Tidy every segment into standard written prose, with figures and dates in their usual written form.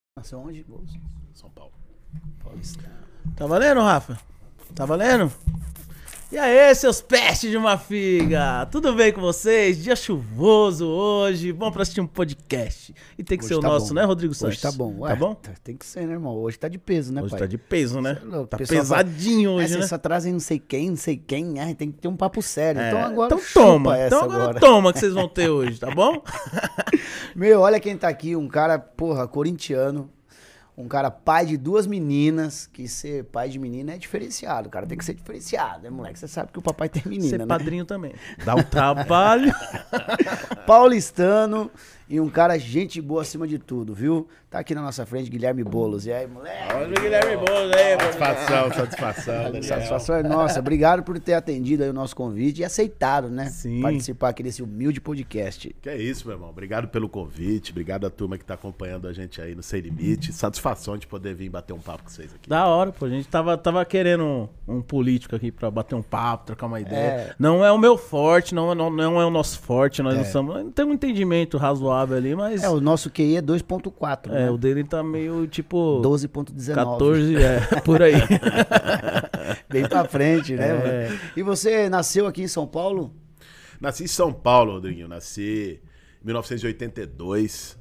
Nasceu onde? São Paulo. Paulistano. Tá valendo, Rafa? Tá valendo? E aí, seus pestes de uma figa? Tudo bem com vocês? Dia chuvoso hoje. Vamos pra assistir um podcast. E tem que Hoje ser o tá nosso, bom. né, Rodrigo Santos? Hoje tá bom. Ué, Tá bom? Tem que ser, né, irmão? Hoje tá de peso, né, Hoje pai? tá de peso, né? Cê é louco. Tá O pessoal pesadinho hoje, vocês né? só trazem não sei quem. Ai, tem que ter um papo sério. Então agora então chupa toma. essa Então agora toma que vocês vão ter hoje, tá bom? Meu, olha quem tá aqui. Um cara, porra, corintiano. Um cara pai de duas meninas, que ser pai de menina é diferenciado. O cara tem que ser diferenciado, né, moleque? Você sabe que o papai tem menina, Ser né? padrinho também. Dá um trabalho. Paulistano e um cara gente boa acima de tudo, viu? Tá aqui na nossa frente, Guilherme Boulos. E aí, moleque? Olha o Guilherme Boulos aí, Satisfação, A Daniel. satisfação é nossa. Obrigado por ter atendido aí o nosso convite e aceitado, né? Sim. Participar aqui desse humilde podcast. Que é isso, meu irmão. Obrigado pelo convite. Obrigado à turma que tá acompanhando a gente aí no Sem Limite. Satisfação de poder vir bater um papo com vocês aqui. Da hora, pô. A gente tava querendo um político aqui pra bater um papo, trocar uma ideia. É. Não é o meu forte, não é o nosso forte. Nós É. não temos um entendimento razoável ali, mas... O nosso QI é 2.4, né? o dele tá meio tipo... 12.19. 14, por aí. Bem pra frente, né? É. Mano? E você nasceu aqui em São Paulo? Nasci em São Paulo, Rodriguinho. Nasci em 1982.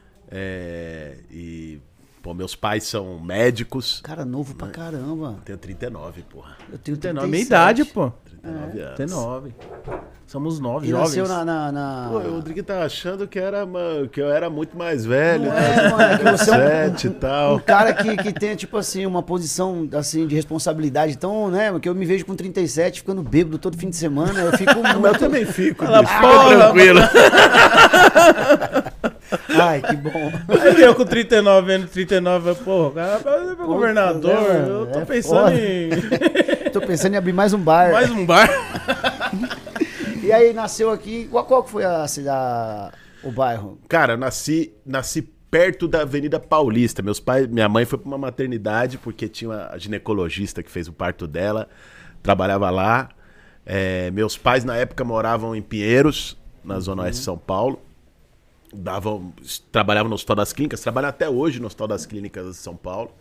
Pô, meus pais são médicos. Cara, novo pra caramba. Tenho 39, porra. Eu tenho 39, 37. minha idade, pô. 39 anos. 39. Somos 9 E jovens. nasceu na... Pô, o Rodrigo tá achando que eu era muito mais velho, Não né? é, mano, é que você é um- 7 e tal. Um cara que tem, tipo assim, uma posição, assim, de responsabilidade tão, né, que eu me vejo com 37 ficando bêbado todo fim de semana, eu fico Mas eu também fico, Fala, bicho. porra, Fica tranquilo. Ai, que bom. Aí eu com 39, vendo 39, porra, o cara vai ser governador. né, Eu tô é pensando foda. em Tô pensando em abrir mais um bar. mais um bar. E aí, nasceu aqui, qual que foi a cidade, o bairro? Cara, eu nasci perto da Avenida Paulista. Minha mãe foi pra uma maternidade porque tinha a ginecologista que fez o parto dela, trabalhava lá. Meus pais na época moravam em Pinheiros, na zona oeste de São Paulo. Trabalhavam no Hospital das Clínicas, trabalham até hoje no Hospital das Clínicas de São Paulo.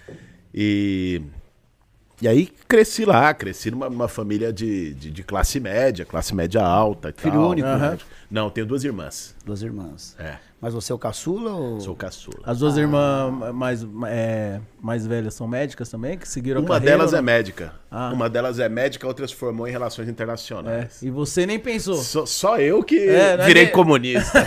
E aí cresci lá, cresci numa família de classe média alta e Filho tal. único? Aham. Não, tenho duas irmãs. Duas irmãs. É, Mas você é o caçula ou... sou caçula. As duas irmãs mais velhas são médicas também, que seguiram a Uma carreira? delas ou é não? médica. Ah. Uma delas é médica, a outra se formou em Relações É. Internacionais. E você nem pensou. Só eu que não é virei que- comunista.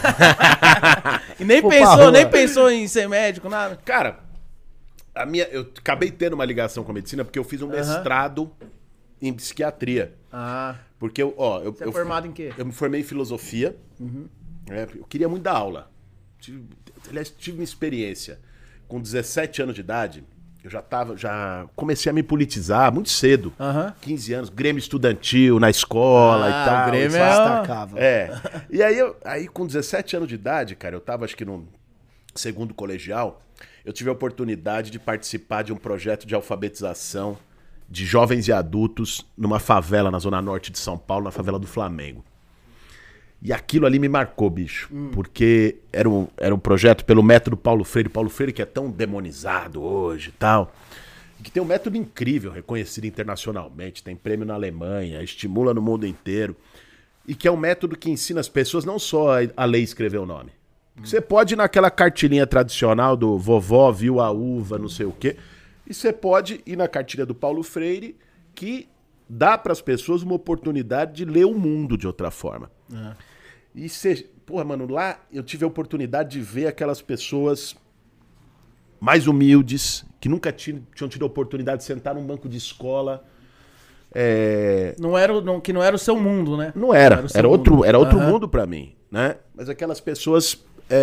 E nem Pô, pra rua. pensou, nem pensou em ser médico, nada. Cara, eu acabei tendo uma ligação com a medicina porque eu fiz um mestrado em psiquiatria. Ah, Porque eu você é formado em quê? Eu me formei em filosofia. Eu queria muito dar aula. Aliás, tive uma experiência. Com 17 anos de idade, eu já comecei a me politizar muito cedo. Aham. 15 anos, Grêmio estudantil na escola e tal. o Grêmio isso é... Destacava. E aí com 17 anos de idade, cara, eu tava acho que no segundo colegial, eu tive a oportunidade de participar de um projeto de alfabetização de jovens e adultos numa favela na zona norte de São Paulo, na favela do Flamengo. E aquilo ali me marcou, bicho, porque era um projeto pelo método Paulo Freire que é tão demonizado hoje e tal, que tem um método incrível, reconhecido internacionalmente, tem prêmio na Alemanha, estimula no mundo inteiro, e que é um método que ensina as pessoas não só a ler e escrever o nome. Você pode ir naquela cartilinha tradicional do vovó viu a uva, não sei o quê, e você pode ir na cartilha do Paulo Freire, que dá para as pessoas uma oportunidade de ler o mundo de outra forma. E porra, mano, lá eu tive a oportunidade de ver aquelas pessoas mais humildes, que nunca tinham tido a oportunidade de sentar num banco de escola. Que não era o seu mundo, né? Não era, o seu era mundo. outro Aham. mundo pra mim, né? Mas aquelas pessoas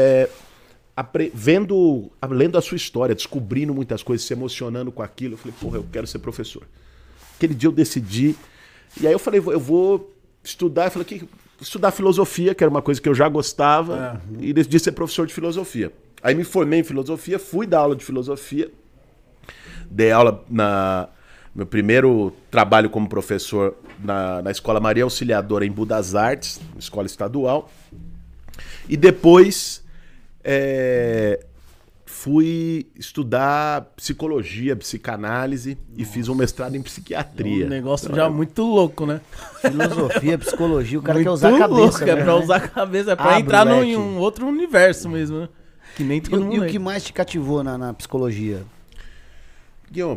lendo a sua história, descobrindo muitas coisas, se emocionando com aquilo. Eu falei, porra, eu quero ser professor. Aquele dia eu decidi, e aí eu falei, eu vou estudar. Eu falei, estudar filosofia, que era uma coisa que eu já gostava, e decidi ser professor de filosofia. Aí me formei em filosofia, fui dar aula de filosofia, dei aula meu primeiro trabalho como professor na Escola Maria Auxiliadora em Budas Artes, escola estadual. E depois fui estudar psicologia, psicanálise e fiz um mestrado em psiquiatria. Um negócio já muito louco, né? Filosofia, psicologia, o cara Muito quer usar a cabeça. louco, né? é pra usar a cabeça, é pra Abre entrar o leque. em um outro universo mesmo, né? Que nem todo mundo E o que entra. mais te cativou na psicologia? Guilherme,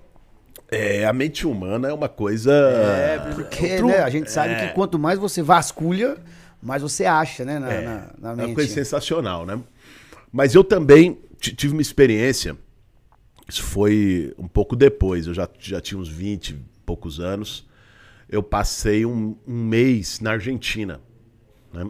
a mente humana é uma coisa... Porque né, a gente sabe que quanto mais você vasculha, mais você acha, né, na É mente. uma coisa sensacional, né? Mas eu também tive uma experiência, isso foi um pouco depois, eu já tinha uns 20 e poucos anos, eu passei um mês na Argentina, né?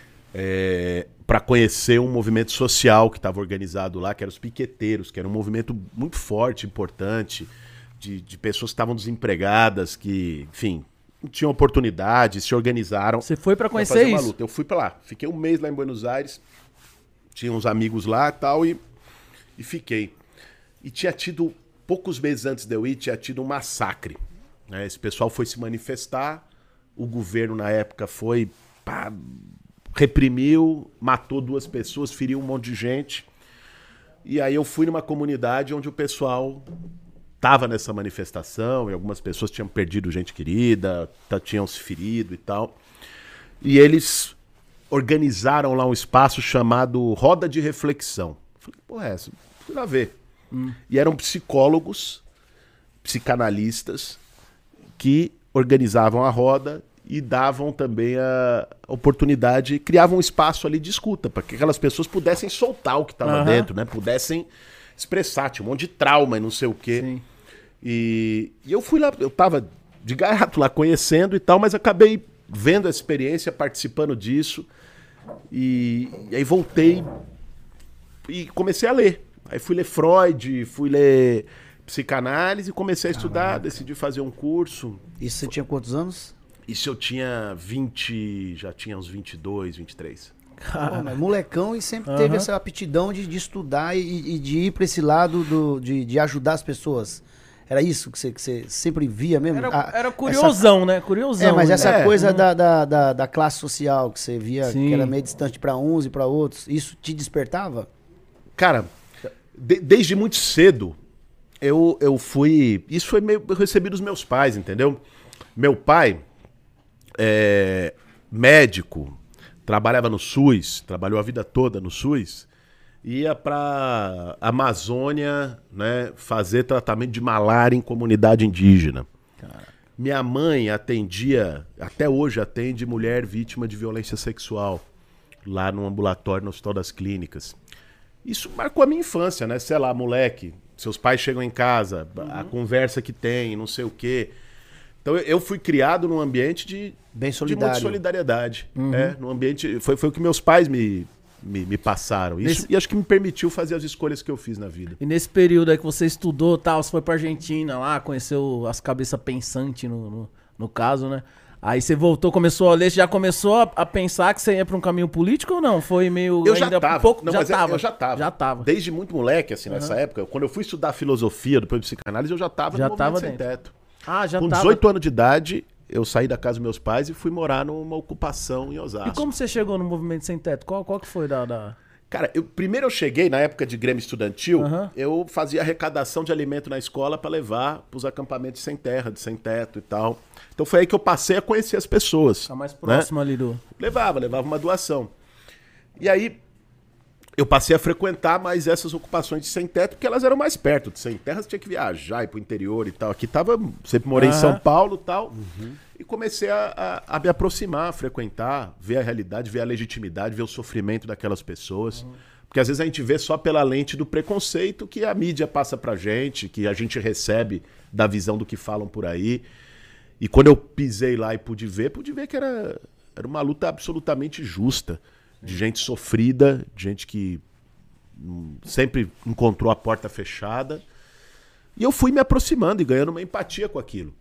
Para conhecer um movimento social que estava organizado lá, que eram os piqueteiros, que era um movimento muito forte, importante, de pessoas que estavam desempregadas, que, enfim, não tinham oportunidade, se organizaram. Você foi pra Pra conhecer fazer uma isso? luta. Eu fui pra lá. Fiquei um mês lá em Buenos Aires. Tinha uns amigos lá e tal, e fiquei. E tinha tido, poucos meses antes de eu ir, tinha tido um massacre. Né? Esse pessoal foi se manifestar, o governo na época foi, reprimiu, matou 2 pessoas, feriu um monte de gente. E aí eu fui numa comunidade onde o pessoal tava nessa manifestação, e algumas pessoas tinham perdido gente querida, tinham se ferido e tal. E eles organizaram lá um espaço chamado Roda de Reflexão. Falei, porra, essa, precisa ver. E eram psicólogos, psicanalistas, que organizavam a roda e davam também a oportunidade, criavam um espaço ali de escuta, para que aquelas pessoas pudessem soltar o que estava dentro, né? Pudessem expressar, tinha um monte de trauma e não sei o quê. Sim. E eu fui lá, eu tava de gaiato lá conhecendo e tal, mas acabei vendo a experiência, participando disso. E aí voltei e comecei a ler. Aí fui ler Freud, fui ler psicanálise, comecei a estudar, decidi fazer um curso. Isso você tinha quantos anos? Isso eu tinha 20, já tinha uns 22, 23. Pô, mas molecão e sempre teve essa aptidão de estudar e de ir pra esse lado de ajudar as pessoas. Era isso que você sempre via mesmo? Era curiosão, né? Curiosão. Mas né? essa coisa da classe social que você via, Sim. que era meio distante pra uns e pra outros, isso te despertava? Cara, desde muito cedo, eu fui... Isso foi meio... Eu recebi dos meus pais, entendeu? Meu pai é médico, trabalhava no SUS, trabalhou a vida toda no SUS, ia pra Amazônia, né, fazer tratamento de malária em comunidade indígena. Minha mãe atendia, até hoje atende mulher vítima de violência sexual, lá no ambulatório, no Hospital das Clínicas. Isso marcou a minha infância, né? Sei lá, moleque, seus pais chegam em casa, a conversa que tem, não sei o quê. Então eu fui criado num ambiente de muita solidariedade. Num ambiente, foi o que meus pais me passaram. Isso, e acho que me permitiu fazer as escolhas que eu fiz na vida. E nesse período aí que você estudou, tal, você foi pra Argentina lá, conheceu as cabeças pensantes no caso, né? Aí você voltou, começou a ler, já começou a pensar que você ia pra um caminho político ou não? Foi meio... Eu já tava. Pouco, Não, já mas tava. eu já tava. Já tava. Desde muito moleque, assim, nessa época, quando eu fui estudar filosofia, depois de psicanálise, eu já tava Já no tava Movimento Sem dentro. Teto. Ah, já Com tava. 18 anos de idade, eu saí da casa dos meus pais e fui morar numa ocupação em Osasco. E como você chegou no Movimento Sem Teto? Qual que foi da... Cara, primeiro eu cheguei, na época de Grêmio Estudantil, eu fazia arrecadação de alimento na escola para levar pros acampamentos sem terra, de sem teto e tal. Então foi aí que eu passei a conhecer as pessoas. Tá mais né? próximo ali do... Levava uma doação. E aí eu passei a frequentar mais essas ocupações de sem teto, porque elas eram mais perto. De sem terra você tinha que viajar, ir pro interior e tal. Aqui sempre morei em São Paulo e tal. E comecei a me aproximar, a frequentar, ver a realidade, ver a legitimidade, ver o sofrimento daquelas pessoas. Porque às vezes a gente vê só pela lente do preconceito que a mídia passa pra gente, que a gente recebe da visão do que falam por aí. E quando eu pisei lá e pude ver que era uma luta absolutamente justa. De gente sofrida, de gente que sempre encontrou a porta fechada. E eu fui me aproximando e ganhando uma empatia com aquilo.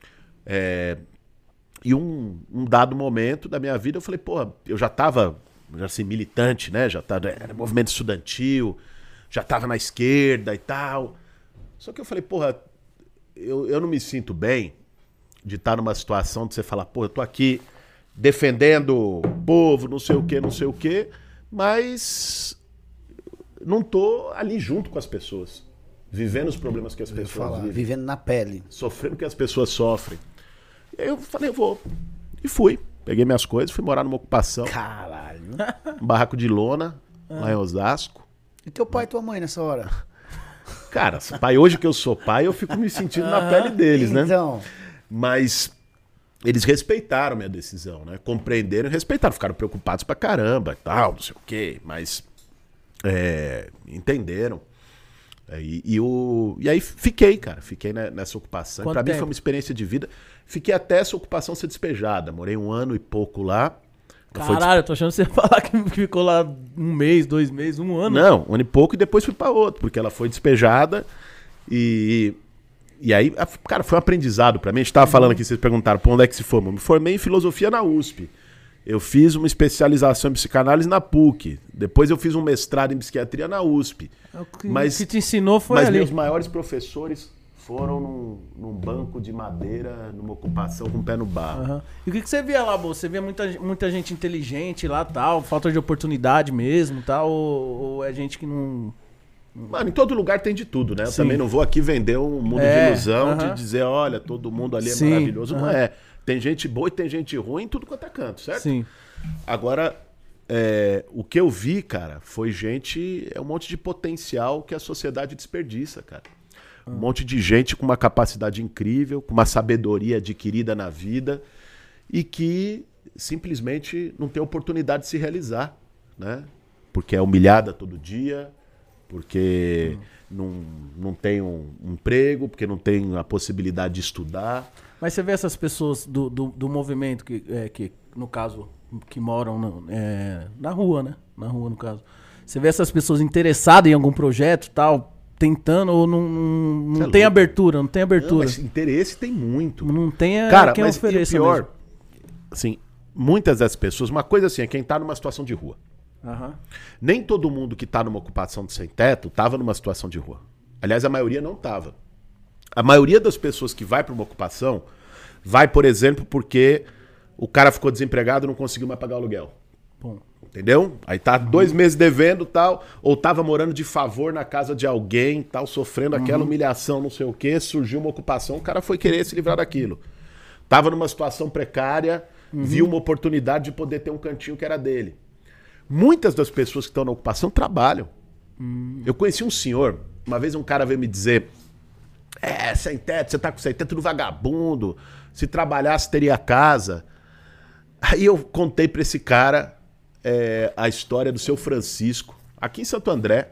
E um dado momento da minha vida, eu falei, pô, eu já estava assim, militante, né? Era movimento estudantil, já estava na esquerda e tal. Só que eu falei, porra, eu não me sinto bem de estar numa situação de você falar, pô, eu tô aqui defendendo o povo, não sei o quê, mas não tô ali junto com as pessoas, vivendo os problemas que as pessoas vivem. Vivendo na pele. Sofrendo o que as pessoas sofrem. E aí eu falei, eu vou. E fui. Peguei minhas coisas, fui morar numa ocupação. Caralho. Um barraco de lona, lá em Osasco. E teu pai e tua mãe nessa hora? Cara, pai, hoje que eu sou pai, eu fico me sentindo na pele deles, né? Então. Mas eles respeitaram minha decisão, né? Compreenderam e respeitaram. Ficaram preocupados pra caramba e tal, não sei o quê. Mas entenderam. E aí fiquei, cara. Fiquei nessa ocupação. Quanto Pra mim tempo? foi uma experiência de vida. Fiquei até essa ocupação ser despejada. Morei 1 ano e pouco lá. Caralho, eu tô achando que você ia falar que ficou lá 1 mês, 2 meses, 1 ano. Não, 1 ano e pouco e depois fui pra outro, porque ela foi despejada e aí, cara, foi um aprendizado pra mim. A gente tava falando aqui, vocês perguntaram pra onde é que se formou. Me formei em filosofia na USP. Eu fiz uma especialização em psicanálise na PUC. Depois eu fiz um mestrado em psiquiatria na USP. O que te ensinou foi Mas ali. meus maiores professores foram num banco de madeira, numa ocupação com o pé no barro. Aham. E o que você via lá, Bo? Você via muita gente inteligente lá, tal, falta de oportunidade mesmo, tal, ou é gente que não... Mano, em todo lugar tem de tudo, né? Eu Sim. também não vou aqui vender um mundo de ilusão de dizer, olha, todo mundo ali é Sim, maravilhoso. Não é. Tem gente boa e tem gente ruim em tudo quanto é canto, certo? Sim. Agora, o que eu vi, cara, foi um monte de potencial que a sociedade desperdiça, cara. Um monte de gente com uma capacidade incrível, com uma sabedoria adquirida na vida e que simplesmente não tem oportunidade de se realizar, né? Porque é humilhada todo dia, porque não tem um emprego, porque não tem a possibilidade de estudar. Mas você vê essas pessoas do movimento que, no caso, que moram na rua, né? Na rua, no caso. Você vê essas pessoas interessadas em algum projeto, tal, tentando ou não tem abertura, não tem abertura. Não, mas interesse tem muito. Não tem Cara, quem mas ofereça e o pior, mesmo. assim, muitas das pessoas, uma coisa assim, é quem tá numa situação de rua. Aham. Nem todo mundo que tá numa ocupação de sem teto tava numa situação de rua. Aliás, a maioria não tava. A maioria das pessoas que vai para uma ocupação vai, por exemplo, porque o cara ficou desempregado e não conseguiu mais pagar o aluguel. Bom. Entendeu? Aí tá 2 meses devendo tal, ou tava morando de favor na casa de alguém, tal, sofrendo aquela humilhação, não sei o quê, surgiu uma ocupação, o cara foi querer se livrar daquilo. Tava numa situação precária, viu uma oportunidade de poder ter um cantinho que era dele. Muitas das pessoas que estão na ocupação trabalham. Eu conheci um senhor, uma vez um cara veio me dizer, sem teto, você tá com sem teto, tudo vagabundo, se trabalhasse teria casa. Aí eu contei pra esse cara a história do seu Francisco, aqui em Santo André.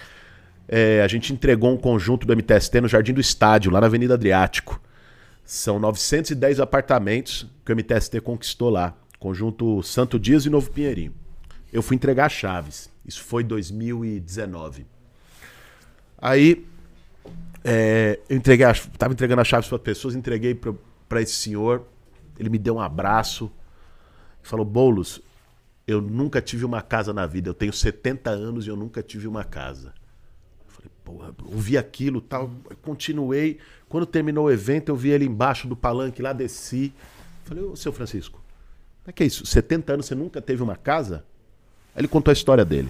A gente entregou um conjunto do MTST no Jardim do Estádio, lá na Avenida Adriático. São 910 apartamentos que o MTST conquistou lá. Conjunto Santo Dias e Novo Pinheirinho. Eu fui entregar chaves. Isso foi em 2019. Aí, eu tava entregando as chaves para pessoas, entreguei para esse senhor. Ele me deu um abraço. Falou, Boulos, eu nunca tive uma casa na vida. Eu tenho 70 anos e eu nunca tive uma casa. Eu falei, porra, ouvi aquilo, tal. Eu continuei. Quando terminou o evento, eu vi ele embaixo do palanque, lá desci. Falei, ô, seu Francisco, como é que é isso? 70 anos, você nunca teve uma casa? Aí ele contou a história dele.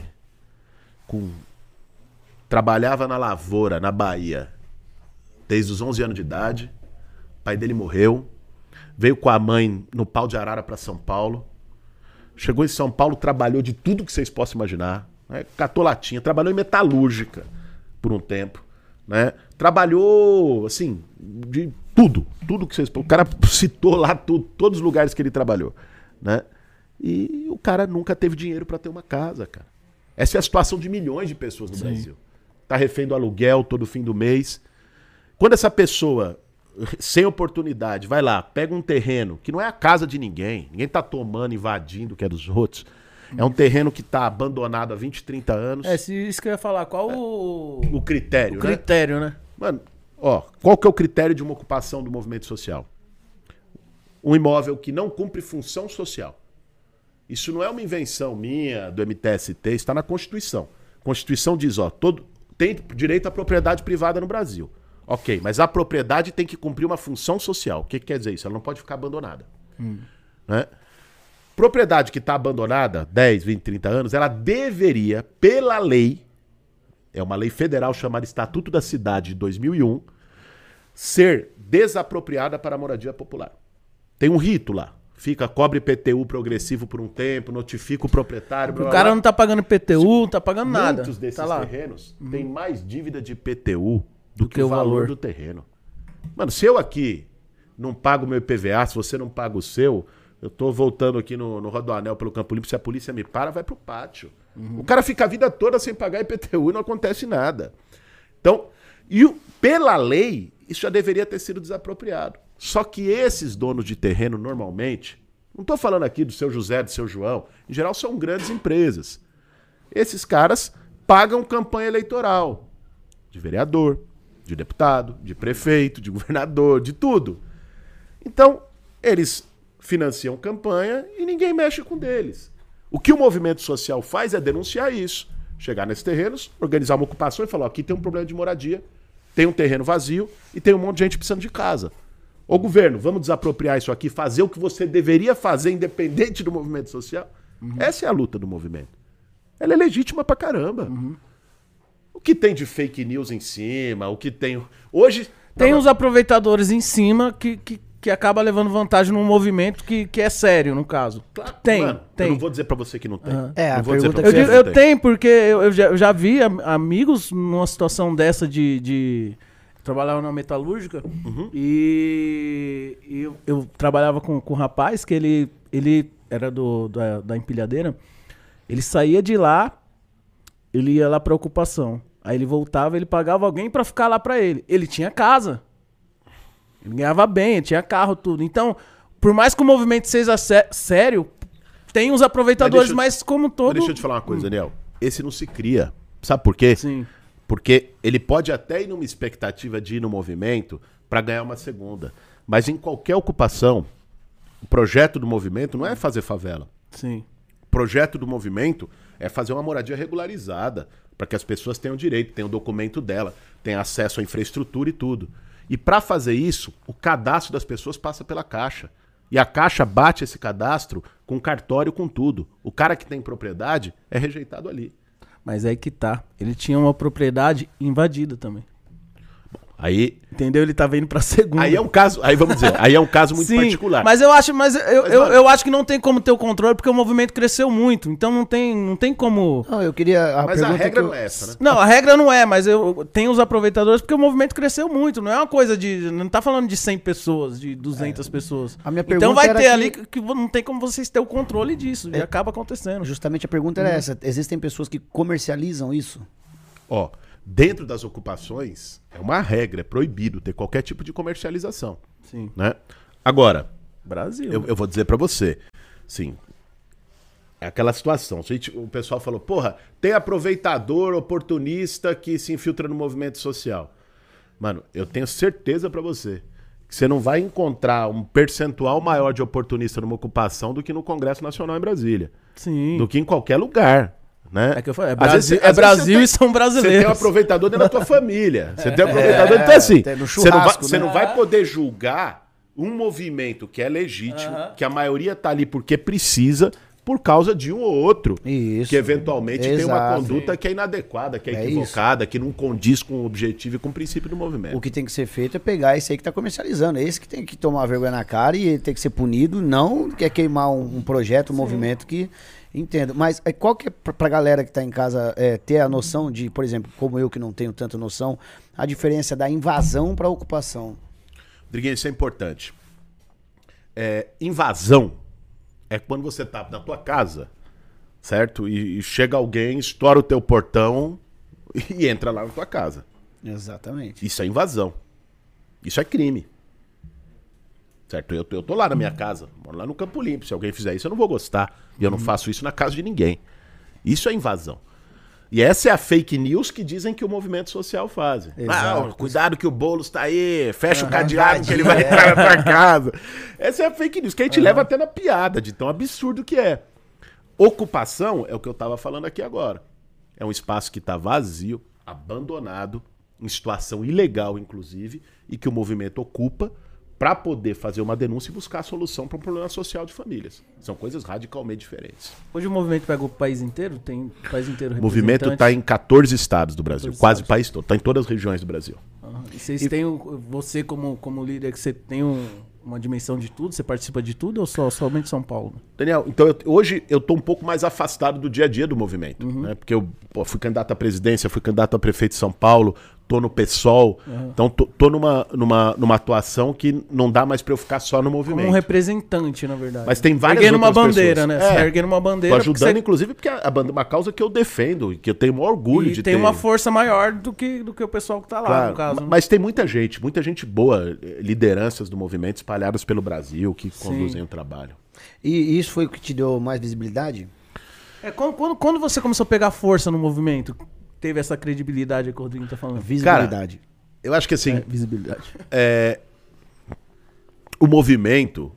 Trabalhava na lavoura, na Bahia, desde os 11 anos de idade. O pai dele morreu. Veio com a mãe no pau de arara para São Paulo. Chegou em São Paulo, trabalhou de tudo que vocês possam imaginar. Né? Catou latinha, trabalhou em metalúrgica por um tempo. Né? Trabalhou, assim, de tudo. Tudo que vocês... O cara citou lá tudo, todos os lugares que ele trabalhou. Né? E o cara nunca teve dinheiro para ter uma casa, cara. Essa é a situação de milhões de pessoas no Brasil. Tá refém do aluguel todo fim do mês. Quando essa pessoa, sem oportunidade, vai lá, pega um terreno que não é a casa de ninguém tá tomando, invadindo, que é dos outros. É um terreno que tá abandonado há 20, 30 anos. Isso que eu ia falar. Qual o critério, o critério, né? Mano, qual que é o critério de uma ocupação do movimento social? Um imóvel que não cumpre função social. Isso não é uma invenção minha, do MTST, está na Constituição. A Constituição diz, tem direito à propriedade privada no Brasil. Ok, mas a propriedade tem que cumprir uma função social. O que quer dizer isso? Ela não pode ficar abandonada. Né? Propriedade que está abandonada, 10, 20, 30 anos, ela deveria, pela lei, é uma lei federal chamada Estatuto da Cidade de 2001, ser desapropriada para a moradia popular. Tem um rito lá. Cobre IPTU progressivo por um tempo, notifica o proprietário. O cara não tá pagando IPTU, não tá pagando nada. Muitos desses tá terrenos têm mais dívida de IPTU do que o valor do terreno. Mano, se eu aqui não pago meu IPVA, se você não paga o seu, eu tô voltando aqui no Rodoanel pelo Campo Limpo, se a polícia me para, vai pro pátio. O cara fica a vida toda sem pagar IPTU e não acontece nada. Então, pela lei, isso já deveria ter sido desapropriado. Só que esses donos de terreno, normalmente, não estou falando aqui do seu José, do seu João, em geral são grandes empresas. Esses caras pagam campanha eleitoral de vereador, de deputado, de prefeito, de governador, de tudo. Então, eles financiam campanha e ninguém mexe com deles. O que o movimento social faz é denunciar isso. Chegar nesses terrenos, organizar uma ocupação e falar, aqui tem um problema de moradia, tem um terreno vazio e tem um monte de gente precisando de casa. Ô governo, vamos desapropriar isso aqui, fazer o que você deveria fazer independente do movimento social? Essa é a luta do movimento. Ela é legítima pra caramba. O que tem de fake news em cima, o que tem... Hoje... Tem os aproveitadores em cima que acaba levando vantagem num movimento que é sério, no caso. Claro, tem, mano, tem. Eu não vou dizer pra você que não tem. É, não a vou dizer pergunta pra você que não Eu tem. tenho, porque eu já vi amigos numa situação dessa de trabalhava na metalúrgica e eu trabalhava com um rapaz que ele era da empilhadeira. Ele saía de lá, ele ia lá pra ocupação. Aí ele voltava, ele pagava alguém pra ficar lá pra ele. Ele tinha casa. Ele ganhava bem, ele tinha carro, tudo. Então, por mais que o movimento seja sério, tem os aproveitadores, mas como todo... Deixa eu te falar uma coisa, Daniel. Esse não se cria. Sabe por quê? Sim. Porque ele pode até ir numa expectativa de ir no movimento para ganhar uma segunda. Mas em qualquer ocupação, o projeto do movimento não é fazer favela. Sim. O projeto do movimento é fazer uma moradia regularizada, para que as pessoas tenham direito, tenham o documento dela, tenham acesso à infraestrutura e tudo. E para fazer isso, o cadastro das pessoas passa pela Caixa. E a Caixa bate esse cadastro com cartório, com tudo. O cara que tem propriedade é rejeitado ali. Mas aí que tá. Ele tinha uma propriedade invadida também. Aí... Entendeu? Ele tava indo pra segunda. Aí é um caso, aí vamos dizer, aí é um caso muito Sim, particular. Mas eu acho que não tem como ter o controle, porque o movimento cresceu muito. Então não tem como... Não, eu queria... Mas a regra não é essa, né? Não, a regra não é, mas tem os aproveitadores porque o movimento cresceu muito. Não é uma coisa de... Não tá falando de 100 pessoas, de 200 pessoas. A minha pergunta então vai era ter ali que não tem como vocês ter o controle disso. E acaba acontecendo. Justamente a pergunta era essa. Existem pessoas que comercializam isso? Ó, dentro das ocupações, é uma regra, é proibido ter qualquer tipo de comercialização. Sim. Né? Agora, Brasil. eu vou dizer pra você, sim, é aquela situação. O pessoal falou, porra, tem aproveitador oportunista que se infiltra no movimento social. Mano, eu tenho certeza pra você que você não vai encontrar um percentual maior de oportunista numa ocupação do que no Congresso Nacional em Brasília. Sim. Do que em qualquer lugar. Né? É que eu falei, Às vezes Brasil e são Você brasileiros. tem um aproveitador dentro da tua família. Você tem um aproveitador, então assim, tem no você churrasco, não né? vai poder julgar um movimento que é legítimo, que a maioria tá ali porque precisa, por causa de um ou outro. Isso. Que eventualmente tem uma Exato. conduta que é inadequada, que é É equivocada, que não condiz com o objetivo e com o princípio do movimento. O que tem que ser feito é pegar esse aí que tá comercializando. Esse que tem que tomar vergonha na cara e tem que ser punido. Não quer queimar um projeto, um movimento que... Entendo. Mas qual que é pra galera que tá em casa ter a noção de, por exemplo, como eu que não tenho tanta noção, a diferença da invasão pra ocupação? Driguinho, isso é importante. Invasão é quando você tá na tua casa, certo? E chega alguém, estoura o teu portão e entra lá na tua casa. Exatamente. Isso é invasão. Isso é crime. Certo? Eu tô lá na minha casa, moro lá no Campo Limpo. Se alguém fizer isso, eu não vou gostar. E eu não faço isso na casa de ninguém. Isso é invasão. E essa é a fake news que dizem que o movimento social faz. Exato. Cuidado que o Boulos tá aí, fecha o cadeado que ele vai entrar na tua casa. Essa é a fake news, que a gente leva até na piada, de tão absurdo que é. Ocupação é o que eu tava falando aqui agora. É um espaço que tá vazio, abandonado, em situação ilegal, inclusive, e que o movimento ocupa para poder fazer uma denúncia e buscar a solução para um problema social de famílias. São coisas radicalmente diferentes. Hoje o movimento pega o país inteiro? Tem o país inteiro O movimento está em 14 estados do Brasil, 14 quase o estados. país todo. Está em todas as regiões do Brasil. E vocês têm, você como líder, que você tem uma dimensão de tudo? Você participa de tudo ou somente São Paulo? Daniel, então hoje eu estou um pouco mais afastado do dia a dia do movimento, né? Porque eu fui candidato à presidência, fui candidato a prefeito de São Paulo, tô no PSOL, então tô numa atuação que não dá mais para eu ficar só no movimento. Como um representante, na verdade. Mas tem várias erguendo uma outras bandeira, pessoas. né? Você tá erguendo uma bandeira. Tô ajudando, inclusive, porque é uma causa que eu defendo e que eu tenho o maior orgulho de ter. E tem uma força maior do que o pessoal que tá lá, Claro, no caso. Né? mas tem muita gente boa, lideranças do movimento espalhadas pelo Brasil que conduzem o trabalho. E isso foi o que te deu mais visibilidade? Quando você começou a pegar força no movimento, teve essa credibilidade que o Rodrigo tá falando? Visibilidade. Eu acho que assim, Visibilidade. o movimento,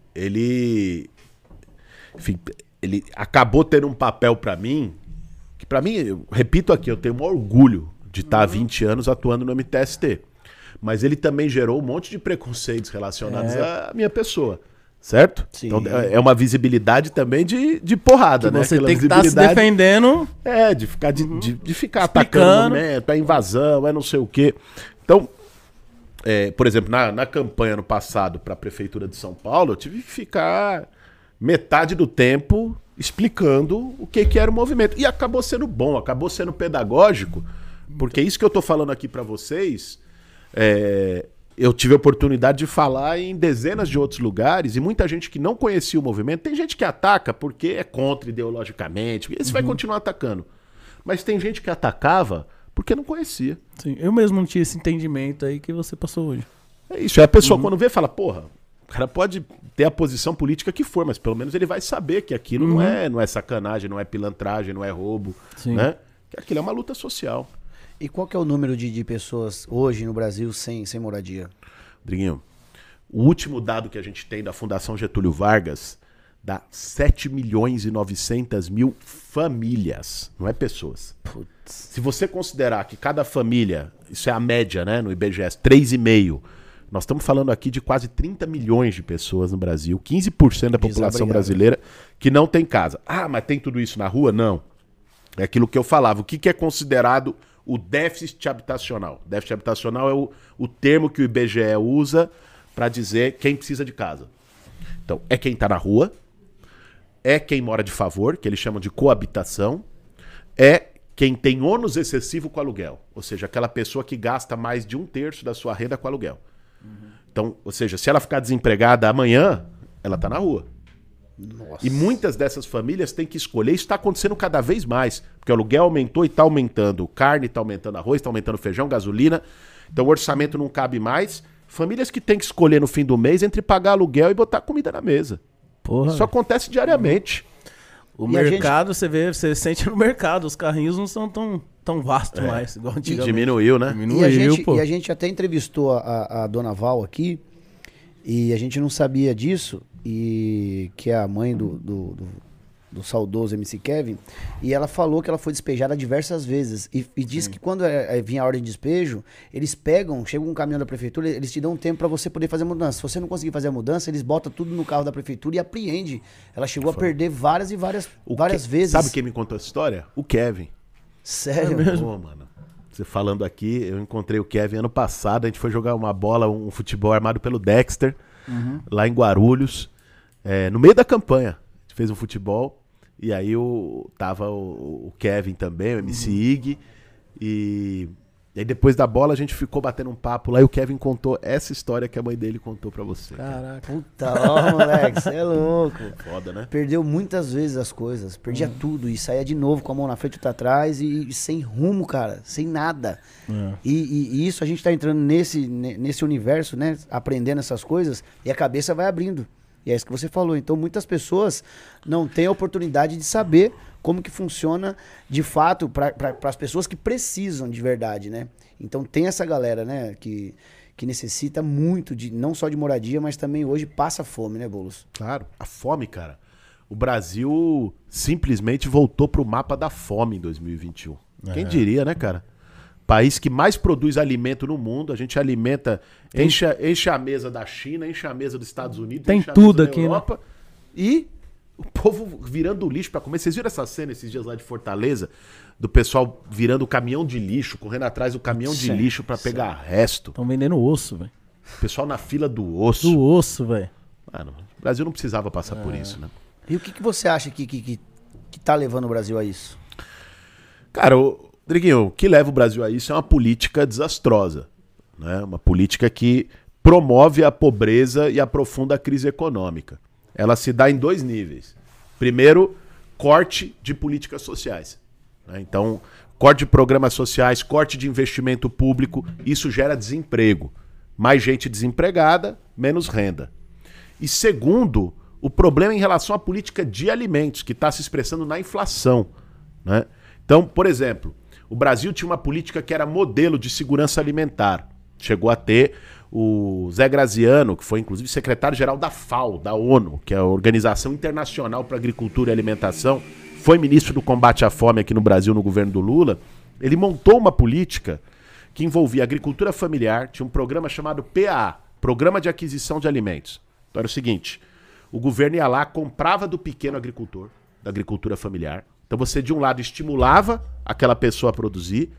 enfim, ele acabou tendo um papel pra mim, que pra mim, eu repito aqui, eu tenho o maior orgulho de estar há 20 anos atuando no MTST. Mas ele também gerou um monte de preconceitos relacionados à minha pessoa. Certo? Sim. Então é uma visibilidade também de porrada, Que né? você Aquela tem que estar se visibilidade- defendendo. de ficar, de ficar Explicando. atacando o momento, é invasão, é não sei o quê. Então, por exemplo, na campanha no passado para a Prefeitura de São Paulo, eu tive que ficar metade do tempo explicando o que era o movimento. E acabou sendo bom, acabou sendo pedagógico, porque isso que eu tô falando aqui para vocês, eu tive a oportunidade de falar em dezenas de outros lugares e muita gente que não conhecia o movimento. Tem gente que ataca porque é contra ideologicamente, esse vai continuar atacando. Mas tem gente que atacava porque não conhecia. Sim, eu mesmo não tinha esse entendimento aí que você passou hoje. É isso, aí a pessoa quando vê fala, porra, o cara pode ter a posição política que for, mas pelo menos ele vai saber que aquilo não é sacanagem, não é pilantragem, não é roubo, Sim. né? Que aquilo é uma luta social. E qual que é o número de pessoas hoje no Brasil sem moradia? Rodriguinho, o último dado que a gente tem da Fundação Getúlio Vargas dá 7.900.000 famílias, não é pessoas. Putz. Se você considerar que cada família, isso é a média, né, no IBGE, 3,5, nós estamos falando aqui de quase 30 milhões de pessoas no Brasil, 15% da população Desabrigado. brasileira que não tem casa. Ah, mas tem tudo isso na rua? Não. É aquilo que eu falava. O que é considerado o déficit habitacional? Déficit habitacional é o termo que o IBGE usa para dizer quem precisa de casa. Então, é quem está na rua, é quem mora de favor, que eles chamam de coabitação, é quem tem ônus excessivo com aluguel, ou seja, aquela pessoa que gasta mais de 1/3 da sua renda com aluguel. Então, ou seja, se ela ficar desempregada amanhã, ela está na rua. Nossa. E muitas dessas famílias têm que escolher. Isso está acontecendo cada vez mais. Porque o aluguel aumentou e está aumentando carne, está aumentando arroz, está aumentando feijão, gasolina. Então o orçamento não cabe mais. Famílias que têm que escolher no fim do mês entre pagar aluguel e botar comida na mesa. Porra. Isso acontece diariamente. O E a mercado, você sente no mercado, os carrinhos não são tão vastos mais, igual antigamente. Diminuiu, né? Diminuiu, E a gente até entrevistou a dona Val aqui, e a gente não sabia disso, e que é a mãe do saudoso MC Kevin, e ela falou que ela foi despejada diversas vezes, e diz que quando vinha a ordem de despejo, eles chega um caminhão da prefeitura, eles te dão um tempo pra você poder fazer a mudança. Se você não conseguir fazer a mudança, eles botam tudo no carro da prefeitura e apreende. Ela chegou a perder várias vezes. Sabe quem me contou essa história? O Kevin. Sério? Pô, mano. Você falando aqui, eu encontrei o Kevin ano passado, a gente foi jogar uma bola, um futebol armado pelo Dexter, lá em Guarulhos, no meio da campanha. A gente fez um futebol, e aí tava o Kevin também, o MC Ig, e aí depois da bola a gente ficou batendo um papo lá, e o Kevin contou essa história que a mãe dele contou pra você. Caraca. Puta, ó, moleque, você é louco. Foda, né? Perdeu muitas vezes as coisas, perdia tudo e saía de novo com a mão na frente e outra atrás e sem rumo, cara, sem nada. E isso a gente tá entrando nesse universo, né, aprendendo essas coisas e a cabeça vai abrindo. E é isso que você falou. Então muitas pessoas não têm a oportunidade de saber como que funciona de fato para as pessoas que precisam de verdade, né? Então tem essa galera, né, que necessita muito não só de moradia, mas também hoje passa fome, né, Boulos? Claro, a fome, cara. O Brasil simplesmente voltou pro mapa da fome em 2021. Quem diria, né, cara? país que mais produz alimento no mundo. A gente alimenta, enche a mesa da China, enche a mesa dos Estados Unidos, Tem enche a tudo mesa da aqui, Europa. E o povo virando lixo pra comer. Vocês viram essa cena esses dias lá de Fortaleza? Do pessoal virando o caminhão de lixo, correndo atrás do caminhão de lixo pra pegar resto. Estão vendendo osso, velho. O pessoal na fila do osso. Do osso, velho. Mano, o Brasil não precisava passar por isso, né? E o que você acha que tá levando o Brasil a isso? Cara, Rodriguinho, o que leva o Brasil a isso é uma política desastrosa, né? Uma política que promove a pobreza e aprofunda a crise econômica. Ela se dá em 2 níveis. Primeiro, corte de políticas sociais, né? Então, corte de programas sociais, corte de investimento público, isso gera desemprego. Mais gente desempregada, menos renda. E segundo, o problema em relação à política de alimentos, que está se expressando na inflação, né? Então, por exemplo, o Brasil tinha uma política que era modelo de segurança alimentar. Chegou a ter o Zé Graziano, que foi inclusive secretário-geral da FAO, da ONU, que é a Organização Internacional para Agricultura e Alimentação, foi ministro do combate à fome aqui no Brasil no governo do Lula. Ele montou uma política que envolvia agricultura familiar, tinha um programa chamado PAA, Programa de Aquisição de Alimentos. Então era o seguinte, o governo ia lá, comprava do pequeno agricultor, da agricultura familiar. Então você, de um lado, estimulava aquela pessoa a produzir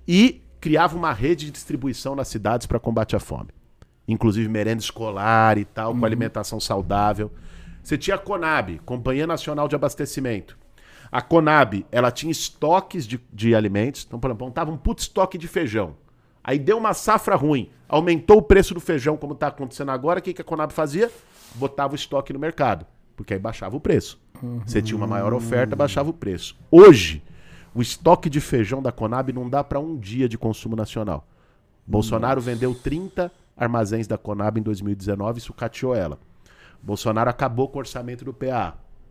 e criava uma rede de distribuição nas cidades para combate à fome. Inclusive merenda escolar e tal, com alimentação saudável. Você tinha a CONAB, Companhia Nacional de Abastecimento. A CONAB, ela tinha estoques de alimentos. Então, por exemplo, montava um puto estoque de feijão. Aí deu uma safra ruim, aumentou o preço do feijão, como está acontecendo agora. O que a CONAB fazia? Botava o estoque no mercado, porque aí baixava o preço. Você tinha uma maior oferta, baixava o preço. Hoje, o estoque de feijão da CONAB não dá para um dia de consumo nacional. Bolsonaro vendeu 30 armazéns da CONAB em 2019 e sucateou ela. Bolsonaro acabou com o orçamento do PA.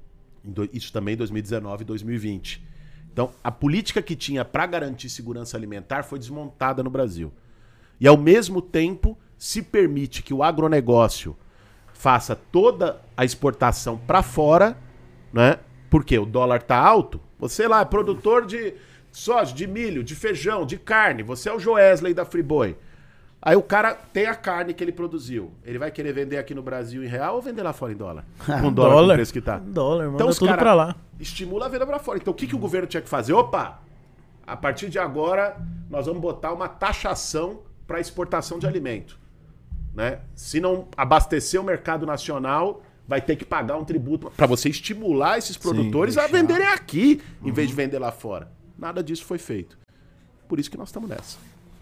Isso também em 2019 e 2020. Então, a política que tinha para garantir segurança alimentar foi desmontada no Brasil. E, ao mesmo tempo, se permite que o agronegócio faça toda a exportação para fora, né? Porque o dólar tá alto. Você lá é produtor de soja, de milho, de feijão, de carne. Você é o Joesley da Friboi. Aí o cara tem a carne que ele produziu. Ele vai querer vender aqui no Brasil em real ou vender lá fora em dólar? Com dólar, com o preço que tá. Dólar, mano. Então os Tudo cara pra lá. estimula a venda pra fora. Então o que o governo tinha que fazer? Opa! A partir de agora, nós vamos botar uma taxação para exportação de alimento, né? Se não abastecer o mercado nacional, vai ter que pagar um tributo para você estimular esses produtores a venderem aqui, em vez de vender lá fora. Nada disso foi feito. Por isso que nós estamos nessa.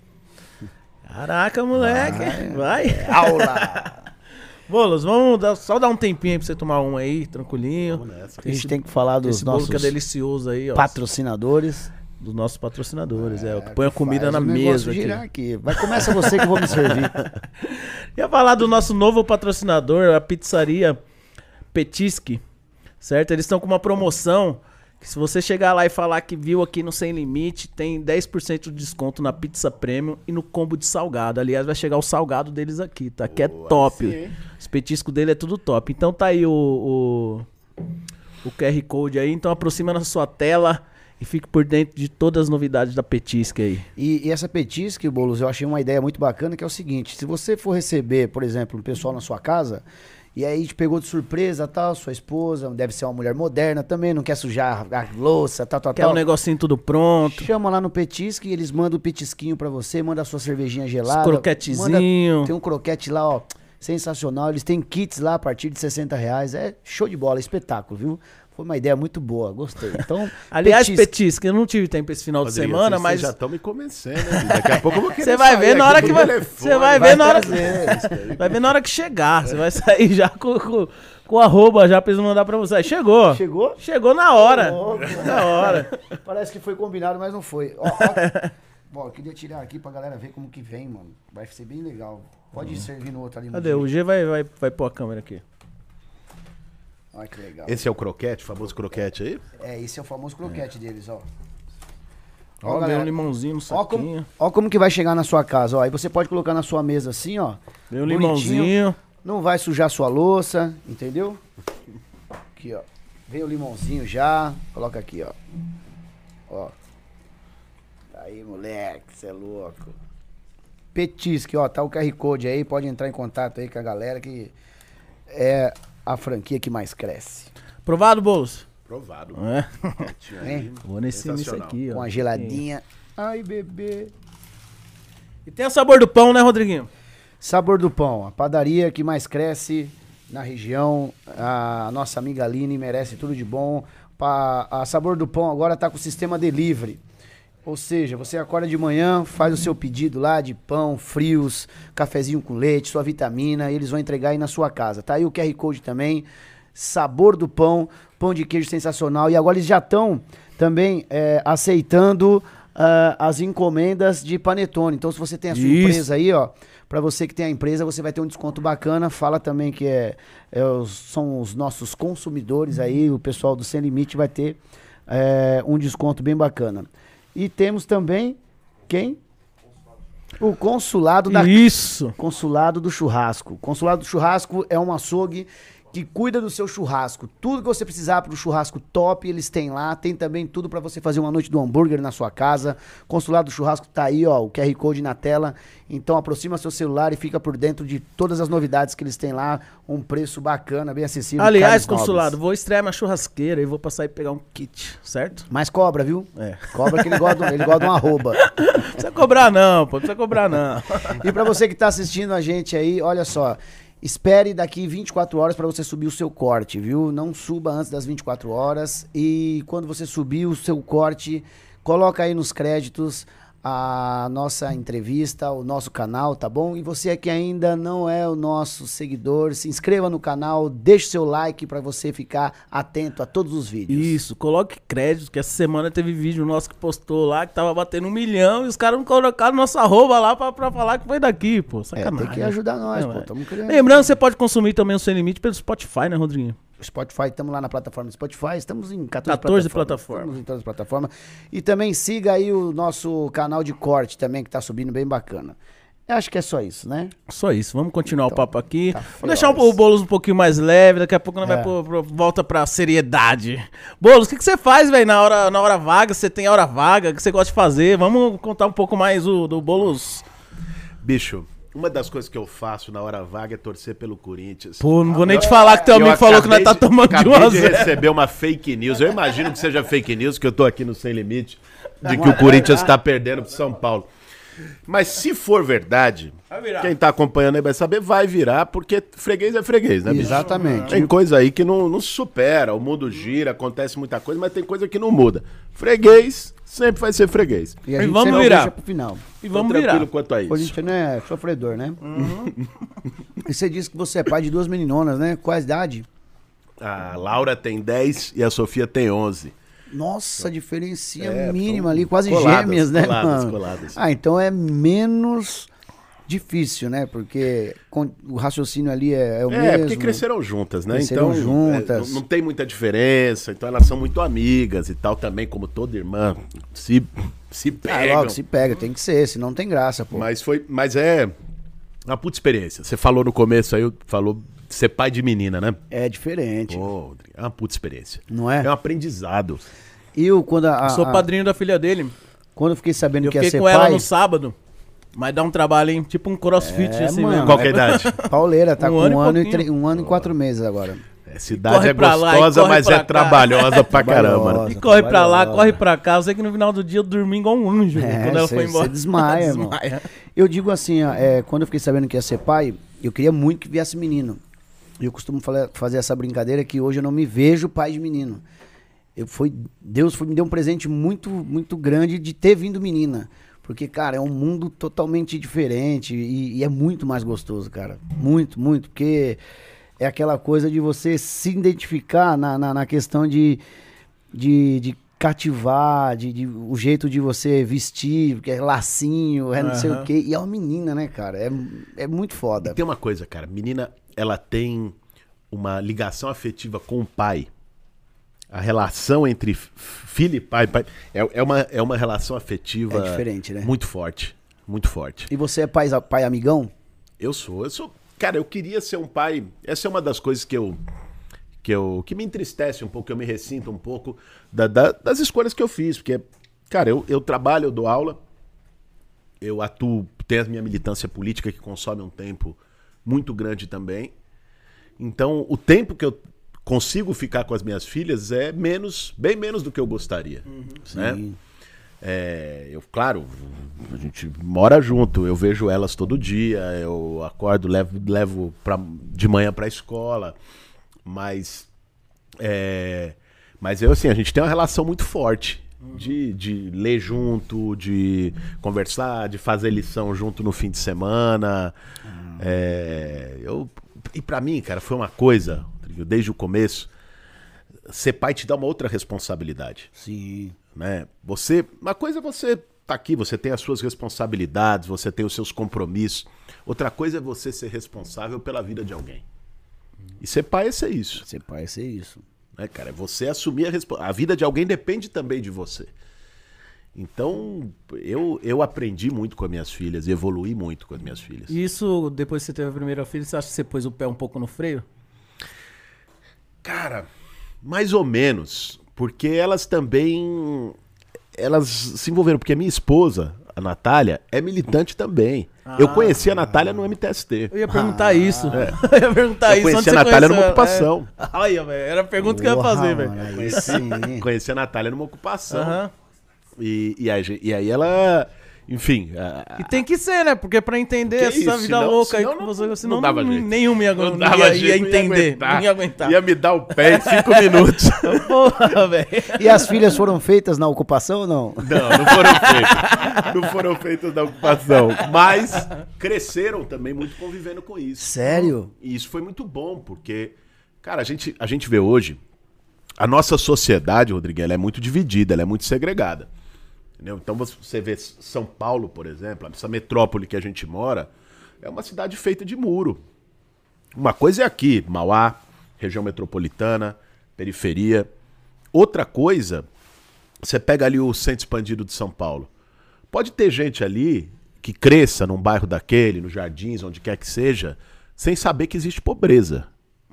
Caraca, moleque. Vai. Aula! Bolos, vamos só dar um tempinho aí pra você tomar um aí, tranquilinho. Vamos nessa. A gente tem que falar dos Esse bolo nossos que é delicioso aí, ó. patrocinadores. Dos nossos patrocinadores, o que põe a Que comida faz na o negócio mesa aqui. girar aqui. Vai, começa você que eu vou me servir. Ia falar do nosso novo patrocinador, a pizzaria Petisque, certo? Eles estão com uma promoção que se você chegar lá e falar que viu aqui no Sem Limite, tem 10% de desconto na pizza premium e no combo de salgado. Aliás, vai chegar o salgado deles aqui, tá? Que é top. Sim, Os petiscos dele é tudo top. Então tá aí o QR Code aí, então aproxima na sua tela e fique por dentro de todas as novidades da Petisque aí. E essa petisque, Boulos, eu achei uma ideia muito bacana, que é o seguinte: se você for receber, por exemplo, um pessoal na sua casa, e aí te pegou de surpresa, tal, sua esposa, deve ser uma mulher moderna também, não quer sujar a louça, tal, Quer um negocinho tudo pronto. chama lá no Petisque, eles mandam o petisquinho pra você, manda a sua cervejinha gelada. croquetezinho. Tem um croquete lá, ó, sensacional. Eles têm kits lá a partir de R$60. É show de bola, espetáculo, viu? Foi uma ideia muito boa, gostei. Então, Aliás, Petisque, eu não tive tempo esse final de semana, mas Vocês já estão me convencendo, né? Daqui a pouco eu vou querer você vai ver sair na aqui hora do que vai, telefone. você vai ver na hora trazer. vai ver na hora que chegar. Você vai sair já com o arroba já pra eles mandar pra você. Aí chegou. Chegou? Chegou na hora. Louco, Na hora. Parece que foi combinado, mas não foi. Ó, eu queria tirar aqui pra galera ver como que vem, mano. Vai ser bem legal. Pode servir no outro ali. Cadê? O G vai pôr a câmera aqui. Olha que legal. Esse é o croquete, o famoso croquete aí? Esse é o famoso croquete deles, ó. Ó, veio galera. um limãozinho no Ó saquinho. como que vai chegar na sua casa, ó. Aí você pode colocar na sua mesa assim, ó. Veio um bonitinho. limãozinho. Não vai sujar sua louça, entendeu? Aqui, ó. Veio o limãozinho já. Coloca aqui, ó. Ó. Aí, moleque, você é louco. Petisque, ó, tá o QR Code aí, pode entrar em contato aí com a galera que é a franquia que mais cresce. Provado, Boulos? Provado. É. Hein? Vou nisso aqui, ó. Com a geladinha. Ai, bebê. E tem o sabor do pão, né, Rodriguinho? Sabor do Pão, a padaria que mais cresce na região. A nossa amiga Aline merece tudo de bom. A Sabor do Pão agora tá com o sistema delivery. Ou seja, você acorda de manhã, faz o seu pedido lá de pão, frios, cafezinho com leite, sua vitamina, e eles vão entregar aí na sua casa. Tá aí o QR Code também. Sabor do Pão, pão de queijo sensacional. E agora eles já estão também aceitando as encomendas de panetone. Então, se você tem a sua empresa aí, ó, pra você que tem a empresa, você vai ter um desconto bacana. Fala também que são os nossos consumidores aí, o pessoal do Sem Limite vai ter um desconto bem bacana. E temos também, quem? O Consulado da... Isso! Consulado do Churrasco. Consulado do Churrasco é um açougue que cuida do seu churrasco. Tudo que você precisar para o churrasco top, eles têm lá. Tem também tudo para você fazer uma noite do hambúrguer na sua casa. Consulado do Churrasco tá aí, ó, o QR Code na tela. Então aproxima seu celular e fica por dentro de todas as novidades que eles têm lá. Um preço bacana, bem acessível. Aliás, Consulado, vou estrear minha churrasqueira e vou passar e pegar um kit, certo? Mas cobra, viu? É. Cobra que ele gosta de uma arroba. Não precisa cobrar não, pô. Não precisa cobrar não. E pra você que tá assistindo a gente aí, olha só. Espere daqui 24 horas para você subir o seu corte, viu? Não suba antes das 24 horas. E quando você subir o seu corte, coloca aí nos créditos a nossa entrevista, o nosso canal, tá bom? E você que ainda não é o nosso seguidor, se inscreva no canal, deixe seu like para você ficar atento a todos os vídeos. Isso, coloque crédito, que essa semana teve vídeo nosso que postou lá, que tava batendo 1 milhão, e os caras não colocaram nossa arroba lá pra falar que foi daqui, pô. Sacanagem. Tem que ajudar nós, Não, pô. Tamo querendo. Lembrando que você pode consumir também o Sem Limite pelo Spotify, né, Rodriguinho? Spotify, estamos lá na plataforma do Spotify, estamos em 14 plataformas. Estamos em todas as plataformas. E também siga aí o nosso canal de corte também, que tá subindo bem bacana. Eu acho que é só isso, né? Só isso, vamos continuar o papo aqui. Tá Vamos deixar o Boulos um pouquinho mais leve, daqui a pouco nós volta pra seriedade. Boulos, o que você faz, velho, na hora vaga? Você tem hora vaga, o que você gosta de fazer? Vamos contar um pouco mais do Boulos. Bicho, uma das coisas que eu faço na hora vaga é torcer pelo Corinthians. Pô, não vou nem te falar que teu amigo falou que nós tá tomando de 1 a 0. Acabei de receber uma fake news. Eu imagino que seja fake news, que eu tô aqui no Sem Limite, de que o Corinthians tá perdendo pro São Paulo. Mas se for verdade, quem tá acompanhando aí vai saber, vai virar, porque freguês é freguês, né, bicho? Exatamente. Tem coisa aí que não se supera, o mundo gira, acontece muita coisa, mas tem coisa que não muda. Freguês sempre vai ser freguês. E a gente vamos sempre virar. deixa pro final. E vamos Tô tranquilo virar. quanto a O isso. Corinthians não é sofredor, né? E você disse que você é pai de 2 meninonas, né? Qual a idade? A Laura tem 10 e a Sofia tem 11. Nossa, a diferencinha É, mínima são ali, quase coladas, gêmeas, né, coladas, mano? coladas. Ah, então é menos difícil, né? Porque o raciocínio ali é o mesmo. É, porque cresceram juntas, né? Cresceram então, juntas. não tem muita diferença, então elas são muito amigas e tal também, como toda irmã se Ah, pegam. logo, se pega, tem que ser, senão não tem graça, pô. Mas é uma puta experiência. Você falou no começo aí, falou de ser pai de menina, né? É diferente, Pô, Rodrigo, é uma puta experiência. não é? É um aprendizado. Eu, quando Sou padrinho da filha dele. quando eu fiquei sabendo Eu que ia fiquei ser com ela pai, no sábado. Mas dá um trabalho, hein? Tipo um crossfit assim mano. mesmo. Qual que é a idade? pauleira, tá Um com ano e 1 ano e pouquinho. 1 ano e 4 meses agora. Essa idade Corre é pra lá e gostosa, corre mas pra é cá. trabalhosa pra caramba, né? Trabalhosa. E corre pra lá, Trabalhosa. corre pra cá. Eu sei que no final do dia eu dormi igual um anjo quando ela foi embora. Você desmaia, irmão. Eu digo assim, ó, quando eu fiquei sabendo que ia ser pai, eu queria muito que viesse menino. E eu costumo fazer essa brincadeira que hoje eu não me vejo pai de menino. Deus me deu um presente muito, muito grande de ter vindo menina. Porque, cara, é um mundo totalmente diferente e é muito mais gostoso, cara. Muito, muito. Porque é aquela coisa de você se identificar na questão de cativar, o jeito de você vestir, que é lacinho, é não sei o quê. E é uma menina, né, cara? É muito foda. Tem uma coisa, cara. Menina, ela tem uma ligação afetiva com o pai. A relação entre filho e pai é uma relação afetiva É diferente, né? muito forte. Muito forte. E você é pai amigão? Eu sou. Cara, eu queria ser um pai. Essa é uma das coisas que me entristece um pouco, que eu me ressinto um pouco das escolhas que eu fiz. Porque Cara, eu trabalho, eu dou aula, eu atuo, tenho a minha militância política que consome um tempo muito grande também. Então, o tempo que eu consigo ficar com as minhas filhas é bem menos do que eu gostaria. Né? Sim. Claro, a gente mora junto, eu vejo elas todo dia, eu acordo, levo de manhã pra escola, mas eu, assim, a gente tem uma relação muito forte de ler junto, de conversar, de fazer lição junto no fim de semana. E pra mim, cara, foi uma coisa, desde o começo, ser pai te dá uma outra responsabilidade. Sim. Né? Uma coisa é você tá aqui, você tem as suas responsabilidades, você tem os seus compromissos. Outra coisa é você ser responsável pela vida de alguém. E ser pai é ser isso. Ser pai é ser isso. Né, cara? É você assumir a vida de alguém depende também de você. Então, eu aprendi muito com as minhas filhas e evoluí muito com as minhas filhas. E isso, depois que você teve a primeira filha, você acha que você pôs o pé um pouco no freio? Cara, mais ou menos. Porque elas também... Elas se envolveram. Porque a minha esposa, a Natália, é militante também. Eu conheci a Natália no MTST. Eu ia perguntar isso. Eu ia perguntar isso. Eu conheci Onde a você Natália conheceu? numa ocupação. Olha, velho. Era a pergunta que eu ia fazer, velho. Mano, aí sim. Conheci a Natália numa ocupação. Aham. E aí ela... Enfim... E tem que ser, né? Porque pra entender Que essa isso? vida Senão- louca aí senão que não- você... não Senão dava jeito. nenhum ia Não dava jeito, não ia entender. aguentar. Não ia aguentar. Ia me dar o pé em 5 minutos. Porra, velho. E as filhas foram feitas na ocupação ou não? Não foram feitas. Não foram feitas na ocupação. Mas cresceram também muito convivendo com isso. Sério? E isso foi muito bom, porque, cara, a gente vê hoje, a nossa sociedade, Rodrigo, ela é muito dividida, ela é muito segregada. Entendeu? Então você vê São Paulo, por exemplo, essa metrópole que a gente mora, é uma cidade feita de muro. Uma coisa é aqui, Mauá, região metropolitana, periferia. Outra coisa, você pega ali o centro expandido de São Paulo. Pode ter gente ali que cresça num bairro daquele, nos Jardins, onde quer que seja, sem saber que existe pobreza.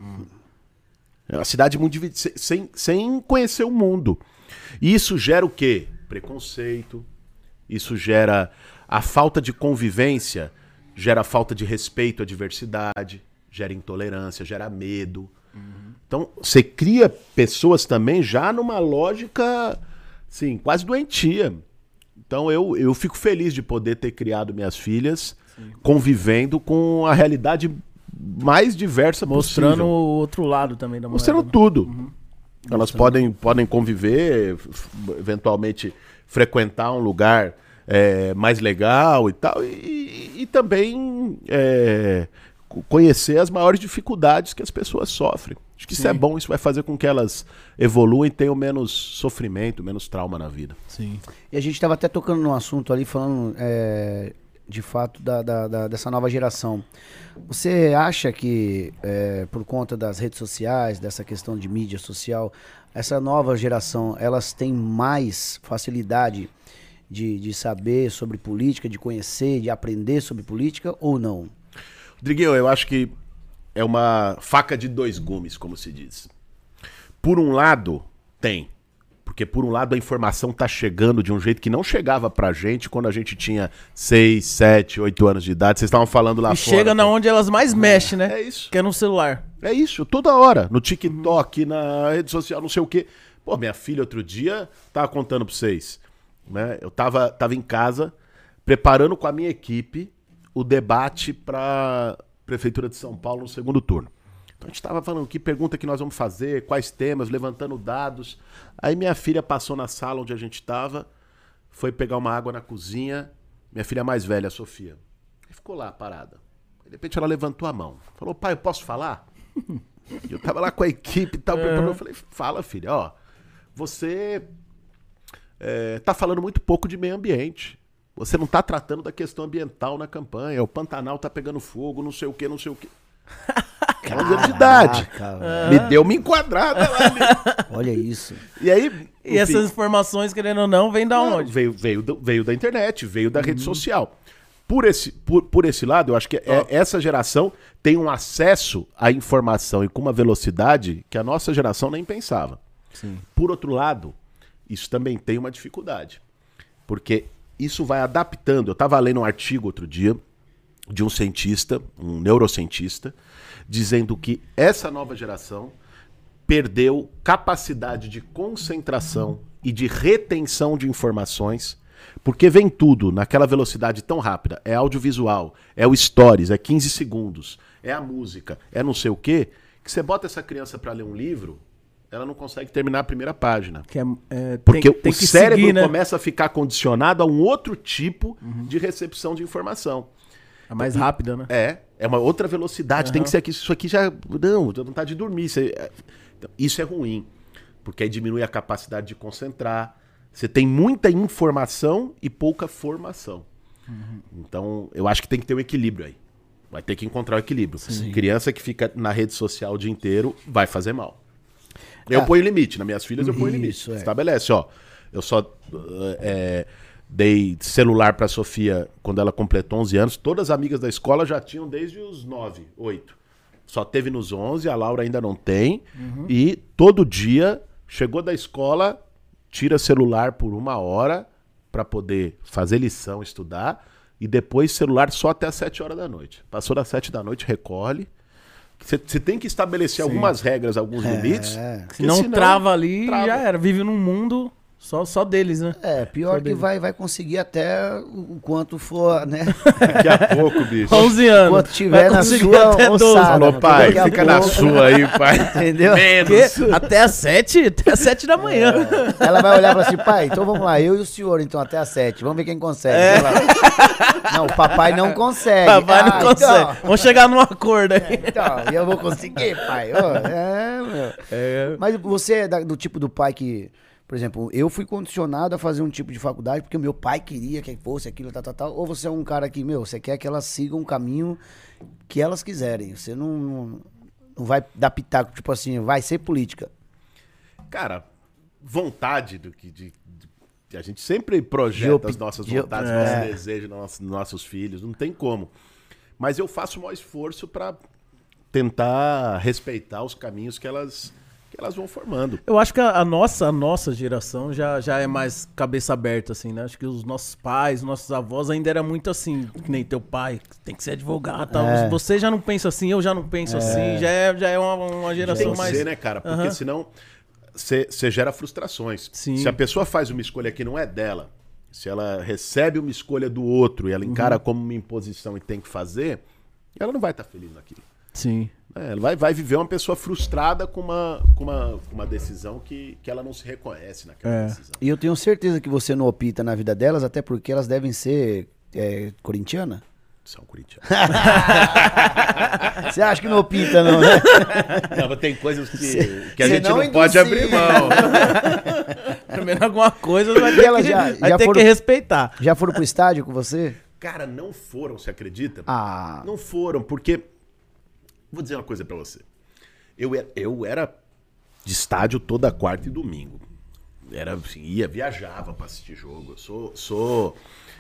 É uma cidade muito dividida, sem conhecer o mundo. E isso gera o quê? Preconceito, isso gera a falta de convivência, gera a falta de respeito à diversidade, gera intolerância, gera medo. Então, você cria pessoas também já numa lógica, assim, quase doentia. Então, eu fico feliz de poder ter criado minhas filhas convivendo com a realidade mais diversa Mostrando possível. o outro lado também da moeda. Mostrando tudo. Elas podem conviver, eventualmente frequentar um lugar mais legal e tal, e também conhecer as maiores dificuldades que as pessoas sofrem. Acho que isso é bom, isso vai fazer com que elas evoluam e tenham menos sofrimento, menos trauma na vida. Sim. E a gente estava até tocando num assunto ali, falando de fato dessa nova geração. Você acha que, por conta das redes sociais, dessa questão de mídia social, essa nova geração, elas têm mais facilidade de saber sobre política, de conhecer, de aprender sobre política ou não? Rodriguinho, eu acho que é uma faca de dois gumes, como se diz. Por um lado, tem. Porque, por um lado, a informação tá chegando de um jeito que não chegava pra gente quando a gente tinha 6, 7, 8 anos de idade. Vocês estavam falando lá E fora. chega na onde elas mais mexem, né? É isso. Que é no celular. É isso, toda hora. No TikTok, na rede social, não sei o quê. Pô, minha filha outro dia tava contando pra vocês. Né? Eu tava em casa, preparando com a minha equipe o debate pra Prefeitura de São Paulo no segundo turno. Então a gente tava falando que pergunta que nós vamos fazer, quais temas, levantando dados. Aí minha filha passou na sala onde a gente tava, foi pegar uma água na cozinha, minha filha mais velha, a Sofia. E ficou lá, parada. De repente ela levantou a mão. Falou, pai, eu posso falar? Eu tava lá com a equipe e tal, preparando. Eu falei, fala, filha, ó. Você tá falando muito pouco de meio ambiente. Você não tá tratando da questão ambiental na campanha. O Pantanal tá pegando fogo, não sei o quê, não sei o quê. 11 anos de idade. Me deu uma enquadrada lá ali. Olha isso. E aí... E essas informações, querendo ou não, vêm da onde? Veio da internet, veio da rede social. Por esse lado, eu acho que essa geração tem um acesso à informação e com uma velocidade que a nossa geração nem pensava. Sim. Por outro lado, isso também tem uma dificuldade. Porque isso vai adaptando. Eu estava lendo um artigo outro dia de um cientista, um neurocientista, dizendo que essa nova geração perdeu capacidade de concentração e de retenção de informações, porque vem tudo naquela velocidade tão rápida. É audiovisual, é o stories, é 15 segundos, é a música, é não sei o quê, que você bota essa criança para ler um livro, ela não consegue terminar a primeira página. Porque tem o cérebro seguir, né? Começa a ficar condicionado a um outro tipo de recepção de informação. É mais rápida, né? É uma outra velocidade. Tem que ser aqui. Isso aqui já... Não, dá vontade de dormir. Isso é ruim. Porque aí diminui a capacidade de concentrar. Você tem muita informação e pouca formação. Então, eu acho que tem que ter um equilíbrio aí. Vai ter que encontrar o equilíbrio. Sim. Criança que fica na rede social o dia inteiro vai fazer mal. Eu ponho limite. Nas minhas filhas eu ponho limite. Estabelece, ó. Eu só dei celular pra Sofia quando ela completou 11 anos. Todas as amigas da escola já tinham desde os 9, 8. Só teve nos 11, a Laura ainda não tem. E todo dia, chegou da escola, tira celular por 1 hora pra poder fazer lição, estudar. E depois celular só até as 7 horas da noite. Passou das 7 da noite, recolhe. Você tem que estabelecer algumas regras, alguns limites. Se não trava ali, já era. Vive num mundo só deles, né? Pior só que vai conseguir até o quanto for, né? Daqui a pouco, bicho. 11 anos. Quanto tiver na sua ossada. Falou, pai, fica na sua aí, pai. Entendeu? Até às 7? Até às 7 da manhã. Ela vai olhar pra assim, pai, então vamos lá, eu e o senhor, então, até às 7. Vamos ver quem consegue. Não, o papai não consegue. Papai não consegue. Então... Vamos chegar num acordo aí. Então, eu vou conseguir, pai. Meu. Mas você é do tipo do pai que... Por exemplo, eu fui condicionado a fazer um tipo de faculdade porque o meu pai queria que fosse aquilo, tal. Ou você é um cara que, você quer que elas sigam um caminho que elas quiserem. Você não vai dar pitaco, tipo assim, vai ser política. Cara, vontade a gente sempre projeta as nossas vontades, nossos desejos, nossos filhos. Não tem como. Mas eu faço o maior esforço para tentar respeitar os caminhos que elas vão formando. Eu acho que a nossa geração já é mais cabeça aberta, assim, né? Acho que os nossos pais, nossos avós ainda era muito assim, que nem teu pai, tem que ser advogado e tal. Você já não pensa assim, eu já não penso assim, já é uma geração mais... Tem que ser, né, cara? Porque senão você gera frustrações. Sim. Se a pessoa faz uma escolha que não é dela, se ela recebe uma escolha do outro e ela encara como uma imposição e tem que fazer, ela não vai estar feliz naquilo. Sim. Ela vai viver uma pessoa frustrada com uma decisão que ela não se reconhece naquela decisão. E eu tenho certeza que você não opta na vida delas, até porque elas devem ser corintiana? São corintianas. Você acha que não opta, não, né? Não, mas tem coisas que a gente não pode abrir mão. Primeiro alguma coisa vai ter que respeitar. Já foram pro estádio com você? Cara, não foram, você acredita? Não foram, porque... Vou dizer uma coisa pra você. Eu era de estádio toda quarta e domingo. Era assim, viajava pra assistir jogo. Eu sou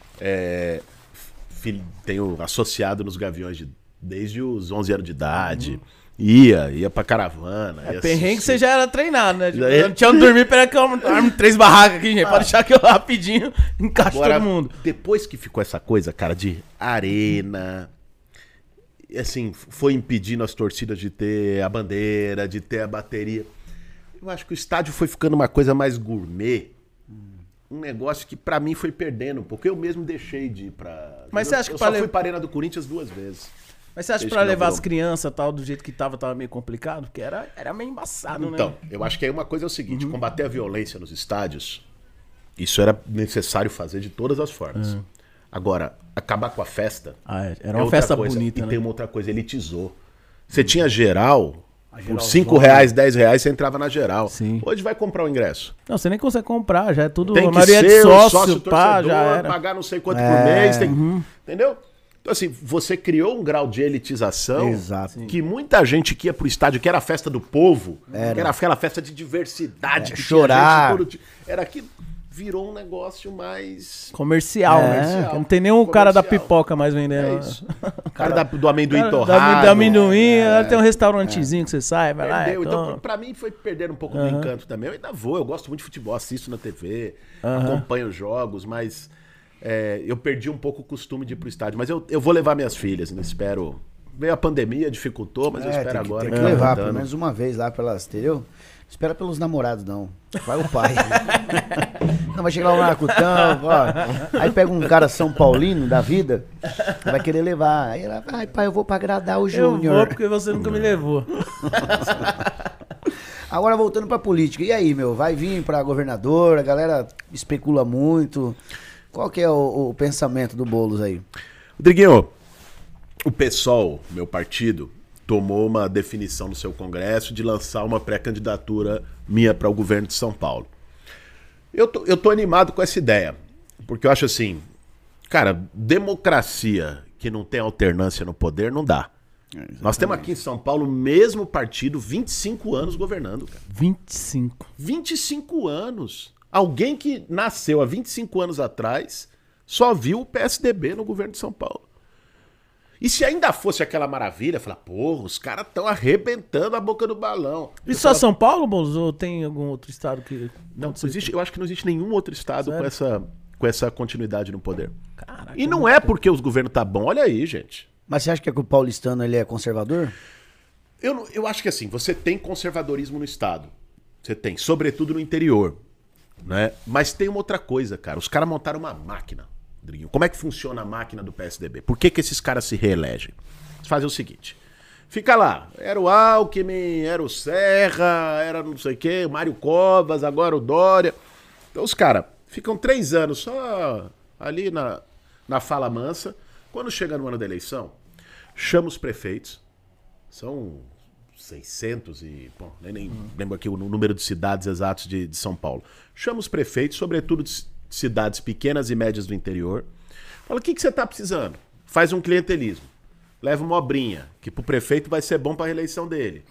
tenho associado nos Gaviões desde os 11 anos de idade. Ia pra caravana. Perrengue você já era treinado, né? Tipo, eu não tinha onde dormir, pera que eu armo 3 barracas aqui, gente. Pode deixar que eu rapidinho encaixo todo mundo. Depois que ficou essa coisa, cara, de arena... Assim, foi impedindo as torcidas de ter a bandeira, de ter a bateria. Eu acho que o estádio foi ficando uma coisa mais gourmet. Um negócio que pra mim foi perdendo, porque eu mesmo deixei de ir pra... Mas você acha que eu só fui pra Arena do Corinthians 2 vezes. Mas você acha que pra levar as crianças tal, do jeito que tava meio complicado? Porque era meio embaçado, né? Então, eu acho que aí uma coisa é o seguinte, combater a violência nos estádios, isso era necessário fazer de todas as formas. Agora, acabar com a festa... era uma festa bonita, e né? tem uma outra coisa, elitizou. Você tinha geral, por R$5, R$10, você entrava na geral. Sim. Hoje vai comprar o ingresso. Não, você nem consegue comprar, já é tudo... Tem a que maioria ser de sócio torcedor, já era. pagar não sei quanto por mês. Entendeu? Então, assim, você criou um grau de elitização. Exato. Que muita gente que ia pro estádio, que era a festa do povo, que era aquela festa de diversidade. Que chorar. Era aquilo... Virou um negócio mais... Comercial, né? Não tem nenhum cara da pipoca mais vendendo. É isso. Cara do amendoim Do torrado. amendoim, tem um restaurantezinho que você sai, vai lá. Perdeu. Então, toma. pra mim, foi perder um pouco do encanto também. Eu ainda vou, eu gosto muito de futebol, assisto na TV, acompanho os jogos, mas eu perdi um pouco o costume de ir pro estádio. Mas eu vou levar minhas filhas, né? Espero. Veio a pandemia, dificultou, mas eu espero agora. Tem que levar pelo menos uma vez lá pelas, entendeu? Espera pelos namorados, não. Vai o pai. Não, vai chegar lá no Maracutão, ó. Aí pega um cara São Paulino da vida, vai querer levar. Aí ela vai, pai, eu vou pra agradar o Eu Júnior. vou porque você nunca me levou. Agora voltando pra política. E aí, meu? Vai vir pra governador, a galera especula muito. Qual que é o pensamento do Boulos aí? Rodriguinho, o PSOL, meu partido, tomou uma definição no seu congresso de lançar uma pré-candidatura minha para o governo de São Paulo. Eu tô animado com essa ideia, porque eu acho assim, cara, democracia que não tem alternância no poder não dá. Nós temos aqui em São Paulo o mesmo partido, 25 anos governando, cara. 25. 25 anos. Alguém que nasceu há 25 anos atrás só viu o PSDB no governo de São Paulo. E se ainda fosse aquela maravilha, falar, porra, os caras estão arrebentando a boca do balão. E só São Paulo, Boulos, ou tem algum outro estado que... Não existe, eu acho que não existe nenhum outro estado com essa continuidade no poder. Caraca, E não é porque os governos tá bom, olha aí, gente. Mas você acha que o paulistano ele é conservador? Eu acho que assim, você tem conservadorismo no estado. Você tem, sobretudo no interior. Né? Mas tem uma outra coisa, cara. Os caras montaram uma máquina. Rodriguinho. Como é que funciona a máquina do PSDB? Por que esses caras se reelegem? Eles fazem o seguinte. Fica lá. Era o Alckmin, era o Serra, era não sei o quê, o Mário Covas, agora o Dória. Então os caras ficam 3 anos só ali na fala mansa. Quando chega no ano da eleição, chama os prefeitos. São 600 e... Bom, nem lembro aqui o número de cidades exatos de São Paulo. Chama os prefeitos, sobretudo de cidades pequenas e médias do interior. Fala, o que você está precisando? Faz um clientelismo. Leva uma obrinha, que pro prefeito vai ser bom para a reeleição dele.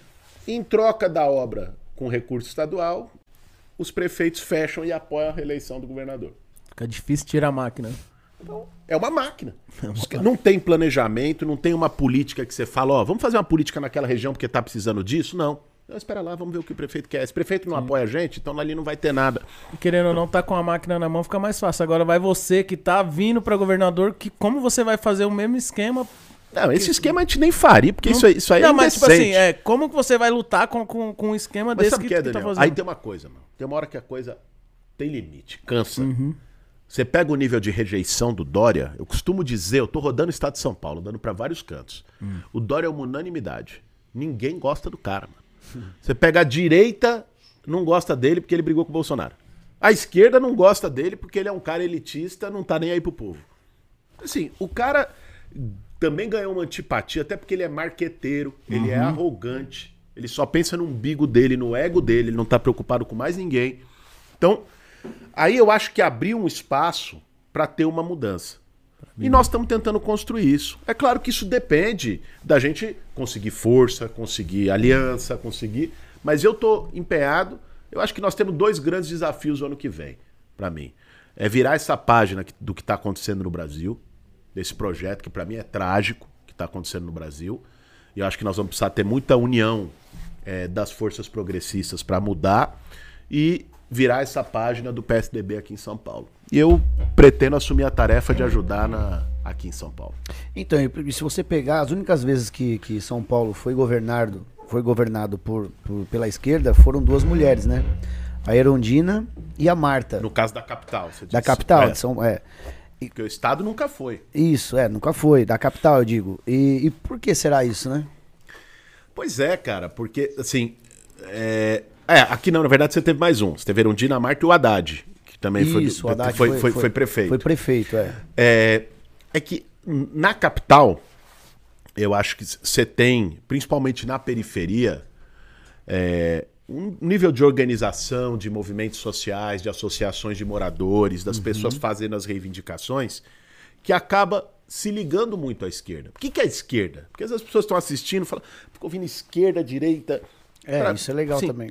Em troca da obra com recurso estadual, os prefeitos fecham e apoiam a reeleição do governador. Fica difícil tirar a máquina. Então, é uma máquina. Não tem planejamento, não tem uma política que você fala, ó, vamos fazer uma política naquela região porque tá precisando disso? Não. Não, espera lá, vamos ver o que o prefeito quer. Se o prefeito não apoia a gente, então ali não vai ter nada. E querendo ou não, tá com a máquina na mão, fica mais fácil. Agora vai você que tá vindo pra governador, que como você vai fazer o mesmo esquema... Não, esse esquema a gente nem faria, porque isso aí não, é mas tipo indecente. assim, como que você vai lutar com um esquema Mas desse sabe o que é, tá Daniel? fazendo? Aí tem uma coisa, mano. Tem uma hora que a coisa tem limite, cansa. Você pega o nível de rejeição do Dória, eu costumo dizer, eu tô rodando o estado de São Paulo, dando pra vários cantos. O Dória é uma unanimidade. Ninguém gosta do cara, mano. Você pega a direita, não gosta dele porque ele brigou com o Bolsonaro. A esquerda não gosta dele porque ele é um cara elitista, não tá nem aí pro povo. Assim, o cara também ganhou uma antipatia, até porque ele é marqueteiro, ele é arrogante, ele só pensa no umbigo dele, no ego dele, ele não tá preocupado com mais ninguém. Então, aí eu acho que abriu um espaço para ter uma mudança. E nós estamos tentando construir isso. É claro que isso depende da gente conseguir força, conseguir aliança, conseguir... Mas eu tô empenhado. Eu acho que nós temos 2 grandes desafios no ano que vem, para mim. É virar essa página do que está acontecendo no Brasil, desse projeto que para mim é trágico, que está acontecendo no Brasil. E eu acho que nós vamos precisar ter muita união das forças progressistas para mudar e virar essa página do PSDB aqui em São Paulo. E eu pretendo assumir a tarefa de ajudar aqui em São Paulo. Então, e se você pegar as únicas vezes que São Paulo foi governado pela esquerda, foram 2 mulheres, né? A Erundina e a Marta. No caso da capital, você disse. Da capital, Porque o Estado nunca foi. Isso, nunca foi. Da capital, eu digo. E por que será isso, né? Pois é, cara, porque, assim... aqui não, na verdade você teve mais um. Você teve a Erundina, a Marta e o Haddad. Que também isso, o Haddad foi prefeito. Foi prefeito, É que na capital, eu acho que você tem, principalmente na periferia, um nível de organização, de movimentos sociais, de associações de moradores, das pessoas fazendo as reivindicações, que acaba se ligando muito à esquerda. O que é a esquerda? Porque às vezes as pessoas estão assistindo e falam, fico ouvindo esquerda, direita... Isso é legal também.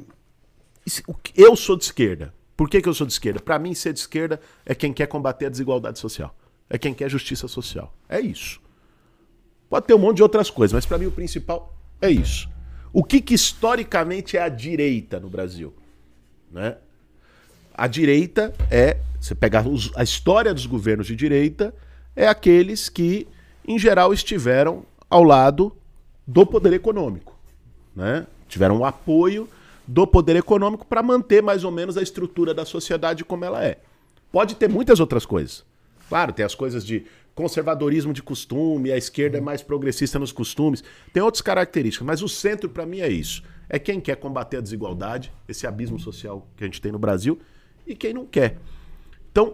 Eu sou de esquerda. Por que eu sou de esquerda? Para mim, ser de esquerda é quem quer combater a desigualdade social. É quem quer justiça social. É isso. Pode ter um monte de outras coisas, mas para mim o principal é isso. O que historicamente é a direita no Brasil? Né? A direita é, você pegar a história dos governos de direita, é aqueles que, em geral, estiveram ao lado do poder econômico. Né? Tiveram o apoio do poder econômico para manter mais ou menos a estrutura da sociedade como ela é. Pode ter muitas outras coisas. Claro, tem as coisas de conservadorismo de costume, a esquerda é mais progressista nos costumes, tem outras características, mas o centro para mim é isso. É quem quer combater a desigualdade, esse abismo social que a gente tem no Brasil, e quem não quer. Então,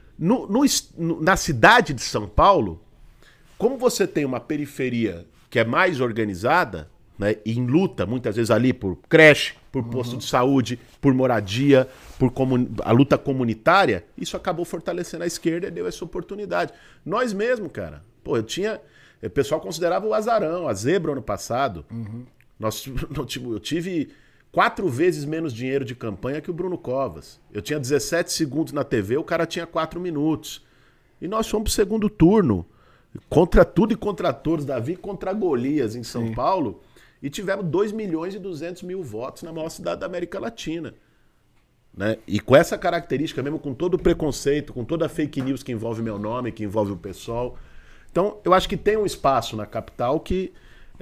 na cidade de São Paulo, como você tem uma periferia que é mais organizada, né, e em luta, muitas vezes ali por creche, por posto de saúde, por moradia, por a luta comunitária, isso acabou fortalecendo a esquerda e deu essa oportunidade. Nós mesmo, cara, pô, o pessoal considerava o azarão, a zebra ano passado. Eu tive 4 vezes menos dinheiro de campanha que o Bruno Covas. Eu tinha 17 segundos na TV, o cara tinha 4 minutos. E nós fomos pro segundo turno, contra tudo e contra todos, Davi contra Golias em São Paulo, e tivemos 2.200.000 votos na maior cidade da América Latina. Né? E com essa característica mesmo, com todo o preconceito, com toda a fake news que envolve meu nome, que envolve o pessoal. Então, eu acho que tem um espaço na capital que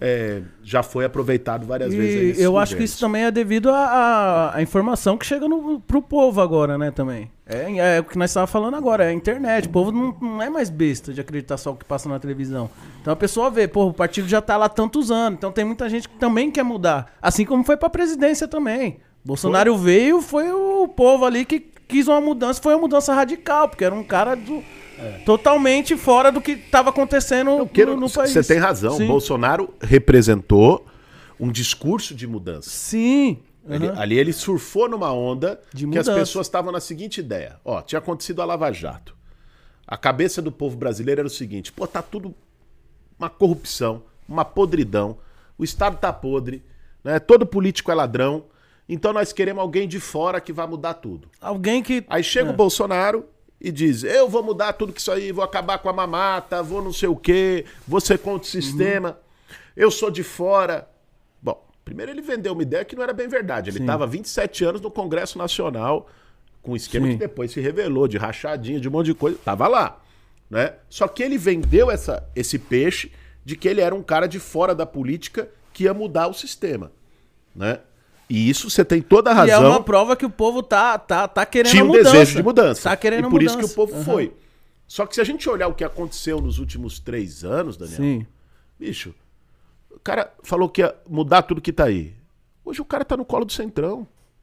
já foi aproveitado várias vezes. E eu acho que isso também é devido à informação que chega pro povo agora, né, também. É o que nós estávamos falando agora, é a internet. O povo não é mais besta de acreditar só o que passa na televisão. Então a pessoa vê, pô, o partido já tá lá há tantos anos, então tem muita gente que também quer mudar. Assim como foi pra presidência também. Bolsonaro veio, foi o povo ali que quis uma mudança, foi uma mudança radical, porque era um cara totalmente fora do que estava acontecendo no país. Você tem razão, Sim. Bolsonaro representou um discurso de mudança. Sim. Ali ele surfou numa onda De que mudança. as pessoas estavam na seguinte ideia. Ó, tinha acontecido a Lava Jato. A cabeça do povo brasileiro era o seguinte, pô, tá tudo uma corrupção, uma podridão, o Estado tá podre, né? Todo político é ladrão, então nós queremos alguém de fora que vai mudar tudo. Alguém que... Aí chega o Bolsonaro e diz, eu vou mudar tudo que isso aí, vou acabar com a mamata, vou não sei o quê, vou ser contra o sistema, eu sou de fora. Bom, primeiro ele vendeu uma ideia que não era bem verdade. Ele estava 27 anos no Congresso Nacional, com um esquema que depois se revelou, de rachadinha, de um monte de coisa. Tava lá, né? Só que ele vendeu esse peixe de que ele era um cara de fora da política que ia mudar o sistema, né? E isso você tem toda a razão. E é uma prova que o povo tá querendo Tinha um mudança. desejo de mudança. Tá querendo e por mudança. isso que o povo foi. Só que se a gente olhar o que aconteceu nos últimos 3 anos, Daniel, Sim. bicho, o cara falou que ia mudar tudo que tá aí. Hoje o cara tá no colo do Centrão.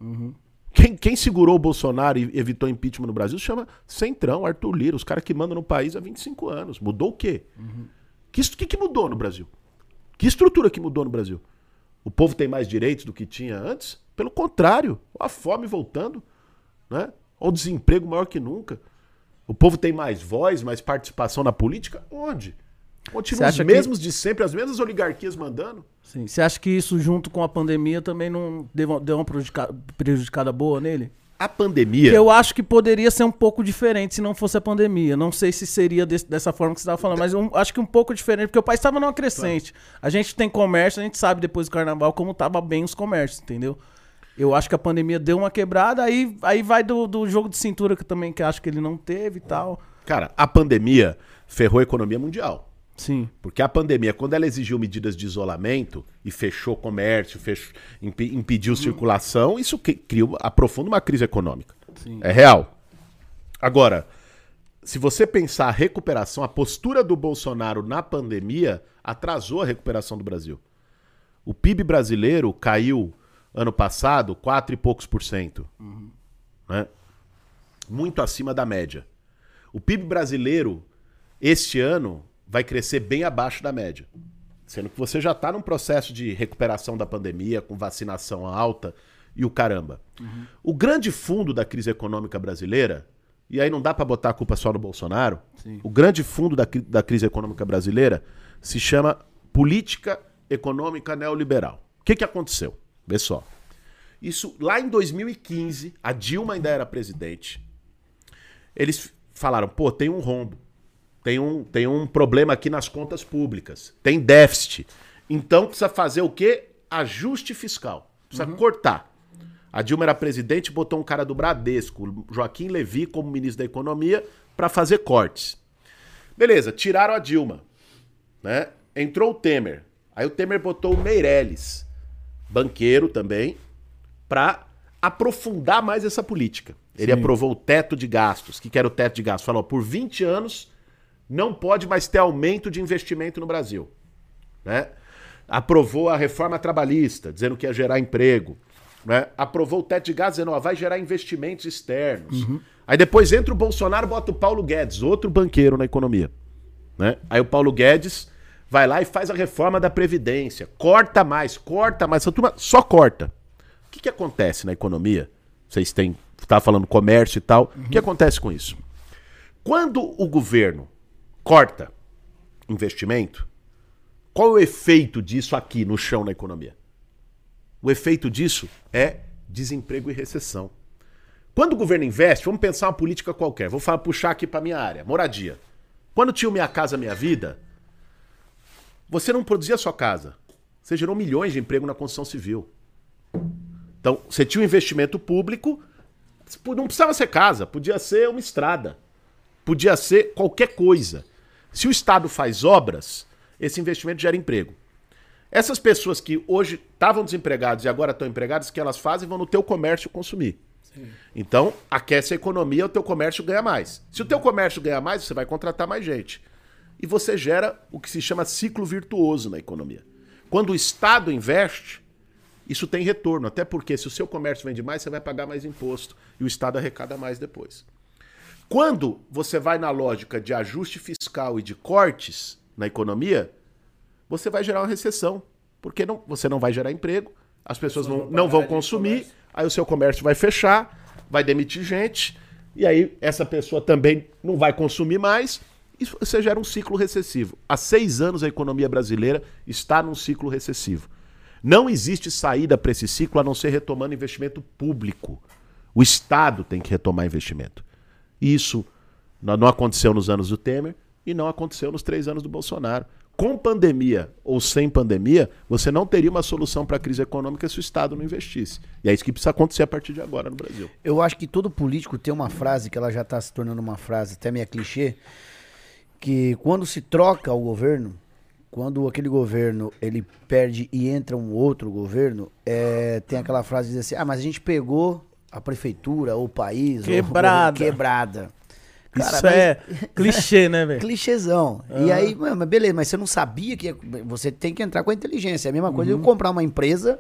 Quem segurou o Bolsonaro e evitou impeachment no Brasil chama Centrão, Arthur Lira, os caras que mandam no país há 25 anos. Mudou o quê? O que mudou no Brasil? Que estrutura que mudou no Brasil? O povo tem mais direitos do que tinha antes? Pelo contrário, a fome voltando, né? O desemprego maior que nunca. O povo tem mais voz, mais participação na política? Onde? Continuam os mesmos de sempre, as mesmas oligarquias mandando. Sim. Você acha que isso, junto com a pandemia, também não deu uma prejudicada boa nele? A pandemia... Que eu acho que poderia ser um pouco diferente se não fosse a pandemia. Não sei se seria dessa forma que você estava falando, mas eu acho que um pouco diferente, porque o país estava numa crescente. A gente tem comércio, a gente sabe depois do carnaval como estava bem os comércios, entendeu? Eu acho que a pandemia deu uma quebrada, aí vai do jogo de cintura que também que acho que ele não teve e tal. Cara, a pandemia ferrou a economia mundial. Sim. Porque a pandemia, quando ela exigiu medidas de isolamento e fechou o comércio, impediu circulação, isso aprofunda uma crise econômica. Sim. É real. Agora, se você pensar a recuperação, a postura do Bolsonaro na pandemia atrasou a recuperação do Brasil. O PIB brasileiro caiu ano passado 4 e poucos %. Né? Muito acima da média. O PIB brasileiro, este ano, vai crescer bem abaixo da média. Sendo que você já está num processo de recuperação da pandemia, com vacinação alta e o caramba. O grande fundo da crise econômica brasileira, e aí não dá para botar a culpa só no Bolsonaro, o grande fundo da crise econômica brasileira se chama política econômica neoliberal. O que aconteceu? Vê só. Isso lá em 2015, a Dilma ainda era presidente, eles falaram, pô, tem um rombo. tem um problema aqui nas contas públicas, tem déficit. Então precisa fazer o quê? Ajuste fiscal. Precisa cortar. A Dilma era presidente, botou um cara do Bradesco, Joaquim Levy, como ministro da Economia, para fazer cortes. Beleza, tiraram a Dilma, né? Entrou o Temer. Aí o Temer botou o Meirelles, banqueiro também, para aprofundar mais essa política. Ele aprovou o teto de gastos. O que era o teto de gastos? Falou, por 20 anos não pode mais ter aumento de investimento no Brasil, né? Aprovou a reforma trabalhista, dizendo que ia gerar emprego, né? Aprovou o teto de gastos, dizendo, ó, vai gerar investimentos externos. Aí depois entra o Bolsonaro, bota o Paulo Guedes, outro banqueiro na economia, né? Aí o Paulo Guedes vai lá e faz a reforma da Previdência, corta mais, essa turma só corta. O que acontece na economia? Vocês têm, tá falando comércio e tal, o que acontece com isso? Quando o governo corta investimento, qual é o efeito disso aqui no chão na economia? O efeito disso é desemprego e recessão. Quando o governo investe, vamos pensar uma política qualquer, vou puxar aqui para minha área, moradia. Quando tinha o Minha Casa Minha Vida, você não produzia a sua casa, você gerou milhões de emprego na construção civil. Então, você tinha um investimento público, não precisava ser casa, podia ser uma estrada, podia ser qualquer coisa. Se o Estado faz obras, esse investimento gera emprego. Essas pessoas que hoje estavam desempregadas e agora estão empregadas, o que elas fazem? Vão no teu comércio consumir. Sim. Então, aquece a economia, o teu comércio ganha mais. Se o teu comércio ganha mais, você vai contratar mais gente. E você gera o que se chama ciclo virtuoso na economia. Quando o Estado investe, isso tem retorno. Até porque se o seu comércio vende mais, você vai pagar mais imposto. E o Estado arrecada mais depois. Quando você vai na lógica de ajuste fiscal e de cortes na economia, você vai gerar uma recessão. Porque você não vai gerar emprego, as pessoas não vão consumir, aí o seu comércio vai fechar, vai demitir gente, e aí essa pessoa também não vai consumir mais, e você gera um ciclo recessivo. Há 6 anos a economia brasileira está num ciclo recessivo. Não existe saída para esse ciclo a não ser retomando investimento público. O Estado tem que retomar investimento. Isso não aconteceu nos anos do Temer e não aconteceu nos 3 anos do Bolsonaro. Com pandemia ou sem pandemia, você não teria uma solução para a crise econômica se o Estado não investisse. E é isso que precisa acontecer a partir de agora no Brasil. Eu acho que todo político tem uma frase, que ela já está se tornando uma frase até meio clichê, que quando se troca o governo, quando aquele governo ele perde e entra um outro governo, tem aquela frase que diz assim, mas a gente pegou a prefeitura ou o país... Quebrada. Quebrada. Cara, isso é clichê, né, velho? Clichêzão. E aí, mas beleza, mas você não sabia que você tem que entrar com a inteligência. É a mesma coisa de eu comprar uma empresa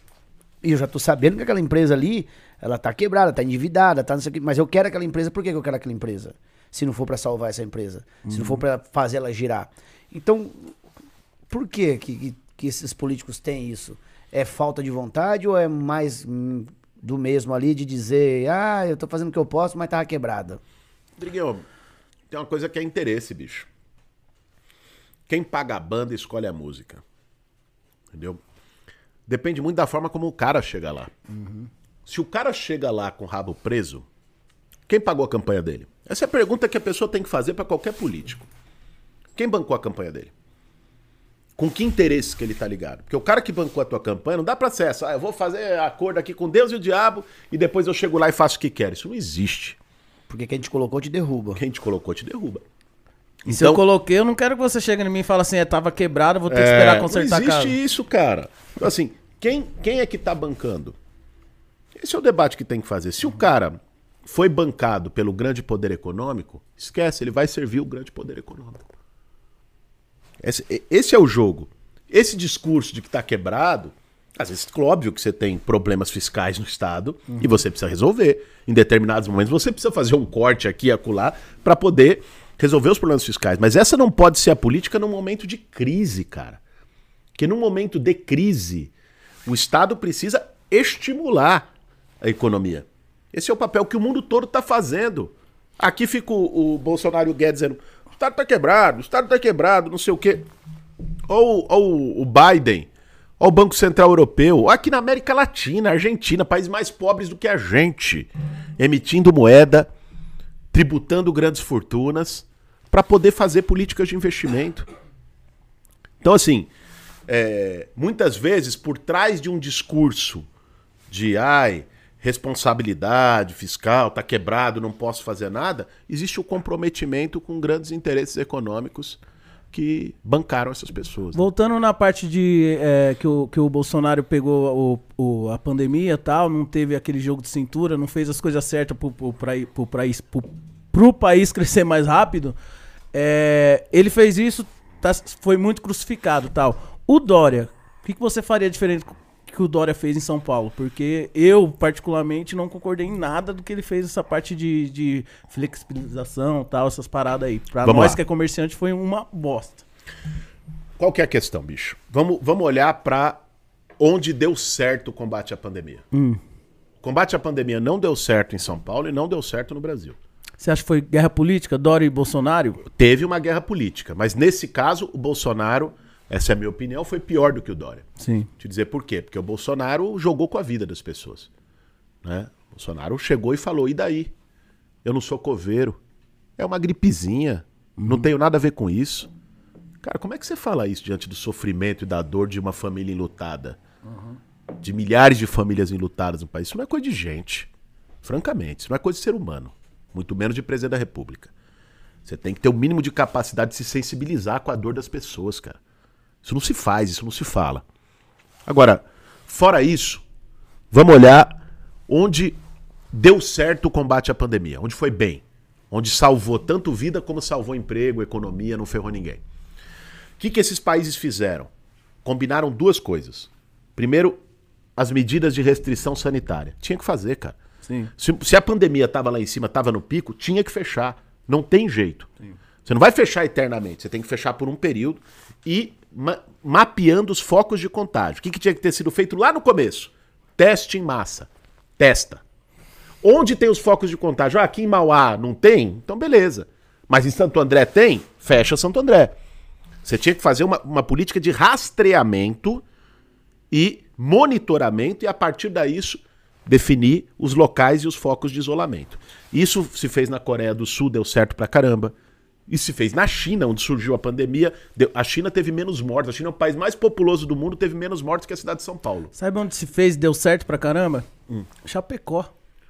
e eu já tô sabendo que aquela empresa ali, ela tá quebrada, tá endividada, tá não sei o que, mas eu quero aquela empresa, por que eu quero aquela empresa? Se não for pra salvar essa empresa, se não for pra fazer ela girar. Então, por que esses políticos têm isso? É falta de vontade ou é mais do mesmo ali de dizer, eu tô fazendo o que eu posso, mas tava quebrada? Rodriguinho, tem uma coisa que é interesse, bicho. Quem paga a banda escolhe a música. Entendeu? Depende muito da forma como o cara chega lá. Se o cara chega lá com o rabo preso, quem pagou a campanha dele? Essa é a pergunta que a pessoa tem que fazer para qualquer político. Quem bancou a campanha dele? Com que interesses que ele tá ligado? Porque o cara que bancou a tua campanha, não dá pra ser essa, eu vou fazer acordo aqui com Deus e o diabo e depois eu chego lá e faço o que quero. Isso não existe. Porque quem te colocou te derruba. Quem te colocou te derruba. E se eu coloquei, eu não quero que você chegue em mim e fale assim, tava quebrado, vou ter que esperar consertar a casa. Não existe isso, cara. Então, assim, quem é que tá bancando? Esse é o debate que tem que fazer. Se o cara foi bancado pelo grande poder econômico, esquece, ele vai servir o grande poder econômico. Esse é o jogo. Esse discurso de que tá quebrado, às vezes, óbvio que você tem problemas fiscais no Estado e você precisa resolver. Em determinados momentos, você precisa fazer um corte aqui e acolá para poder resolver os problemas fiscais. Mas essa não pode ser a política num momento de crise, cara. Porque num momento de crise, o Estado precisa estimular a economia. Esse é o papel que o mundo todo está fazendo. Aqui fica o Bolsonaro e o Guedes dizendo, o Estado está quebrado, não sei o quê. Ou o Biden... Olha o Banco Central Europeu, aqui na América Latina, Argentina, países mais pobres do que a gente, emitindo moeda, tributando grandes fortunas, para poder fazer políticas de investimento. Então, assim, muitas vezes, por trás de um discurso de responsabilidade fiscal, tá quebrado, não posso fazer nada, existe o comprometimento com grandes interesses econômicos que bancaram essas pessoas. Né? Voltando na parte de que o Bolsonaro pegou a pandemia e tal, não teve aquele jogo de cintura, não fez as coisas certas pro país crescer mais rápido, ele fez isso, foi muito crucificado e tal. O Dória, o que você faria diferente que o Dória fez em São Paulo? Porque eu, particularmente, não concordei em nada do que ele fez essa parte de flexibilização, tal, essas paradas aí. Pra nós que é comerciante foi uma bosta. Qual que é a questão, bicho? Vamos olhar pra onde deu certo o combate à pandemia. O combate à pandemia não deu certo em São Paulo e não deu certo no Brasil. Você acha que foi guerra política, Dória e Bolsonaro? Teve uma guerra política, mas nesse caso, o Bolsonaro... Essa é a minha opinião, foi pior do que o Dória. Sim. Te dizer por quê? Porque o Bolsonaro jogou com a vida das pessoas. Né? O Bolsonaro chegou e falou, e daí? Eu não sou coveiro. É uma gripezinha. Não tenho nada a ver com isso. Cara, como é que você fala isso diante do sofrimento e da dor de uma família enlutada? De milhares de famílias enlutadas no país. Isso não é coisa de gente. Francamente, isso não é coisa de ser humano. Muito menos de presidente da República. Você tem que ter o mínimo de capacidade de se sensibilizar com a dor das pessoas, cara. Isso não se faz, isso não se fala. Agora, fora isso, vamos olhar onde deu certo o combate à pandemia, onde foi bem, onde salvou tanto vida como salvou emprego, economia, não ferrou ninguém. O que esses países fizeram? Combinaram duas coisas. Primeiro, as medidas de restrição sanitária. Tinha que fazer, cara. Sim. Se a pandemia estava lá em cima, estava no pico, tinha que fechar. Não tem jeito. Sim. Você não vai fechar eternamente, você tem que fechar por um período e mapeando os focos de contágio. O que tinha que ter sido feito lá no começo? Teste em massa. Testa. Onde tem os focos de contágio? Aqui em Mauá não tem? Então beleza. Mas em Santo André tem? Fecha Santo André. Você tinha que fazer uma política de rastreamento e monitoramento e a partir disso definir os locais e os focos de isolamento. Isso se fez na Coreia do Sul, deu certo pra caramba. Isso se fez na China, onde surgiu a pandemia. A China teve menos mortes. A China é o país mais populoso do mundo, teve menos mortes que a cidade de São Paulo. Sabe onde se fez, deu certo pra caramba? Chapecó.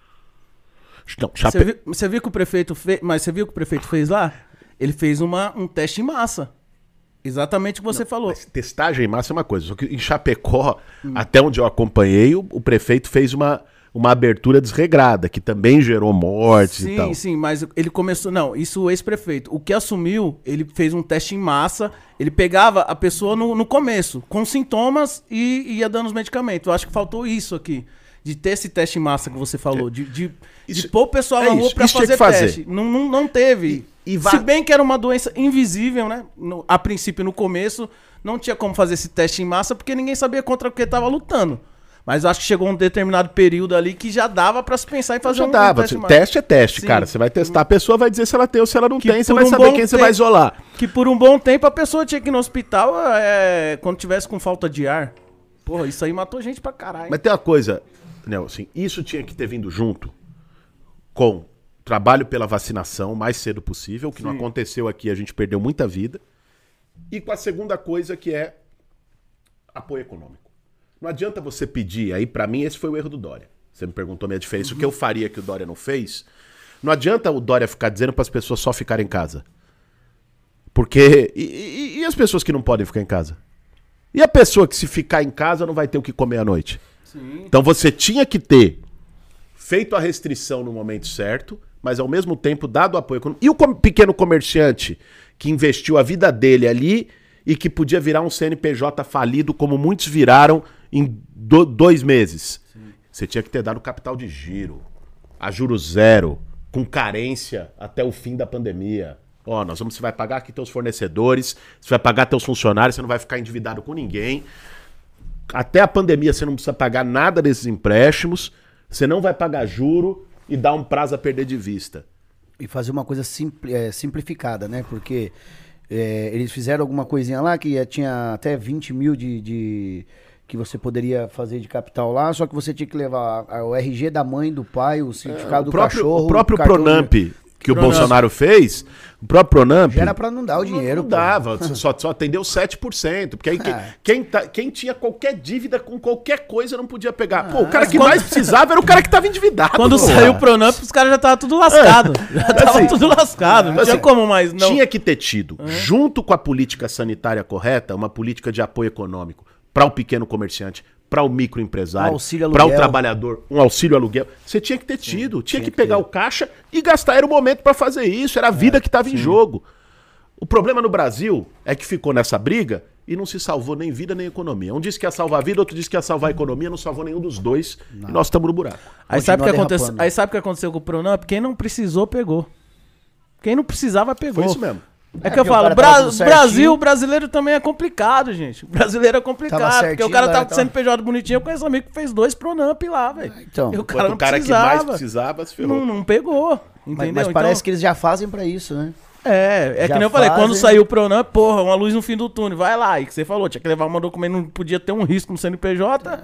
Não, Você viu que o prefeito fez? Mas você viu o que o prefeito fez lá? Ele fez um teste em massa. Exatamente o que você falou. Mas testagem em massa é uma coisa. Só que em Chapecó, até onde eu acompanhei, o prefeito fez uma abertura desregrada, que também gerou mortes e tal. Sim, mas ele começou... Não, isso o ex-prefeito. O que assumiu, ele fez um teste em massa, ele pegava a pessoa no começo, com sintomas e ia dando os medicamentos. Eu acho que faltou isso aqui, de ter esse teste em massa que você falou, de pôr o pessoal na rua pra fazer teste. Não teve. Se bem que era uma doença invisível, né? A princípio, no começo, não tinha como fazer esse teste em massa, porque ninguém sabia contra o que estava lutando. Mas acho que chegou um determinado período ali que já dava pra se pensar em fazer teste. Teste é teste, sim, cara. Você vai testar, a pessoa vai dizer se ela tem ou se ela não tem, você vai saber quem você vai isolar. Que por um bom tempo a pessoa tinha que ir no hospital quando tivesse com falta de ar. Porra, isso aí matou gente pra caralho. Mas tem uma coisa, Nelson, assim, isso tinha que ter vindo junto com trabalho pela vacinação o mais cedo possível, o que não aconteceu aqui, a gente perdeu muita vida. E com a segunda coisa que é apoio econômico. Não adianta você pedir, aí pra mim esse foi o erro do Dória. Você me perguntou a minha diferença, o que eu faria que o Dória não fez. Não adianta o Dória ficar dizendo pras pessoas só ficarem em casa. Porque... E as pessoas que não podem ficar em casa? E a pessoa que se ficar em casa não vai ter o que comer à noite? Sim. Então você tinha que ter feito a restrição no momento certo, mas ao mesmo tempo dado apoio econômico. E o pequeno comerciante que investiu a vida dele ali e que podia virar um CNPJ falido, como muitos viraram em 2 meses. Sim. Você tinha que ter dado capital de giro, a juros zero, com carência até o fim da pandemia. Ó, você vai pagar aqui teus fornecedores, você vai pagar teus funcionários, você não vai ficar endividado com ninguém. Até a pandemia você não precisa pagar nada desses empréstimos, você não vai pagar juro e dar um prazo a perder de vista. E fazer uma coisa simplificada, né? Porque eles fizeram alguma coisinha lá que tinha até 20 mil que você poderia fazer de capital lá, só que você tinha que levar o RG da mãe, do pai, o certificado do cachorro. O próprio Pronamp, que o Pronamp. Bolsonaro fez, o próprio Pronamp... Já era pra não dar o dinheiro, Não dava, só atendeu 7%. Porque aí quem tinha qualquer dívida com qualquer coisa não podia pegar. Pô, o cara que mais precisava era o cara que tava endividado. Quando pô. saiu o Pronamp, os caras já estavam tudo lascado. Já tava Assim, tudo lascado. Não tinha assim, como mais, não. Tinha que ter tido, junto com a política sanitária correta, uma política de apoio econômico para o pequeno comerciante, para o microempresário, Um auxílio para o aluguel. trabalhador, um auxílio aluguel. Você tinha que ter tido, tinha que pegar o caixa e gastar. Era o momento para fazer isso, era a vida que estava em jogo. O problema no Brasil é que ficou nessa briga e não se salvou nem vida nem economia. Um disse que ia salvar a vida, outro disse que ia salvar a economia, não salvou nenhum dos dois e nós estamos no buraco. Aí sabe o que Continua aconteceu? derrapando. Aí sabe o que aconteceu com o Pronamp? Quem não precisou, pegou. Quem não precisava, pegou. Foi isso mesmo. É que eu porque o falo, cara tava tudo Brasil, certinho. o brasileiro também é complicado, gente. O brasileiro é complicado, Tava porque certinho, o cara agora tava tá- sendo PJ bonitinho, eu conheço um amigo que fez 2 Pronamp lá, velho. Então. E o cara Enquanto não o cara precisava. que mais precisava se ferrou. Não pegou, entendeu? Mas Então, parece que eles já fazem pra isso, né? É já que nem eu falei, fazem. quando saiu o Pronamp, porra, uma luz no fim do túnel, vai lá. E que você falou, tinha que levar um documento, não podia ter um risco no CNPJ.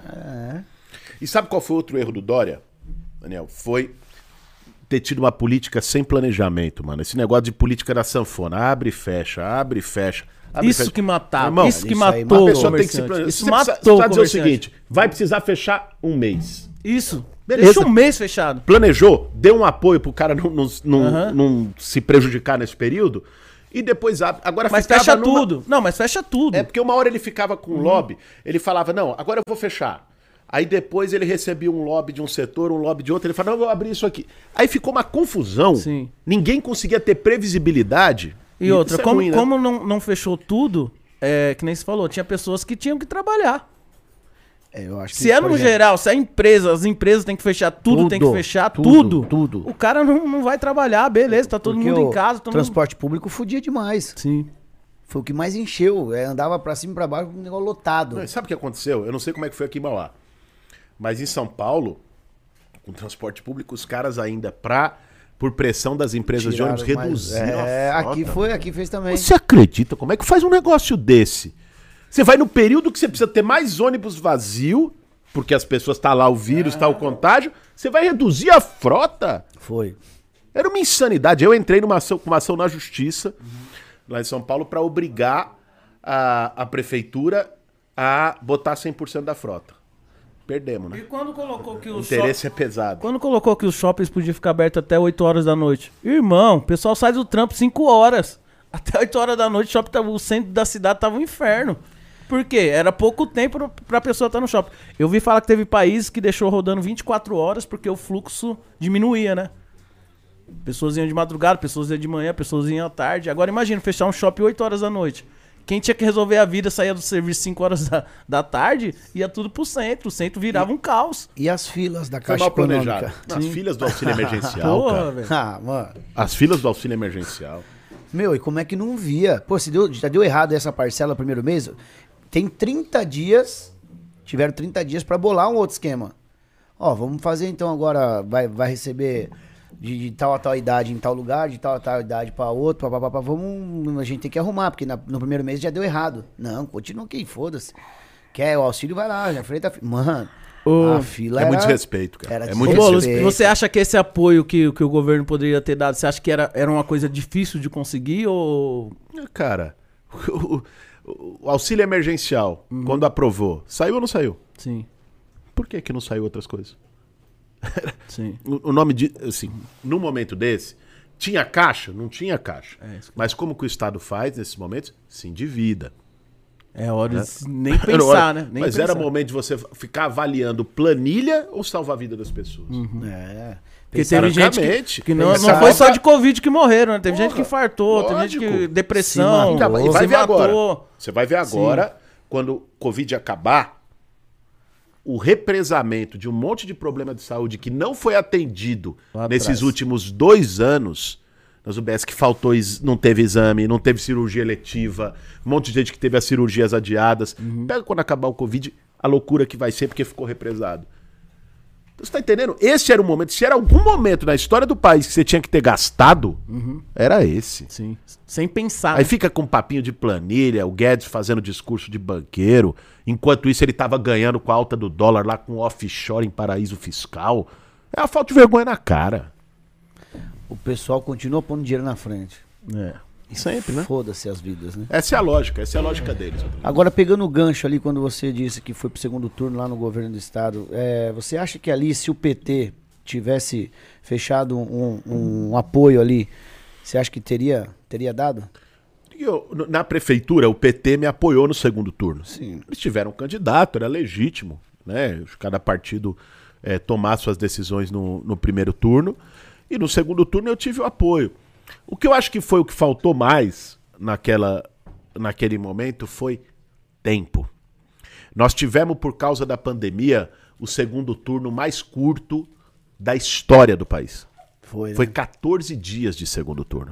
E sabe qual foi outro erro do Dória, Daniel? Foi ter tido uma política sem planejamento, mano. Esse negócio de política da sanfona. Abre e fecha, abre e fecha. Abre e Isso fecha. que matava, Irmão, isso que isso aí, matou A o pessoa tem que se comerciante. planejar. Isso Você matou precisa o dizer o comerciante. seguinte, vai precisar fechar um mês. Isso. Beleza. Deixa um mês fechado. Planejou, deu um apoio pro cara não Aham. se prejudicar nesse período e depois abre. Agora Mas ficava fecha numa- tudo. Não, mas fecha tudo. É porque uma hora ele ficava com um lobby, ele falava, não, agora eu vou fechar. Aí depois ele recebia um lobby de um setor, um lobby de outro, ele falava, não, eu vou abrir isso aqui. Aí ficou uma confusão, Sim. ninguém conseguia ter previsibilidade. E outra, isso é como, ruim, né? como não fechou tudo, que nem você falou, tinha pessoas que tinham que trabalhar. Eu acho que, Se é por no exemplo, geral, se as empresas têm que fechar tudo, tem que Tudo, fechar tudo, tudo. tudo. O cara não vai trabalhar, beleza, tá todo porque mundo o em casa. Todo mundo... transporte público fudia demais. Sim. Foi o que mais encheu. Andava pra cima e pra baixo com um negócio lotado. Não, e sabe o que aconteceu? Eu não sei como é que foi aqui em Mauá. Mas em São Paulo, com transporte público, os caras ainda, por pressão das empresas de ônibus, Tiraram mais- reduziram a frota. aqui fez também. Você acredita? Como é que faz um negócio desse? Você vai no período que você precisa ter mais ônibus vazio, porque as pessoas tá lá o vírus, tá o contágio, você vai reduzir a frota? Foi. Era uma insanidade. Eu entrei com uma ação na justiça, lá em São Paulo, para obrigar a prefeitura a botar 100% da frota. Perdemos, E né? quando colocou que O os interesse é pesado. Quando colocou que os shoppings podiam ficar abertos até 8 horas da noite. Irmão, o pessoal sai do trampo 5 horas. Até 8 horas da noite, o centro da cidade tava um inferno. Por quê? Era pouco tempo pra pessoa estar no shopping. Eu vi falar que teve países que deixou rodando 24 horas porque o fluxo diminuía, né? Pessoas iam de madrugada, pessoas iam de manhã, pessoas iam à tarde. Agora imagina, fechar um shopping 8 horas da noite. Quem tinha que resolver a vida saía do serviço 5 horas da tarde, ia tudo pro centro. O centro virava um caos. E as filas da Foi Caixa mal planejado. Econômica? Não, as filas do auxílio emergencial, Porra, cara. velho. Ah, mano. As filas do auxílio emergencial. Meu, e como é que não via? Pô, já deu errado essa parcela no primeiro mês? Tem 30 dias, tiveram 30 dias pra bolar um outro esquema. Ó, vamos fazer então agora, vai receber de tal a tal idade em tal lugar, de tal a tal idade pra outro, a gente tem que arrumar, porque no primeiro mês já deu errado. Não, continua aqui, foda-se. Quer o auxílio, vai lá, já frente a fila. Mano, a fila É era... muito desrespeito, cara. era É muito Ô, Boulos, desrespeito. você acha que esse apoio que o governo poderia ter dado, você acha que era uma coisa difícil de conseguir ou... Cara, o auxílio emergencial, quando aprovou, saiu ou não saiu? Sim, Por que não saiu outras coisas? sim. O nome de, assim, num momento desse, tinha caixa? Não tinha caixa. Isso que- Mas como que o Estado faz nesses momentos? Se endivida. É hora de nem pensar, né? Nem Mas pensar. era momento de você ficar avaliando planilha ou salvar a vida das pessoas. É. Porque teve gente Francamente, que não pensava- foi só de Covid que morreram, né? Teve gente que Porra, infartou, teve gente lógico. que depressão, Se matou. E vai se ver agora. matou. Você vai ver agora, quando o Covid acabar, o represamento de um monte de problema de saúde que não foi atendido Lá nesses atrás. últimos 2 anos, nas UBS que faltou, não teve exame, não teve cirurgia eletiva, um monte de gente que teve as cirurgias adiadas. Pega quando acabar o Covid, a loucura que vai ser porque ficou represado. Então, você tá entendendo? Esse era o momento. Se era algum momento na história do país que você tinha que ter gastado, era esse. Sim, sem pensar. Aí fica com um papinho de planilha, o Guedes fazendo discurso de banqueiro, enquanto isso ele tava ganhando com a alta do dólar lá com offshore em paraíso fiscal. É uma falta de vergonha na cara. o pessoal continua pondo dinheiro na frente. Sempre, né? Foda-se as vidas, né? Essa é a lógica deles. Agora, pegando o gancho ali, quando você disse que foi pro segundo turno lá no governo do estado, você acha que ali, se o PT tivesse fechado um apoio ali, você acha que teria dado? Na prefeitura, o PT me apoiou no segundo turno. Sim. Eles tiveram um candidato, era legítimo, né? Cada partido tomar suas decisões no primeiro turno. E no segundo turno eu tive o apoio. O que eu acho que foi o que faltou mais naquele momento foi tempo. Nós tivemos, por causa da pandemia, o segundo turno mais curto da história do país. Foi 14 dias de segundo turno.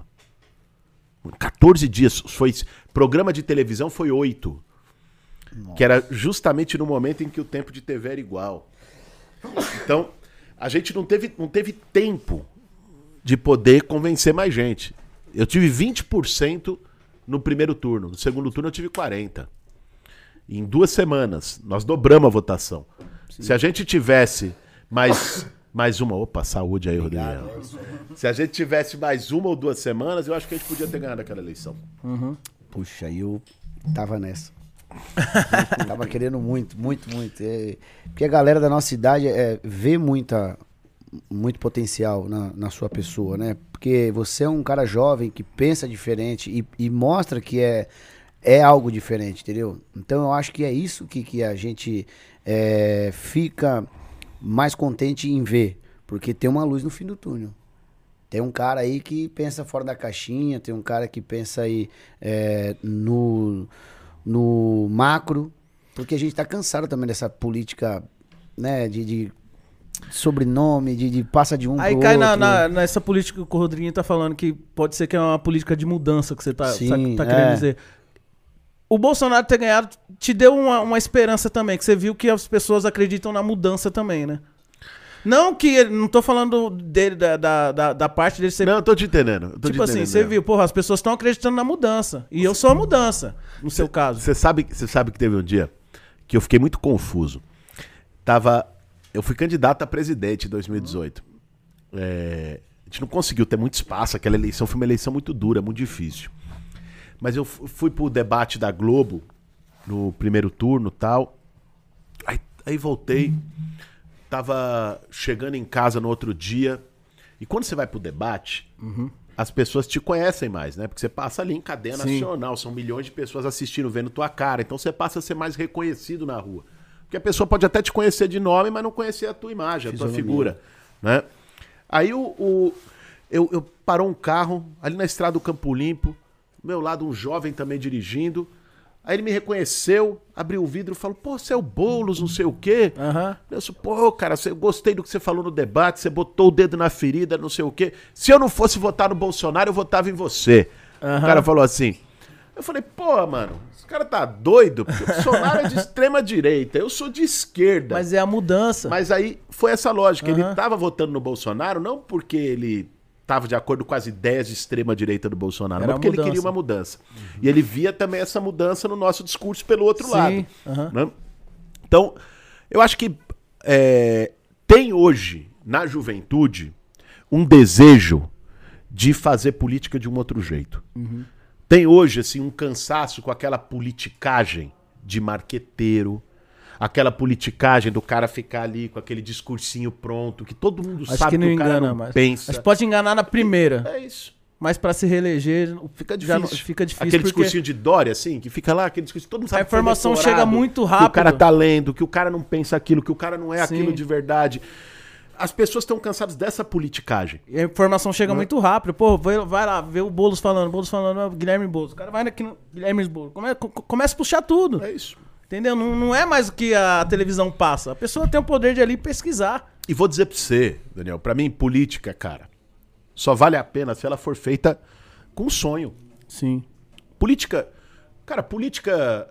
14 dias. Programa de televisão foi 8. Nossa. Que era justamente no momento em que o tempo de TV era igual. Então, a gente não teve tempo de poder convencer mais gente. Eu tive 20% no primeiro turno. No segundo turno eu tive 40%. Em 2 semanas, nós dobramos a votação. Sim. Se a gente tivesse mais uma... Opa, saúde aí, Rodrigo. Se a gente tivesse mais 1 ou 2 semanas, eu acho que a gente podia ter ganhado aquela eleição. Uhum. Puxa, eu tava nessa. Tava querendo muito. Porque a galera da nossa idade vê muito potencial na sua pessoa, né? Porque você é um cara jovem que pensa diferente e mostra que é algo diferente, entendeu? Então eu acho que é isso que a gente fica mais contente em ver, porque tem uma luz no fim do túnel. Tem um cara aí que pensa fora da caixinha, tem um cara que pensa aí no macro, porque a gente tá cansado também dessa política, né, de sobrenome, de passa de um aí pro cai outro. nessa política que o Rodriguinho tá falando, que pode ser que é uma política de mudança que você tá querendo dizer. O Bolsonaro ter ganhado te deu uma esperança também, que você viu que as pessoas acreditam na mudança também, né? Não que não tô falando dele, da parte dele ser... Não, tô te entendendo. Tipo assim, você viu, porra, as pessoas estão acreditando na mudança. E eu sou a mudança, no seu caso. Você sabe que teve um dia que eu fiquei muito confuso. Eu fui candidato a presidente em 2018. A gente não conseguiu ter muito espaço, aquela eleição foi uma eleição muito dura, muito difícil. Mas eu fui pro debate da Globo, no primeiro turno e tal. Aí voltei, tava chegando em casa no outro dia. E quando você vai pro debate, as pessoas te conhecem mais, né? Porque você passa ali em cadeia nacional, são milhões de pessoas assistindo, vendo tua cara. Então você passa a ser mais reconhecido na rua. Porque a pessoa pode até te conhecer de nome, mas não conhecer a tua imagem, a tua figura, né? Aí eu parou um carro ali na estrada do Campo Limpo, do meu lado um jovem também dirigindo. Aí ele me reconheceu, abriu o vidro e falou, pô, você é o Boulos, não sei o quê. Eu disse, pô, cara, eu gostei do que você falou no debate, você botou o dedo na ferida, não sei o quê. Se eu não fosse votar no Bolsonaro, eu votava em você. O cara falou assim. Eu falei, pô, mano, esse cara tá doido, porque o Bolsonaro é de extrema direita, eu sou de esquerda. Mas é a mudança. Mas aí foi essa lógica, ele tava votando no Bolsonaro não porque ele tava de acordo com as ideias de extrema direita do Bolsonaro, mas porque ele queria uma mudança. E ele via também essa mudança no nosso discurso pelo outro lado. Né? Então, eu acho que tem hoje, na juventude, um desejo de fazer política de um outro jeito. Tem hoje, assim, um cansaço com aquela politicagem de marqueteiro, aquela politicagem do cara ficar ali com aquele discursinho pronto, que todo mundo sabe que o cara não pensa. Mas pode enganar na primeira. É isso. Mas pra se reeleger, fica difícil. Fica difícil. Aquele discursinho de Dória, assim, que fica lá, aquele discurso, todo mundo sabe. A informação chega muito rápido. Que o cara tá lendo, que o cara não pensa aquilo, que o cara não é aquilo de verdade. As pessoas estão cansadas dessa politicagem. E a informação chega muito rápido. Pô, vai lá, vê o Boulos falando, Guilherme Boulos. O cara vai aqui no Guilherme Boulos. Começa a puxar tudo. É isso. Entendeu? Não é mais o que a televisão passa. A pessoa tem o poder de ali pesquisar. E vou dizer pra você, Daniel, pra mim, política, cara, só vale a pena se ela for feita com sonho. Sim. Política... Cara, política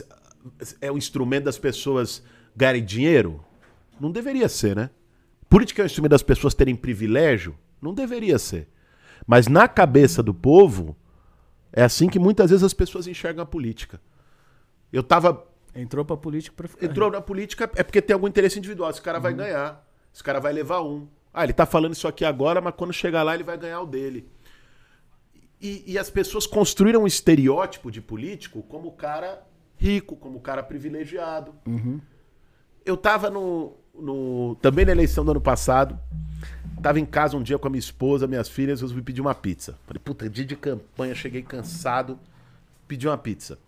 é um instrumento das pessoas ganharem dinheiro? Não deveria ser, né? Política é um instrumento das pessoas terem privilégio? Não deveria ser. Mas na cabeça do povo, é assim que muitas vezes as pessoas enxergam a política. Eu tava... Entrou pra política pra ficar. Entrou na política é porque tem algum interesse individual. Esse cara vai ganhar. Esse cara vai levar um. Ah, ele tá falando isso aqui agora, mas quando chegar lá ele vai ganhar o dele. E as pessoas construíram um estereótipo de político como o cara rico, como o cara privilegiado. Eu tava também na eleição do ano passado, tava em casa um dia com a minha esposa, minhas filhas, eu resolvi pedir uma pizza. Falei, puta, dia de campanha, cheguei cansado, pedi uma pizza.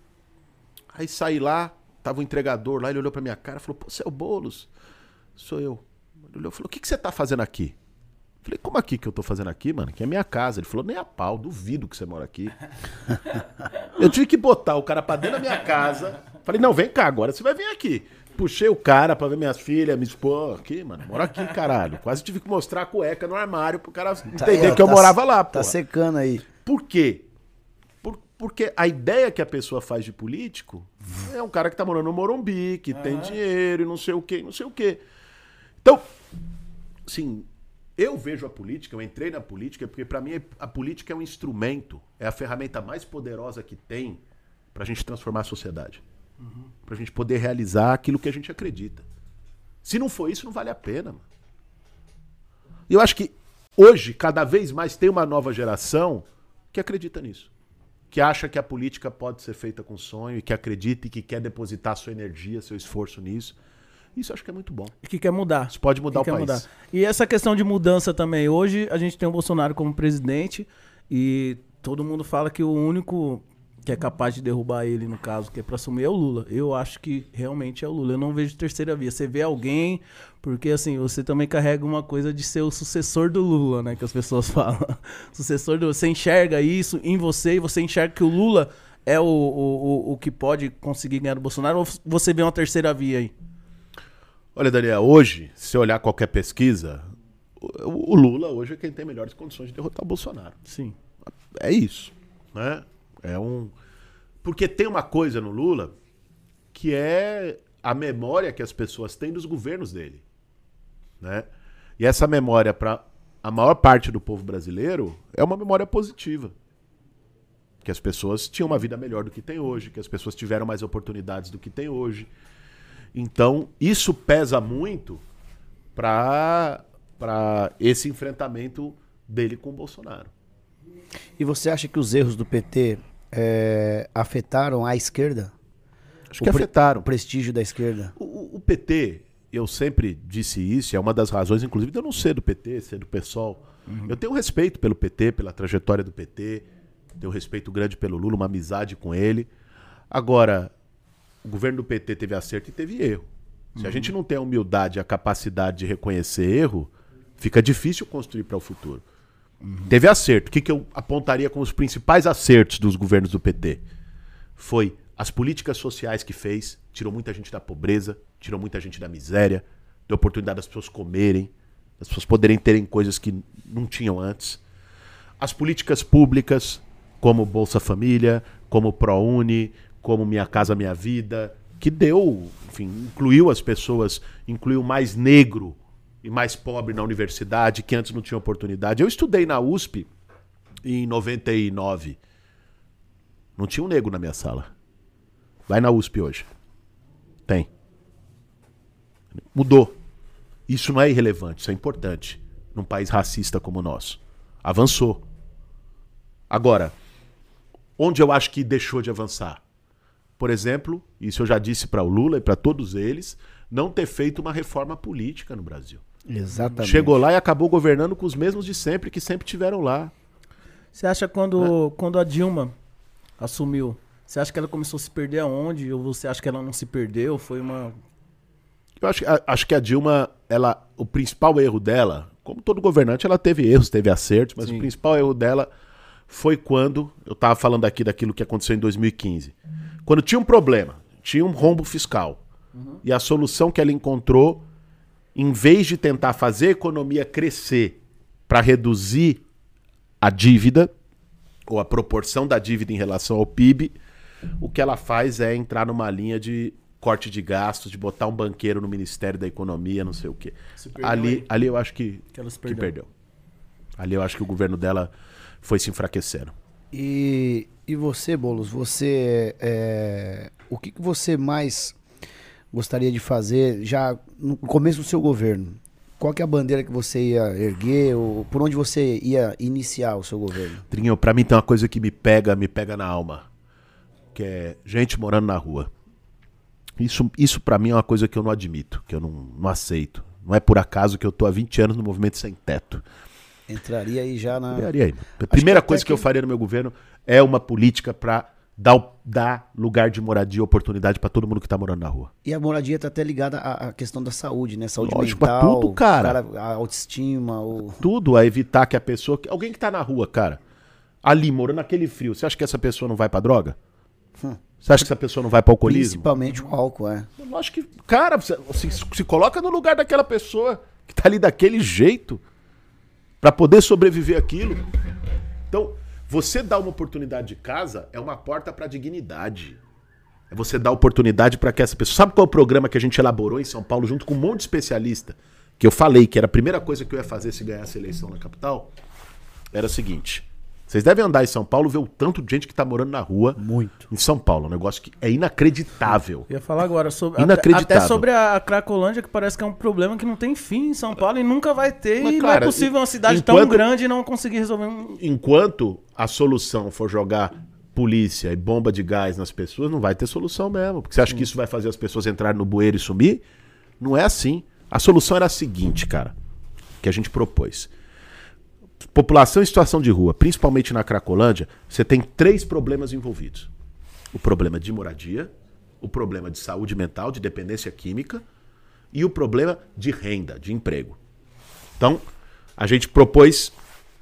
Aí saí lá, tava o entregador lá, ele olhou pra minha cara e falou, pô, você é o Boulos? Sou eu. Ele olhou e falou, o que você tá fazendo aqui? Falei, como aqui que eu tô fazendo aqui, mano? Que é minha casa. Ele falou, nem a pau, duvido que você mora aqui. Eu tive que botar o cara pra dentro da minha casa. Falei, não, vem cá agora, você vai vir aqui. Puxei o cara pra ver minhas filhas, me expor aqui, mano. Moro aqui, caralho. Quase tive que mostrar a cueca no armário pro cara entender que eu morava lá, pô. Tá secando aí. Por quê? Porque a ideia que a pessoa faz de político é um cara que tá morando no Morumbi, que tem dinheiro e não sei o quê, não sei o quê. Então, assim, eu vejo a política, eu entrei na política, porque pra mim a política é um instrumento, é a ferramenta mais poderosa que tem pra gente transformar a sociedade. Pra gente poder realizar aquilo que a gente acredita. Se não for isso, não vale a pena, mano. E eu acho que hoje, cada vez mais, tem uma nova geração que acredita nisso. Que acha que a política pode ser feita com sonho, e que acredita e que quer depositar sua energia, seu esforço nisso. Isso eu acho que é muito bom. Que quer mudar. Isso pode mudar o país. Mudar. E essa questão de mudança também. Hoje a gente tem o Bolsonaro como presidente e todo mundo fala que o único que é capaz de derrubar ele, no caso, que é pra assumir, é o Lula. Eu acho que realmente é o Lula. Eu não vejo terceira via. Você vê alguém, porque assim, você também carrega uma coisa de ser o sucessor do Lula, né? Que as pessoas falam. Sucessor do... Você enxerga isso em você e você enxerga que o Lula é o que pode conseguir ganhar do Bolsonaro, ou você vê uma terceira via aí? Olha, Daniel, hoje, se olhar qualquer pesquisa, o Lula hoje é quem tem melhores condições de derrotar o Bolsonaro. Sim. É isso, né? Porque tem uma coisa no Lula que é a memória que as pessoas têm dos governos dele, né? E essa memória, para a maior parte do povo brasileiro, é uma memória positiva. Que as pessoas tinham uma vida melhor do que tem hoje, que as pessoas tiveram mais oportunidades do que tem hoje. Então, isso pesa muito para esse enfrentamento dele com o Bolsonaro. E você acha que os erros do PT afetaram a esquerda? Acho que afetaram. O prestígio da esquerda? O PT, eu sempre disse isso, é uma das razões, inclusive, de eu não ser do PT, ser do PSOL. Eu tenho respeito pelo PT, pela trajetória do PT, tenho respeito grande pelo Lula, uma amizade com ele. Agora, o governo do PT teve acerto e teve erro. Se a gente não tem a humildade e a capacidade de reconhecer erro, fica difícil construir para o futuro. Teve acerto. O que eu apontaria como os principais acertos dos governos do PT? Foi as políticas sociais que fez, tirou muita gente da pobreza, tirou muita gente da miséria, deu oportunidade das pessoas comerem, das pessoas poderem terem coisas que não tinham antes. As políticas públicas, como Bolsa Família, como ProUni, como Minha Casa Minha Vida, que deu, enfim, incluiu as pessoas, incluiu mais negro e mais pobre na universidade, que antes não tinha oportunidade. Eu estudei na USP em 99. Não tinha um negro na minha sala. Vai na USP hoje. Tem. Mudou. Isso não é irrelevante, isso é importante. Num país racista como o nosso. Avançou. Agora, onde eu acho que deixou de avançar? Por exemplo, isso eu já disse para o Lula e para todos eles, não ter feito uma reforma política no Brasil. Exatamente. Chegou lá e acabou governando com os mesmos de sempre, que sempre tiveram lá. Você acha quando a Dilma assumiu, você acha que ela começou a se perder aonde? Ou você acha que ela não se perdeu? Foi uma... Eu acho que a Dilma, o principal erro dela, como todo governante, ela teve erros, teve acertos, mas Sim. O principal erro dela foi quando, eu estava falando aqui daquilo que aconteceu em 2015, quando tinha um problema, tinha um rombo fiscal, e a solução que ela encontrou, em vez de tentar fazer a economia crescer para reduzir a dívida, ou a proporção da dívida em relação ao PIB, o que ela faz é entrar numa linha de corte de gastos, de botar um banqueiro no Ministério da Economia, não sei o quê. Ali eu acho que perdeu. Ali eu acho que o governo dela foi se enfraquecendo. E você, Boulos, o que você mais gostaria de fazer já no começo do seu governo? qual que é a bandeira que você ia erguer, ou por onde você ia iniciar o seu governo? Trinho, pra mim tem uma coisa que me pega na alma, que é gente morando na rua. Isso pra mim é uma coisa que eu não admito, que eu não aceito. Não é por acaso que eu tô há 20 anos no movimento sem teto. Entraria aí já na... Entraria aí. A primeira coisa que eu faria no meu governo é uma política pra dar lugar de moradia e oportunidade pra todo mundo que tá morando na rua. E a moradia tá até ligada à questão da saúde, né? Saúde Lógico, mental, pra tudo, cara. A autoestima, Tudo a evitar que a pessoa... Alguém que tá na rua, cara, ali morando naquele frio, você acha que essa pessoa não vai pra droga? Você acha que essa pessoa não vai pra alcoolismo? Principalmente o álcool, Eu acho que, cara, se coloca no lugar daquela pessoa que tá ali daquele jeito pra poder sobreviver aquilo. Então, você dar uma oportunidade de casa é uma porta pra dignidade. É você dar oportunidade pra que essa pessoa... Sabe qual é o programa que a gente elaborou em São Paulo junto com um monte de especialista? Que eu falei que era a primeira coisa que eu ia fazer se ganhasse a eleição na capital. Era o seguinte... Vocês devem andar em São Paulo e ver o tanto de gente que tá morando na rua. Muito. Em São Paulo. Um negócio que é inacreditável. Eu ia falar agora sobre Inacreditável. até sobre a Cracolândia, que parece que é um problema que não tem fim em São Paulo e nunca vai ter. Mas, e cara, não é possível uma cidade tão grande não conseguir resolver um... Enquanto a solução for jogar polícia e bomba de gás nas pessoas, não vai ter solução mesmo. Porque você acha que isso vai fazer as pessoas entrarem no bueiro e sumir? Não é assim. A solução era a seguinte, cara, que a gente propôs. População em situação de rua, principalmente na Cracolândia, você tem 3 problemas envolvidos. O problema de moradia, o problema de saúde mental, de dependência química e o problema de renda, de emprego. Então, a gente propôs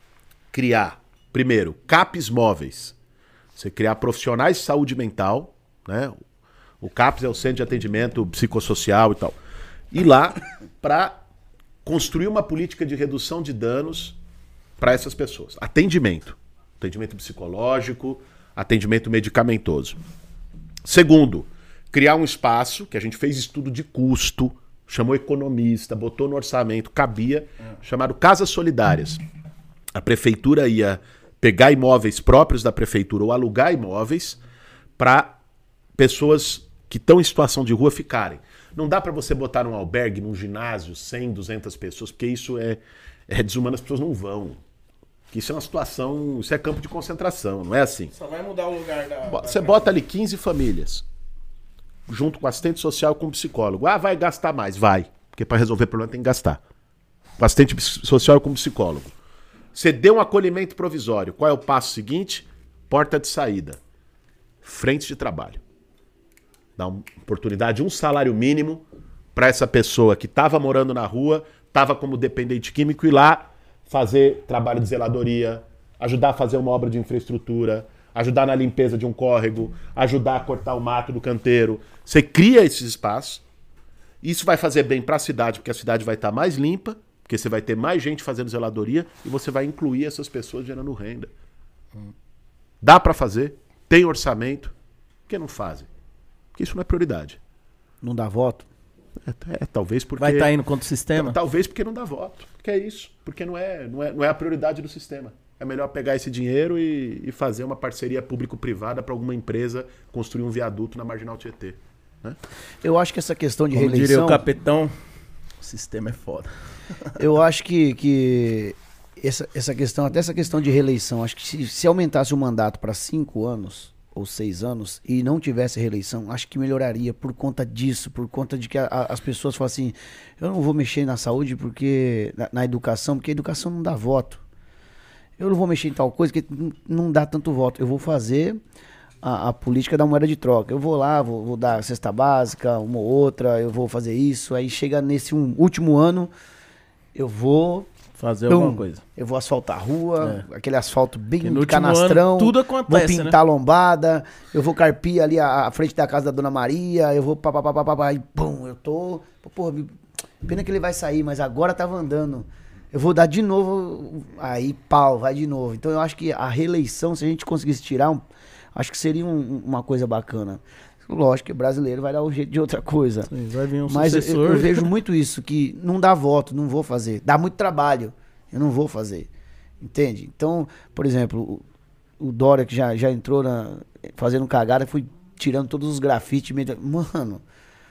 criar, primeiro, CAPs móveis. Você criar profissionais de saúde mental, né? O CAPs é o Centro de Atendimento Psicossocial e tal. E lá para construir uma política de redução de danos para essas pessoas. Atendimento psicológico, atendimento medicamentoso. Segundo, criar um espaço, que a gente fez estudo de custo, chamou economista, botou no orçamento, cabia, chamado Casas Solidárias. A prefeitura ia pegar imóveis próprios da prefeitura ou alugar imóveis para pessoas que estão em situação de rua ficarem. Não dá para você botar num albergue, num ginásio, 100, 200 pessoas, porque isso é desumano, as pessoas não vão. Isso é uma situação, isso é campo de concentração, não é assim. Só vai mudar o lugar da... Você bota ali 15 famílias, junto com assistente social e com psicólogo. Ah, vai gastar mais? Vai. Porque para resolver problema tem que gastar. Com assistente social e com psicólogo. Você deu um acolhimento provisório. Qual é o passo seguinte? Porta de saída. Frente de trabalho. Dá uma oportunidade, um salário mínimo para essa pessoa que estava morando na rua, estava como dependente químico e lá fazer trabalho de zeladoria, ajudar a fazer uma obra de infraestrutura, ajudar na limpeza de um córrego, ajudar a cortar o mato do canteiro. Você cria esses espaços. Isso vai fazer bem para a cidade, porque a cidade vai estar mais limpa, porque você vai ter mais gente fazendo zeladoria e você vai incluir essas pessoas gerando renda. Dá para fazer, tem orçamento. Por que não fazem? Porque isso não é prioridade. Não dá voto? Talvez porque... Vai estar indo contra o sistema? Talvez porque não dá voto. Porque é isso. Porque não é a prioridade do sistema. É melhor pegar esse dinheiro e fazer uma parceria público-privada para alguma empresa construir um viaduto na Marginal Tietê. Né? Eu acho que essa questão de Como reeleição... diria o capitão, o sistema é foda. Eu acho que essa questão, até essa questão de reeleição, acho que se aumentasse o mandato para 5 anos ou 6 anos e não tivesse reeleição, acho que melhoraria por conta disso, por conta de que as pessoas falam assim, eu não vou mexer na saúde porque na educação, porque a educação não dá voto. Eu não vou mexer em tal coisa que não dá tanto voto. Eu vou fazer a política da moeda de troca. Eu vou lá, vou dar cesta básica, uma ou outra, eu vou fazer isso, aí chega nesse último ano, eu vou... Fazer alguma coisa. Eu vou asfaltar a rua, aquele asfalto bem no canastrão. Ano, tudo acontece, vou pintar lombada, eu vou carpir ali a frente da casa da Dona Maria, eu vou papapá, e pum, eu tô... Porra, pena que ele vai sair, mas agora tava andando. Eu vou dar de novo, aí pau, vai de novo. Então eu acho que a reeleição, se a gente conseguisse tirar, acho que seria uma coisa bacana. Lógico que o brasileiro vai dar um jeito de outra coisa. Sim, vai vir um mas sucessor. Eu vejo muito isso, que não dá voto, não vou fazer. Dá muito trabalho, eu não vou fazer. Entende? Então, por exemplo, o Dória que já entrou fazendo cagada, foi tirando todos os grafites. Mano,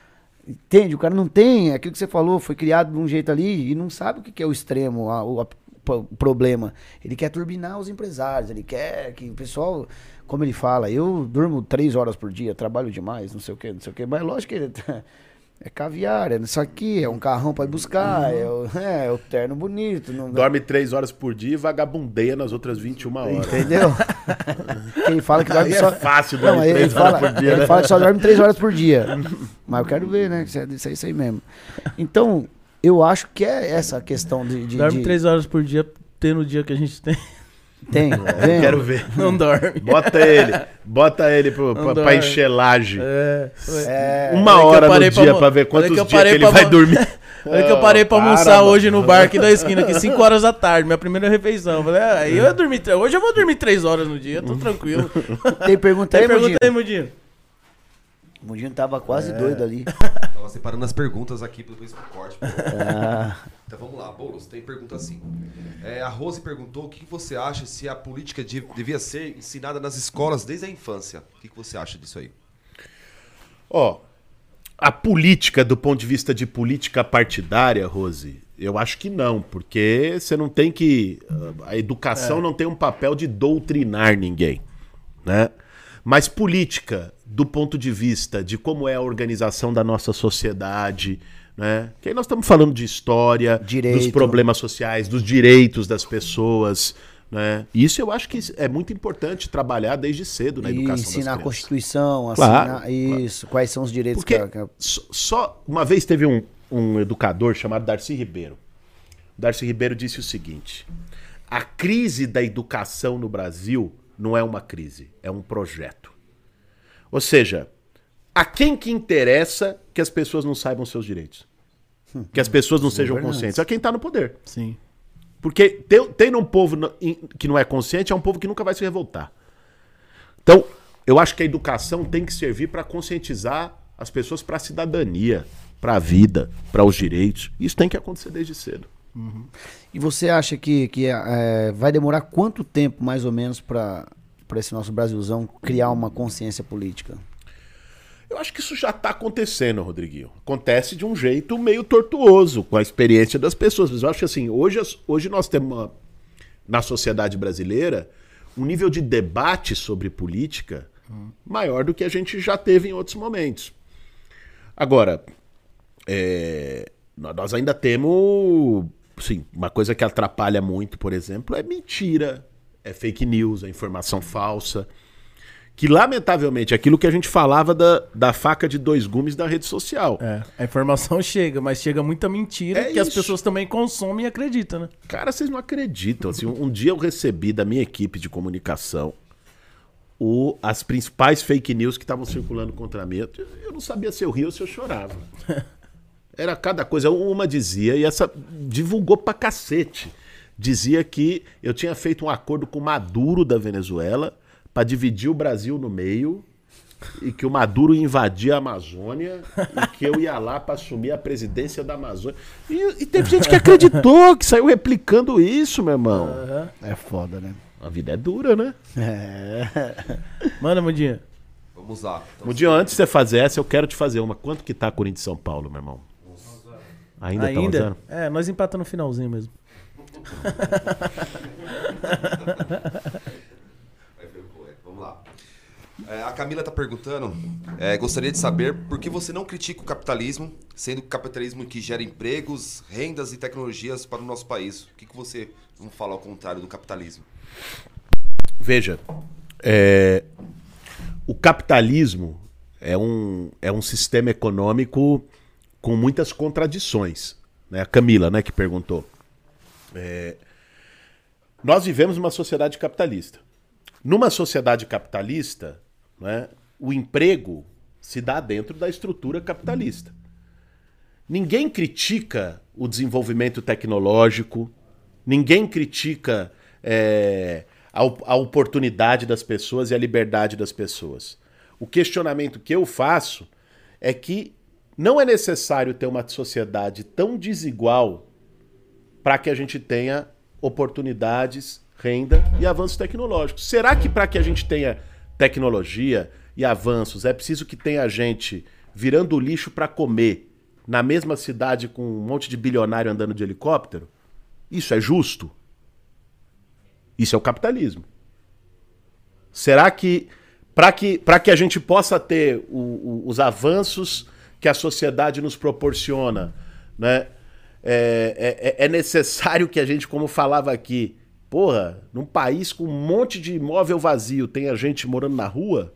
Entende? O cara não tem aquilo que você falou, foi criado de um jeito ali e não sabe o que é o extremo, o problema. Ele quer turbinar os empresários, ele quer que o pessoal, como ele fala, eu durmo 3 horas por dia, trabalho demais, não sei o que, mas lógico que é caviar, é isso aqui, é um carrão pra ir buscar, é o terno bonito. Dorme 3 horas por dia e vagabundeia nas outras 21 horas. Entendeu? Quem fala que dorme só... É fácil dormir 3 horas por dia, ele fala que só dorme 3 horas por dia. Mas eu quero ver, né? Isso é isso aí mesmo. Então, eu acho que é essa questão de... Dorme 3 horas por dia, tendo o dia que a gente tem. Tem, quero ver. Não dorme. Bota ele pra encher laje. Uma hora no dia pra ver quantos dias que ele vai dormir. Olha que eu parei pra almoçar hoje no bar aqui da esquina, aqui 5 horas da tarde, minha primeira refeição. Falei, aí eu ia dormir, hoje eu vou dormir 3 horas no dia, tô tranquilo. Tem pergunta aí, Mundinho? Mundinho. O Mundinho tava quase doido ali. Tava separando as perguntas aqui pro corte. Então vamos lá, Boulos, tem pergunta assim. A Rose perguntou o que você acha se a política devia ser ensinada nas escolas desde a infância. O que você acha disso aí? A política, do ponto de vista de política partidária, Rose, eu acho que não, porque você não tem que... A educação não tem um papel de doutrinar ninguém, né? Mas política, do ponto de vista de como é a organização da nossa sociedade, né? Que aí nós estamos falando de história, dos problemas sociais, dos direitos das pessoas, né? Isso eu acho que é muito importante trabalhar desde cedo na educação das crianças. Ensinar a Constituição, isso, claro. Quais são os direitos. Porque só uma vez teve um educador chamado Darcy Ribeiro. Darcy Ribeiro disse o seguinte: a crise da educação no Brasil não é uma crise, é um projeto. Ou seja, a quem que interessa que as pessoas não saibam seus direitos? Que as pessoas não sejam conscientes? A quem está no poder. Sim. Porque tem um povo que não é consciente, é um povo que nunca vai se revoltar. Então, eu acho que a educação tem que servir para conscientizar as pessoas para a cidadania, para a vida, para os direitos. Isso tem que acontecer desde cedo. Uhum. E você acha que vai demorar quanto tempo, mais ou menos, para esse nosso Brasilzão criar uma consciência política? Eu acho que isso já está acontecendo, Rodriguinho. Acontece de um jeito meio tortuoso, com a experiência das pessoas. Mas eu acho que assim, hoje nós temos na sociedade brasileira um nível de debate sobre política maior do que a gente já teve em outros momentos. Agora, nós ainda temos... Sim, uma coisa que atrapalha muito, por exemplo, é mentira, é fake news, é informação falsa. Que, lamentavelmente, é aquilo que a gente falava da faca de 2 gumes da rede social. A informação chega, mas chega muita mentira que as pessoas também consomem e acreditam, né? Cara, vocês não acreditam. Assim, um dia eu recebi da minha equipe de comunicação as principais fake news que estavam circulando contra mim. Eu não sabia se eu ria ou se eu chorava. Era cada coisa. Uma dizia, e essa divulgou pra cacete, dizia que eu tinha feito um acordo com o Maduro da Venezuela para dividir o Brasil no meio e que o Maduro invadia a Amazônia e que eu ia lá para assumir a presidência da Amazônia. E teve gente que acreditou, que saiu replicando isso, meu irmão. É foda, né? A vida é dura, né? Manda, Mundinho. Vamos lá. Então, Mundinho, antes de você fazer essa, eu quero te fazer uma. Quanto que tá Corinthians e São Paulo, meu irmão? Ainda tá 1-0? Nós empatamos no finalzinho mesmo. Vamos lá. A Camila está perguntando, gostaria de saber por que você não critica o capitalismo, sendo que o capitalismo que gera empregos, rendas e tecnologias para o nosso país. O que você não fala ao contrário do capitalismo? Veja, o capitalismo é um sistema econômico com muitas contradições. Né? A Camila, né, que perguntou. Nós vivemos numa sociedade capitalista. Numa sociedade capitalista, né, o emprego se dá dentro da estrutura capitalista. Ninguém critica o desenvolvimento tecnológico, ninguém critica a oportunidade das pessoas e a liberdade das pessoas. O questionamento que eu faço é que não é necessário ter uma sociedade tão desigual para que a gente tenha oportunidades, renda e avanços tecnológicos. Será que para que a gente tenha tecnologia e avanços é preciso que tenha gente virando lixo pra comer na mesma cidade com um monte de bilionário andando de helicóptero, isso é justo? Isso é o capitalismo. Será que, para que a gente possa ter os avanços que a sociedade nos proporciona, né, é necessário que a gente, como falava aqui, porra, num país com um monte de imóvel vazio, tenha gente morando na rua?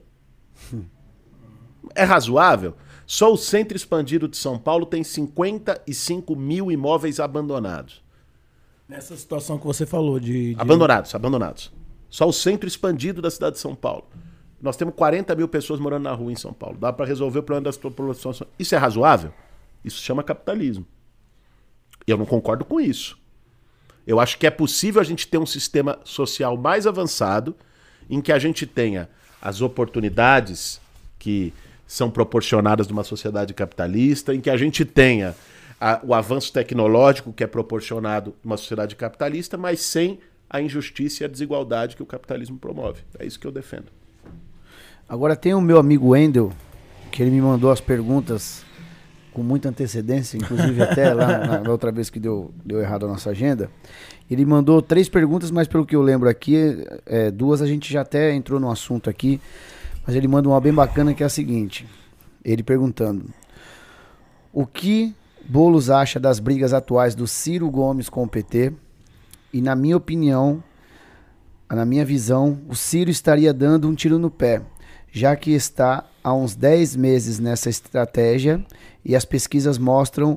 É razoável? Só o centro expandido de São Paulo tem 55 mil imóveis abandonados. Nessa situação que você falou de... Abandonados. Só o centro expandido da cidade de São Paulo. Nós temos 40 mil pessoas morando na rua em São Paulo. Dá para resolver o problema das populações. Isso é razoável? Isso se chama capitalismo. Eu não concordo com isso. Eu acho que é possível a gente ter um sistema social mais avançado em que a gente tenha as oportunidades que são proporcionadas numa sociedade capitalista, em que a gente tenha o avanço tecnológico que é proporcionado numa sociedade capitalista, mas sem a injustiça e a desigualdade que o capitalismo promove. É isso que eu defendo. Agora tem o meu amigo Wendel, que ele me mandou as perguntas com muita antecedência, inclusive até lá na outra vez que deu errado a nossa agenda. Ele mandou 3 perguntas, mas pelo que eu lembro aqui, 2 a gente já até entrou no assunto aqui, mas ele manda uma bem bacana que é a seguinte, ele perguntando: o que Boulos acha das brigas atuais do Ciro Gomes com o PT? E na minha opinião, na minha visão, o Ciro estaria dando um tiro no pé, já que está há uns 10 meses nessa estratégia e as pesquisas mostram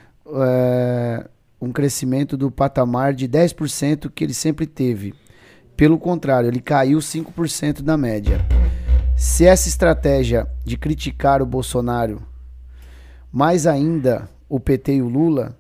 um crescimento do patamar de 10% que ele sempre teve. Pelo contrário, ele caiu 5% da média. Se essa estratégia de criticar o Bolsonaro, mais ainda o PT e o Lula,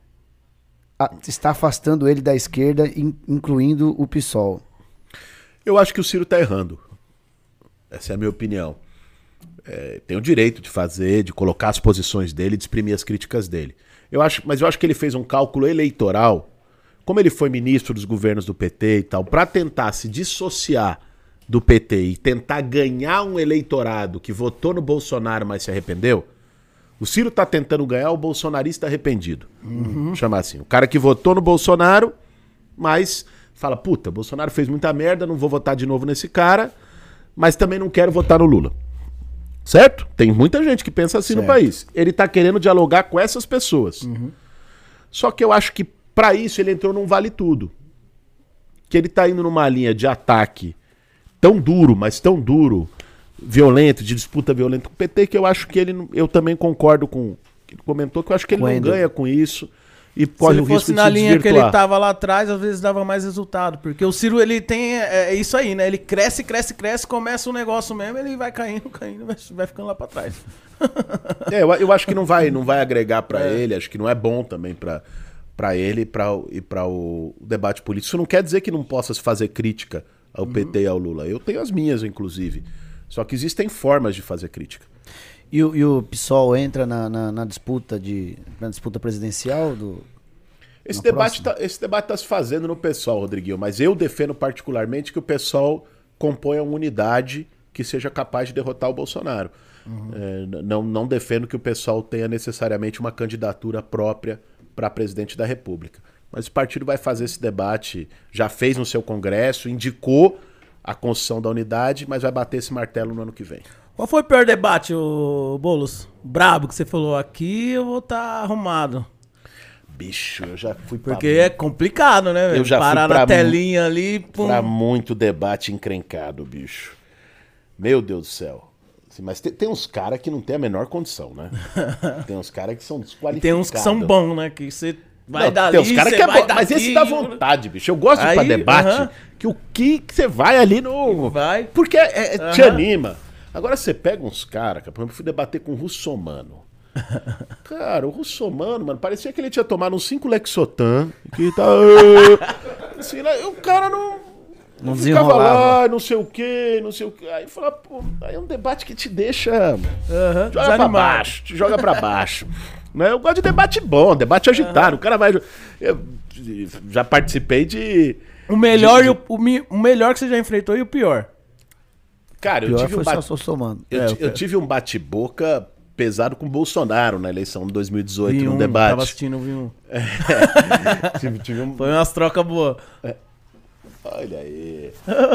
está afastando ele da esquerda, incluindo o PSOL. Eu acho que o Ciro está errando. Essa é a minha opinião. Tem o direito de fazer, de colocar as posições dele, de exprimir as críticas dele. Mas eu acho que ele fez um cálculo eleitoral, como ele foi ministro dos governos do PT e tal, para tentar se dissociar do PT e tentar ganhar um eleitorado que votou no Bolsonaro, mas se arrependeu. O Ciro tá tentando ganhar o bolsonarista arrependido. Vamos chamar assim. O cara que votou no Bolsonaro, mas fala, puta, Bolsonaro fez muita merda, não vou votar de novo nesse cara, mas também não quero votar no Lula. Certo? Tem muita gente que pensa assim no país. Ele tá querendo dialogar com essas pessoas. Só que eu acho que pra isso ele entrou num vale tudo. Que ele tá indo numa linha de ataque tão duro, mas tão duro, violento, de disputa violenta com o PT, que eu acho que eu também concordo com o que ele comentou, que eu acho que ele não ganha com isso e corre o risco de se desvirtuar. Se ele fosse na linha que ele tava lá atrás, às vezes dava mais resultado, porque o Ciro, ele tem isso aí, né? Ele cresce, começa um negócio mesmo, ele vai caindo, vai ficando lá pra trás. Eu acho que não vai agregar pra ele, acho que não é bom também pra ele e pra o debate político. Isso não quer dizer que não possa se fazer crítica ao PT e ao Lula. Eu tenho as minhas, inclusive. Só que existem formas de fazer crítica. E o PSOL entra na disputa presidencial do... Esse debate está se fazendo no PSOL, Rodriguinho, mas eu defendo particularmente que o PSOL componha uma unidade que seja capaz de derrotar o Bolsonaro. Não defendo que o PSOL tenha necessariamente uma candidatura própria para presidente da República. Mas o partido vai fazer esse debate, já fez no seu congresso, indicou a construção da unidade, mas vai bater esse martelo no ano que vem. Qual foi o pior debate, ô Boulos? Brabo que você falou, aqui eu vou estar arrumado. Bicho, eu já fui pra... Porque é complicado, né, velho? Eu já parar fui pra na telinha ali... Pum. Pra muito debate encrencado, bicho. Meu Deus do céu. Assim, mas tem uns caras que não tem a menor condição, né? Tem uns caras que são desqualificados. E tem uns que são bons, né? Que você... Vai dali, tem uns caras que é bom, mas esse dá vontade, bicho. Eu gosto de ir pra debate, que o que você vai ali no... Vai. Porque te anima. Agora você pega uns caras, por exemplo, eu fui debater com o Russomano. Cara, o Russomano, mano, parecia que ele tinha tomado uns 5 Lexotan, que tá... assim, o cara não ficava lá, não sei o quê. Aí fala, pô, aí é um debate que te deixa... joga pra baixo, te joga pra baixo. Né? Eu gosto de debate bom, debate agitado. O cara vai... Eu já participei de... O melhor que você já enfrentou e o pior? Cara, eu tive um bate-boca pesado com o Bolsonaro na eleição de 2018, Vi no um, debate. Tava assistindo, vi um. Tive um... Foi umas trocas boas. Olha aí.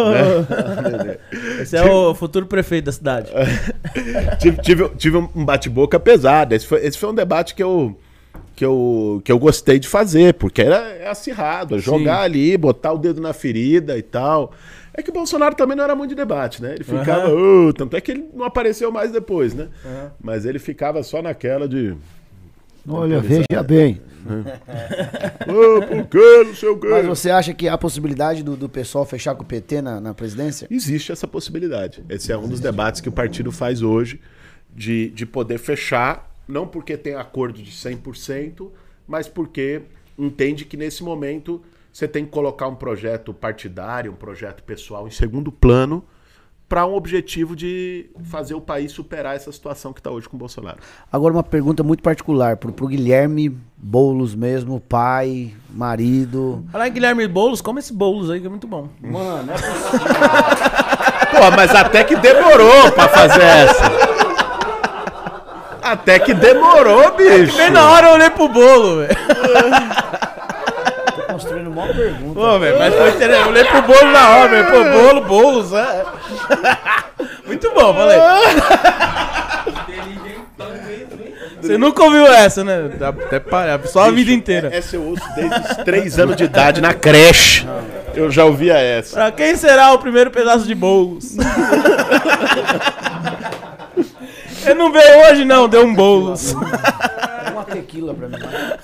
Esse é o futuro prefeito da cidade. tive um bate-boca pesado. Esse foi um debate que eu gostei de fazer, porque é acirrado, é jogar ali, botar o dedo na ferida e tal. É que o Bolsonaro também não era muito de debate, né? Ele ficava... tanto é que ele não apareceu mais depois, né? Mas ele ficava só naquela de... Olha, veja bem. Por quê? Não sei o quê. Mas você acha que há possibilidade do pessoal fechar com o PT na presidência? Existe essa possibilidade. Esse é um dos debates que o partido faz hoje, de poder fechar, não porque tem acordo de 100%, mas porque entende que nesse momento você tem que colocar um projeto partidário, um projeto pessoal em segundo plano, para um objetivo de fazer o país superar essa situação que está hoje com o Bolsonaro. Agora uma pergunta muito particular pro Guilherme Boulos mesmo, pai, marido. Falar em Guilherme Boulos, come esse Boulos aí que é muito bom. Mano, Pô, mas até que demorou pra fazer essa. Até que demorou, bicho. Bem na hora eu olhei pro bolo, velho. tô construindo uma pergunta. Pô, velho, mas foi interessante. Eu olhei pro bolo na hora, velho. Pô, bolo, Boulos, é. Muito bom, falei. Você nunca ouviu essa, né? Até só a vida inteira. Essa eu ouço desde os 3 anos de idade na creche. Eu já ouvia essa. Pra quem será o primeiro pedaço de Boulos? Ele não veio hoje, não, deu um Boulos. Uma tequila pra mim.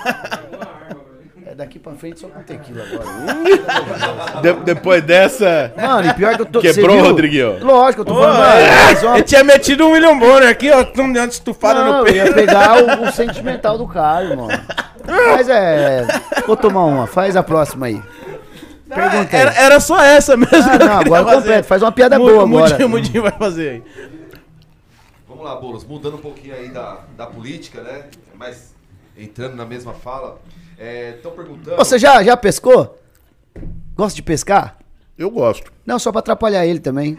É daqui pra frente só com tequila agora. Depois dessa. Mano, e pior que eu tô... Quebrou, você viu? Rodriguinho? Lógico, eu tô falando... Ele tinha metido um William Bonner aqui, ó, estufada Não, no eu peito. ia pegar o sentimental do Caio, mano. Mas vou tomar uma. Faz a próxima aí. Pergunta aí. Era só essa mesmo. Ah, que eu não, queria agora fazer. completo. Faz uma piada boa agora. O Mudinho vai fazer aí. Vamos lá, Boulos, mudando um pouquinho aí da política, né? Mas entrando na mesma fala, estão perguntando... Você já pescou? Gosta de pescar? Eu gosto. Não, só pra atrapalhar ele também.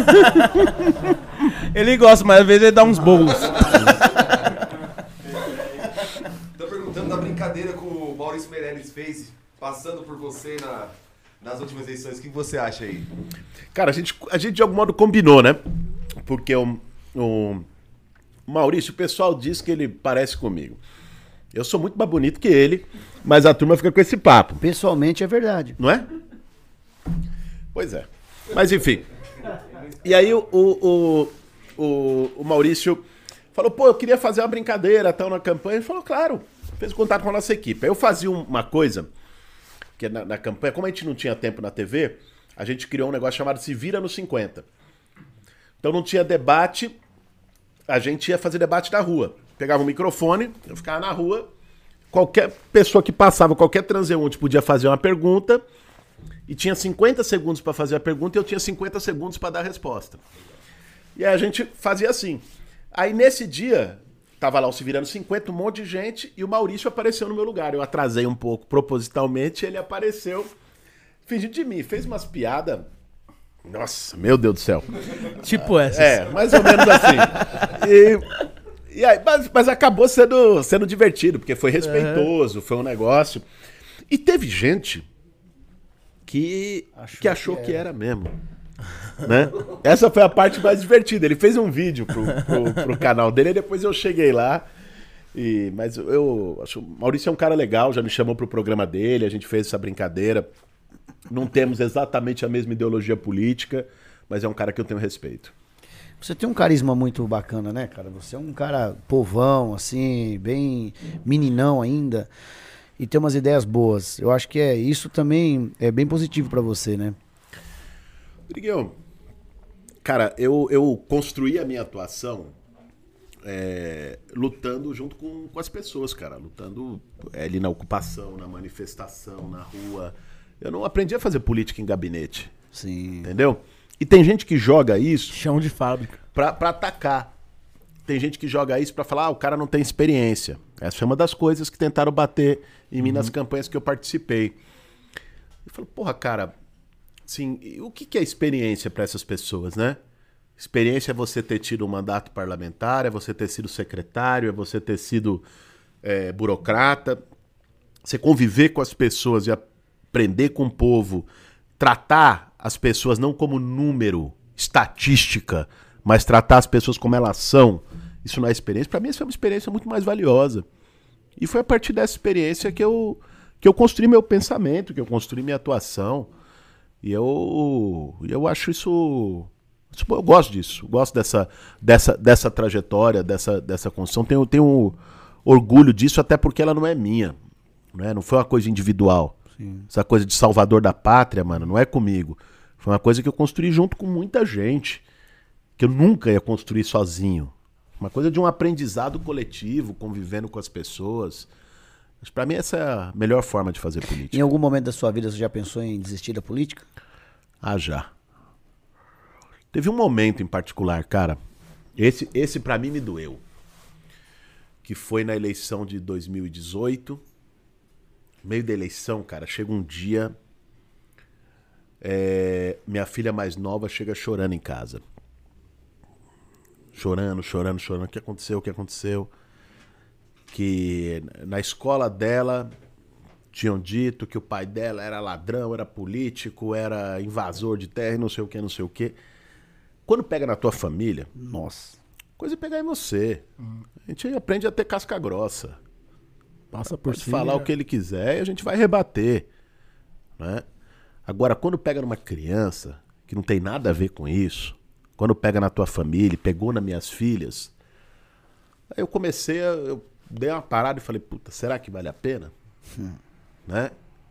Ele gosta, mas às vezes ele dá uns bolos. Estão perguntando da brincadeira que o Maurício Meirelles fez, passando por você nas últimas eleições. O que você acha aí? Cara, a gente de algum modo combinou, né? Porque o Maurício, o pessoal diz que ele parece comigo. Eu sou muito mais bonito que ele, mas a turma fica com esse papo. Pessoalmente é verdade. Não é? Pois é. Mas enfim. E aí o Maurício falou, pô, eu queria fazer uma brincadeira tal na campanha. Ele falou, claro. Fez contato com a nossa equipe. Aí eu fazia uma coisa, que na campanha, como a gente não tinha tempo na TV, a gente criou um negócio chamado Se Vira nos 50. Então não tinha debate, a gente ia fazer debate na rua. Pegava um microfone, eu ficava na rua, qualquer pessoa que passava, qualquer transeunte podia fazer uma pergunta, e tinha 50 segundos para fazer a pergunta e eu tinha 50 segundos para dar a resposta. E aí a gente fazia assim. Aí nesse dia, tava lá o Se Virando 50, um monte de gente, e o Maurício apareceu no meu lugar. Eu atrasei um pouco propositalmente, ele apareceu fingindo de mim, fez umas piadas. Nossa, meu Deus do céu. Tipo essa. É, mais ou menos assim. E aí, mas acabou sendo divertido, porque foi respeitoso, foi um negócio. E teve gente que achou que era mesmo. Né? Essa foi a parte mais divertida. Ele fez um vídeo pro canal dele e depois eu cheguei lá. Mas eu acho o Maurício é um cara legal, já me chamou pro programa dele, a gente fez essa brincadeira. Não temos exatamente a mesma ideologia política, mas é um cara que eu tenho respeito. Você tem um carisma muito bacana, né, cara? Você é um cara povão, assim, bem meninão ainda, e tem umas ideias boas. Eu acho que isso também é bem positivo pra você, né? Rodriguinho, cara, eu construí a minha atuação lutando junto com as pessoas, cara. Lutando ali na ocupação, na manifestação, na rua. Eu não aprendi a fazer política em gabinete. Sim. Entendeu? E tem gente que joga isso Chão de fábrica. pra atacar. Tem gente que joga isso pra falar, o cara não tem experiência. Essa foi uma das coisas que tentaram bater em mim nas campanhas que eu participei. Eu falo, porra, cara, assim, o que é experiência pra essas pessoas, né? Experiência é você ter tido um mandato parlamentar, é você ter sido secretário, é você ter sido burocrata. Você conviver com as pessoas e aprender com o povo, tratar as pessoas não como número, estatística, mas tratar as pessoas como elas são. Isso não é experiência. Para mim, isso é uma experiência muito mais valiosa. E foi a partir dessa experiência que eu construí meu pensamento, que eu construí minha atuação. E eu acho isso... Eu gosto disso. Gosto dessa trajetória, dessa construção. Tenho orgulho disso, até porque ela não é minha. Né? Não foi uma coisa individual. Sim. Essa coisa de salvador da pátria, mano, não é comigo. Foi uma coisa que eu construí junto com muita gente. Que eu nunca ia construir sozinho. Uma coisa de um aprendizado coletivo, convivendo com as pessoas. Pra mim essa é a melhor forma de fazer política. Em algum momento da sua vida você já pensou em desistir da política? Ah, já. Teve um momento em particular, cara. Esse pra mim me doeu. Que foi na eleição de 2018. Meio da eleição, cara, chega um dia... minha filha mais nova chega chorando em casa. Chorando. O que aconteceu? Que na escola dela tinham dito que o pai dela era ladrão, era político, era invasor de terra, não sei o que. Quando pega na tua família, nossa, coisa é pegar em você. A gente aprende a ter casca grossa. Passa por cima. Falar o que ele quiser e a gente vai rebater. Né? Agora, quando pega numa criança que não tem nada a ver com isso, quando pega na tua família, pegou nas minhas filhas, aí eu dei uma parada e falei, puta, será que vale a pena? Né?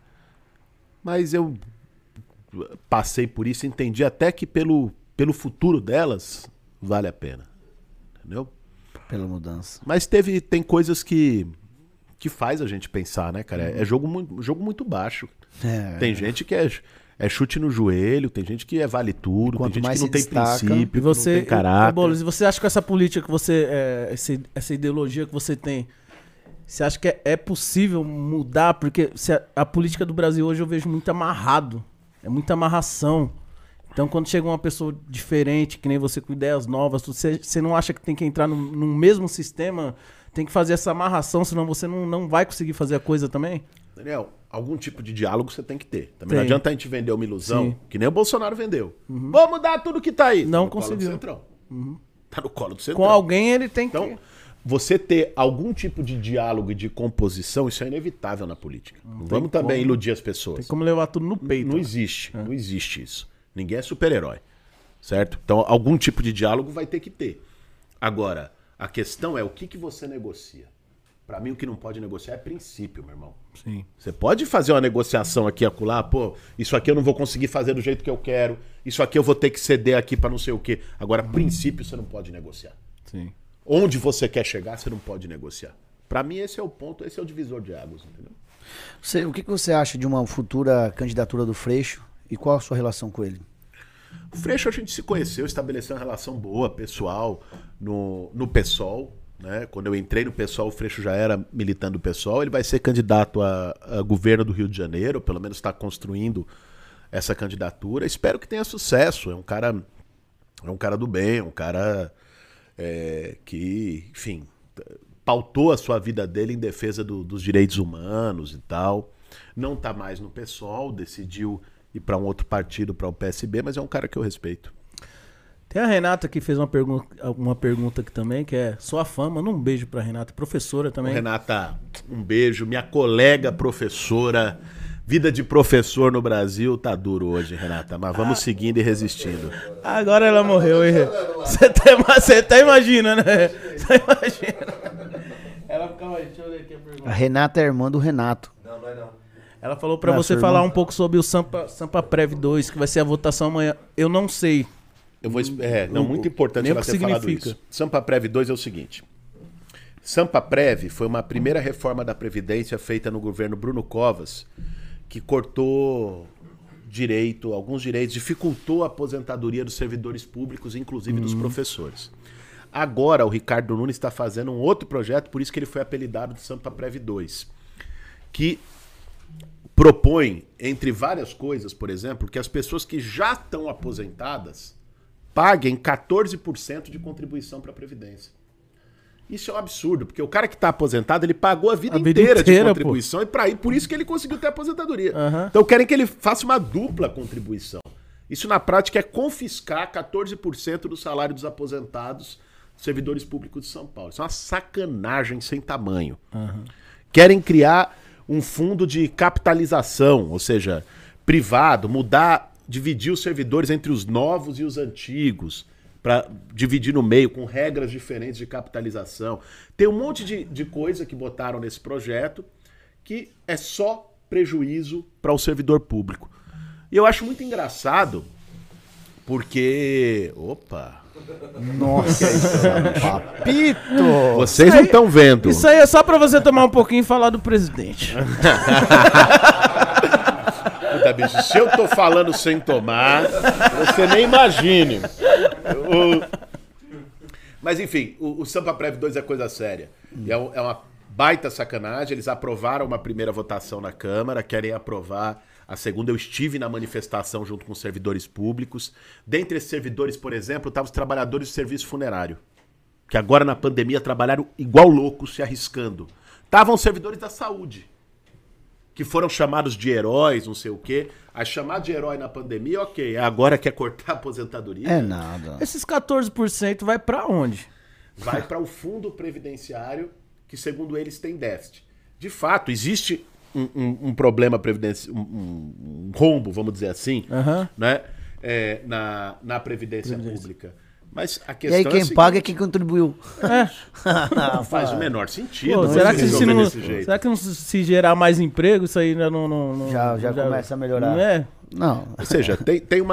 Mas eu passei por isso e entendi até que pelo futuro delas, vale a pena. Entendeu? Pela mudança. Mas tem coisas que faz a gente pensar, né, cara? É jogo muito baixo. Tem gente que é chute no joelho, tem gente que vale tudo, tem gente que não tem princípio, e você, não tem caráter. Boulos, você acha que essa política que você... essa ideologia que você tem, você acha que é possível mudar? Porque a política do Brasil hoje eu vejo muito amarrado. É muita amarração. Então quando chega uma pessoa diferente, que nem você, com ideias novas, você não acha que tem que entrar no mesmo sistema? Tem que fazer essa amarração, senão você não vai conseguir fazer a coisa também? Daniel, algum tipo de diálogo você tem que ter. Também não adianta a gente vender uma ilusão, que nem o Bolsonaro vendeu. Vou mudar tudo que tá aí. Não conseguiu. Tá no colo do Centrão. Com alguém ele tem que... Então, você ter algum tipo de diálogo e de composição, isso é inevitável na política. Não vamos também iludir as pessoas. Tem como levar tudo no peito. Não existe. Não existe isso. Ninguém é super-herói. Certo? Então, algum tipo de diálogo vai ter que ter. Agora, a questão é o que você negocia. Pra mim, o que não pode negociar é princípio, meu irmão. Sim. Você pode fazer uma negociação aqui e acolá, pô, isso aqui eu não vou conseguir fazer do jeito que eu quero, isso aqui eu vou ter que ceder aqui pra não sei o quê. Agora, princípio você não pode negociar. Sim. Onde você quer chegar, você não pode negociar. Pra mim, esse é o ponto, esse é o divisor de águas, entendeu? O que você acha de uma futura candidatura do Freixo e qual a sua relação com ele? O Freixo a gente se conheceu, estabeleceu uma relação boa, pessoal, no PSOL. Né? Quando eu entrei no PSOL, o Freixo já era militante do PSOL. Ele vai ser candidato a governo do Rio de Janeiro, pelo menos está construindo essa candidatura. Espero que tenha sucesso. É um cara do bem, é um cara que, enfim, pautou a sua vida dele em defesa dos direitos humanos e tal. Não está mais no PSOL, decidiu ir para um outro partido, para o PSB, mas é um cara que eu respeito. Tem a Renata que fez uma pergunta aqui também, que é sua fama. Um beijo pra Renata, professora também. Renata, um beijo. Minha colega professora. Vida de professor no Brasil tá duro hoje, Renata. Mas vamos seguindo e resistindo. Agora ela morreu, hein? Você até imagina, né? Você imagina. Ela ficava aí, deixa eu ler aqui a pergunta. A Renata é irmã do Renato. Não é não. Ela falou pra você falar um pouco sobre o Sampa Prev 2, que vai ser a votação amanhã. Eu não sei. Muito importante ela ter falado isso. Sampa Prev 2 é o seguinte. Sampa Prev foi uma primeira reforma da Previdência feita no governo Bruno Covas, que cortou alguns direitos, dificultou a aposentadoria dos servidores públicos, inclusive dos professores. Agora o Ricardo Nunes está fazendo um outro projeto, por isso que ele foi apelidado de Sampa Prev 2, que propõe, entre várias coisas, por exemplo, que as pessoas que já estão aposentadas paguem 14% de contribuição para a Previdência. Isso é um absurdo, porque o cara que está aposentado, ele pagou a vida inteira de contribuição, e por isso que ele conseguiu ter aposentadoria. Então querem que ele faça uma dupla contribuição. Isso na prática é confiscar 14% do salário dos aposentados, servidores públicos de São Paulo. Isso é uma sacanagem sem tamanho. Querem criar um fundo de capitalização, ou seja, privado, dividir os servidores entre os novos e os antigos, para dividir no meio, com regras diferentes de capitalização. Tem um monte de coisa que botaram nesse projeto que é só prejuízo para o servidor público. E eu acho muito engraçado, porque... Opa! Nossa, papito! Vocês não estão vendo. Isso aí é só para você tomar um pouquinho e falar do presidente. Puta, bicho, se eu tô falando sem tomar, você nem imagine. Mas enfim, o Sampaprev 2 é coisa séria. É uma baita sacanagem. Eles aprovaram uma primeira votação na Câmara, querem aprovar a segunda. Eu estive na manifestação junto com servidores públicos. Dentre esses servidores, por exemplo, estavam os trabalhadores do serviço funerário, que agora na pandemia trabalharam igual loucos, se arriscando. Estavam os servidores da saúde, que foram chamados de heróis, não sei o quê. A chamar de herói na pandemia, ok. Agora quer cortar a aposentadoria? É nada. Esses 14% vai pra onde? Vai para o fundo previdenciário, que segundo eles tem déficit. De fato, existe um problema previdenciário, um rombo, vamos dizer assim, né? Na Previdência Pública. Mas a questão e aí quem paga é quem contribuiu. Não faz o menor sentido. Pô, será que não se gerar mais emprego, isso aí ainda não já começa a melhorar. Não é? Não. Ou seja, tem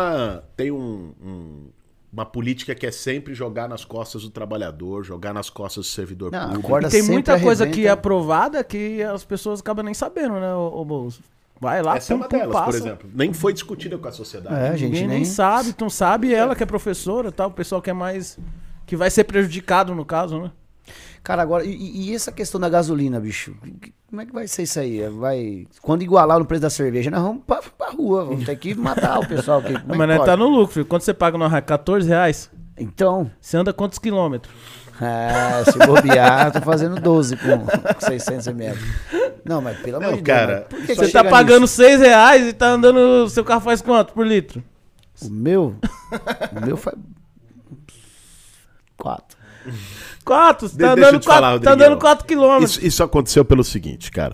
uma política que é sempre jogar nas costas do trabalhador, jogar nas costas do servidor público. E tem muita coisa que é aprovada que as pessoas acabam nem sabendo, né, ô Bolso? Vai lá, essa é uma delas, por exemplo. Nem foi discutida com a sociedade. A gente Ninguém nem sabe, tu não sabe, ela que é professora, tá? O pessoal que é mais... que vai ser prejudicado, no caso, né? Cara, agora, e essa questão da gasolina, bicho? Como é que vai ser isso aí? Quando igualar no preço da cerveja, nós vamos pra rua, vamos ter que matar o pessoal. Mas nós tá no lucro, filho. Quando você paga no R$14, então... você anda quantos quilômetros? Se bobear, eu tô fazendo 12 com 600 ml. Não, mas pelo amor de cara, Deus. Por que você tá pagando R$6 e tá andando... Seu carro faz quanto por litro? O meu faz 4. 4? Você tá andando 4 quilômetros. Isso aconteceu pelo seguinte, cara.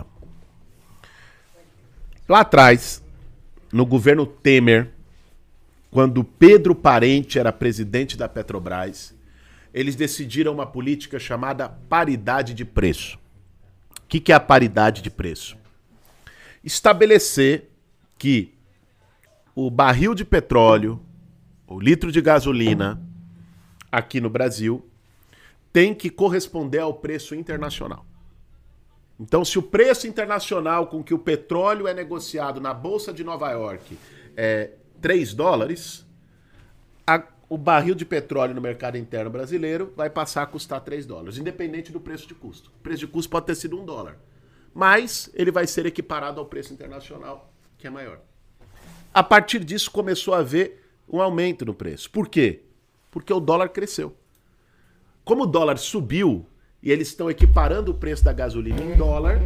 Lá atrás, no governo Temer, quando Pedro Parente era presidente da Petrobras, eles decidiram uma política chamada paridade de preço. O que é a paridade de preço? Estabelecer que o barril de petróleo, o litro de gasolina, aqui no Brasil, tem que corresponder ao preço internacional. Então, se o preço internacional com que o petróleo é negociado na Bolsa de Nova York é $3, o barril de petróleo no mercado interno brasileiro vai passar a custar $3, independente do preço de custo. O preço de custo pode ter sido $1, mas ele vai ser equiparado ao preço internacional, que é maior. A partir disso, começou a haver um aumento no preço. Por quê? Porque o dólar cresceu. Como o dólar subiu e eles estão equiparando o preço da gasolina em dólar,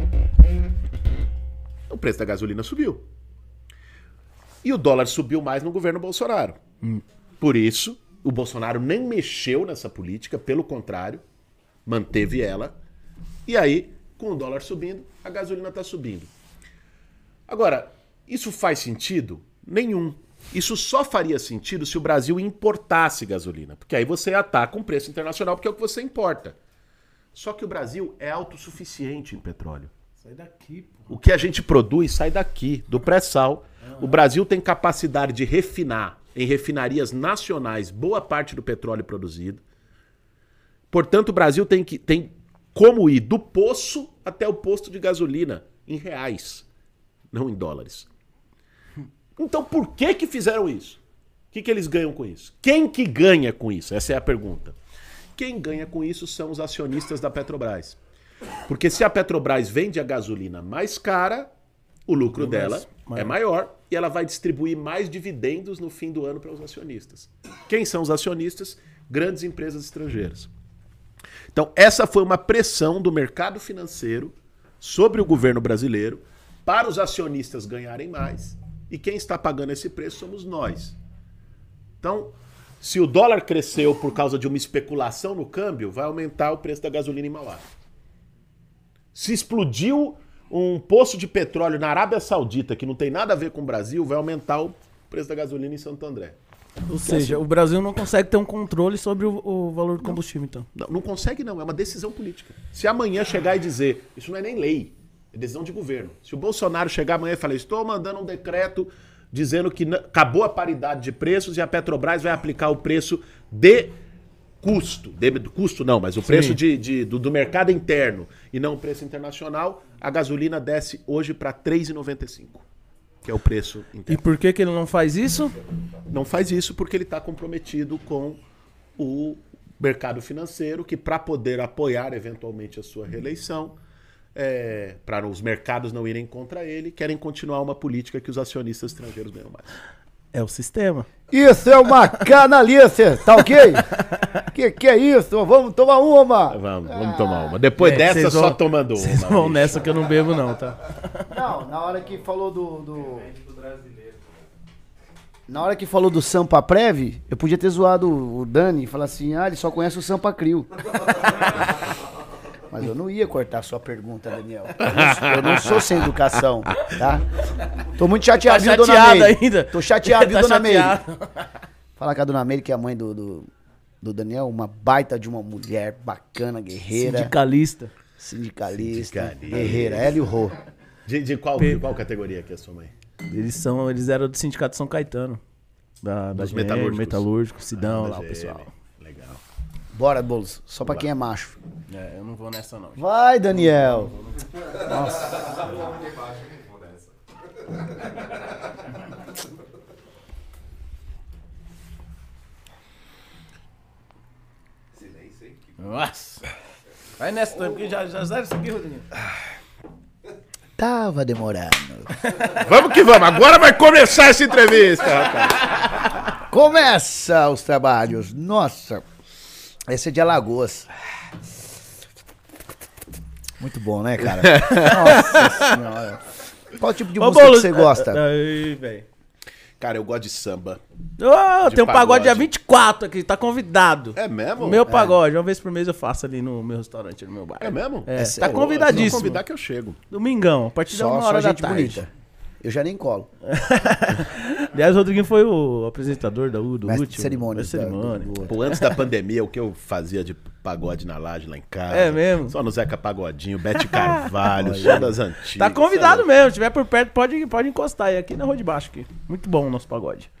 o preço da gasolina subiu. E o dólar subiu mais no governo Bolsonaro. Por isso, o Bolsonaro nem mexeu nessa política, pelo contrário, manteve ela. E aí, com o dólar subindo, a gasolina está subindo. Agora, isso faz sentido? Nenhum. Isso só faria sentido se o Brasil importasse gasolina, porque aí você ataca um preço internacional, porque é o que você importa. Só que o Brasil é autossuficiente em petróleo. Sai daqui, pô. O que a gente produz sai daqui, do pré-sal. O Brasil tem capacidade de refinar em refinarias nacionais boa parte do petróleo produzido. Portanto, o Brasil tem como ir do poço até o posto de gasolina em reais, não em dólares. Então, por que fizeram isso? O que eles ganham com isso? Quem que ganha com isso? Essa é a pergunta. Quem ganha com isso são os acionistas da Petrobras. Porque se a Petrobras vende a gasolina mais cara, o lucro dela maior. é maior e ela vai distribuir mais dividendos no fim do ano para os acionistas. Quem são os acionistas? Grandes empresas estrangeiras. Então, essa foi uma pressão do mercado financeiro sobre o governo brasileiro para os acionistas ganharem mais. E quem está pagando esse preço somos nós. Então, se o dólar cresceu por causa de uma especulação no câmbio, vai aumentar o preço da gasolina em Mauá. Se explodiu um poço de petróleo na Arábia Saudita, que não tem nada a ver com o Brasil, vai aumentar o preço da gasolina em Santo André. Ou seja, o Brasil não consegue ter um controle sobre o valor do combustível, então. Não consegue não, é uma decisão política. Se amanhã chegar e dizer, isso não é nem lei, é decisão de governo. Se o Bolsonaro chegar amanhã e falar, estou mandando um decreto dizendo que acabou a paridade de preços e a Petrobras vai aplicar o preço de custo. Custo não, mas o preço do mercado interno e não o preço internacional, a gasolina desce hoje para R$ 3,95, que é o preço interno. E por que ele não faz isso? Não faz isso porque ele está comprometido com o mercado financeiro, que para poder apoiar eventualmente a sua reeleição, para os mercados não irem contra ele, querem continuar uma política que os acionistas estrangeiros ganham mais. É o sistema. Isso é uma canalice, tá ok? Que é isso? Vamos tomar uma. Vamos tomar uma. Depois dessa, só tomando uma. Vocês vão nessa que eu não bebo não, tá? Não, na hora que falou Na hora que falou do Sampa Prev, eu podia ter zoado o Dani e falar assim, ele só conhece o Sampa Crio. Mas eu não ia cortar a sua pergunta, Daniel. Eu não sou sem educação, tá? Tô muito chateado, viu, Dona Meire? Ainda. Tô chateado, viu, Tá Dona Meire? chateado. Falar com a Dona Meire, que é a mãe do Daniel, uma baita de uma mulher bacana, guerreira. Sindicalista, guerreira. Ela e o Rô. De qual categoria que é a sua mãe? Eles eram do Sindicato São Caetano. Dos GM, metalúrgicos. Sidão, lá, Da o pessoal. GM. Legal. Bora, Boulos. Só pra quem é macho. Eu não vou nessa não. Vai, Daniel. Nossa. Nossa. Vai nessa também, porque já zero isso aqui, Rodrigo. Tava demorando. Vamos que vamos. Agora vai começar essa entrevista, rapaz. Começa os trabalhos. Nossa. Esse é de Alagoas. Muito bom, né, cara? Nossa senhora. Qual tipo de música que você gosta? Aí, velho. Cara, eu gosto de samba. Tem um pagode dia 24 aqui, tá convidado. É mesmo? Meu pagode, uma vez por mês eu faço ali no meu restaurante, no meu bairro. É mesmo? É, sério? tá convidadíssimo. Se não convidar que eu chego. Domingão, a partir da Só 1h da gente tarde. bonita. Eu já nem colo. Aliás, o Rodriguinho foi o apresentador do Mestre último. de cerimônias. Mestre de cerimônia. Pô, antes da pandemia, o que eu fazia de pagode na laje lá em casa. É mesmo? Só no Zeca Pagodinho, Bete Carvalho, só das antigas. Tá convidado mesmo, se tiver por perto, pode encostar aí, aqui na rua de baixo. Aqui. Muito bom o nosso pagode.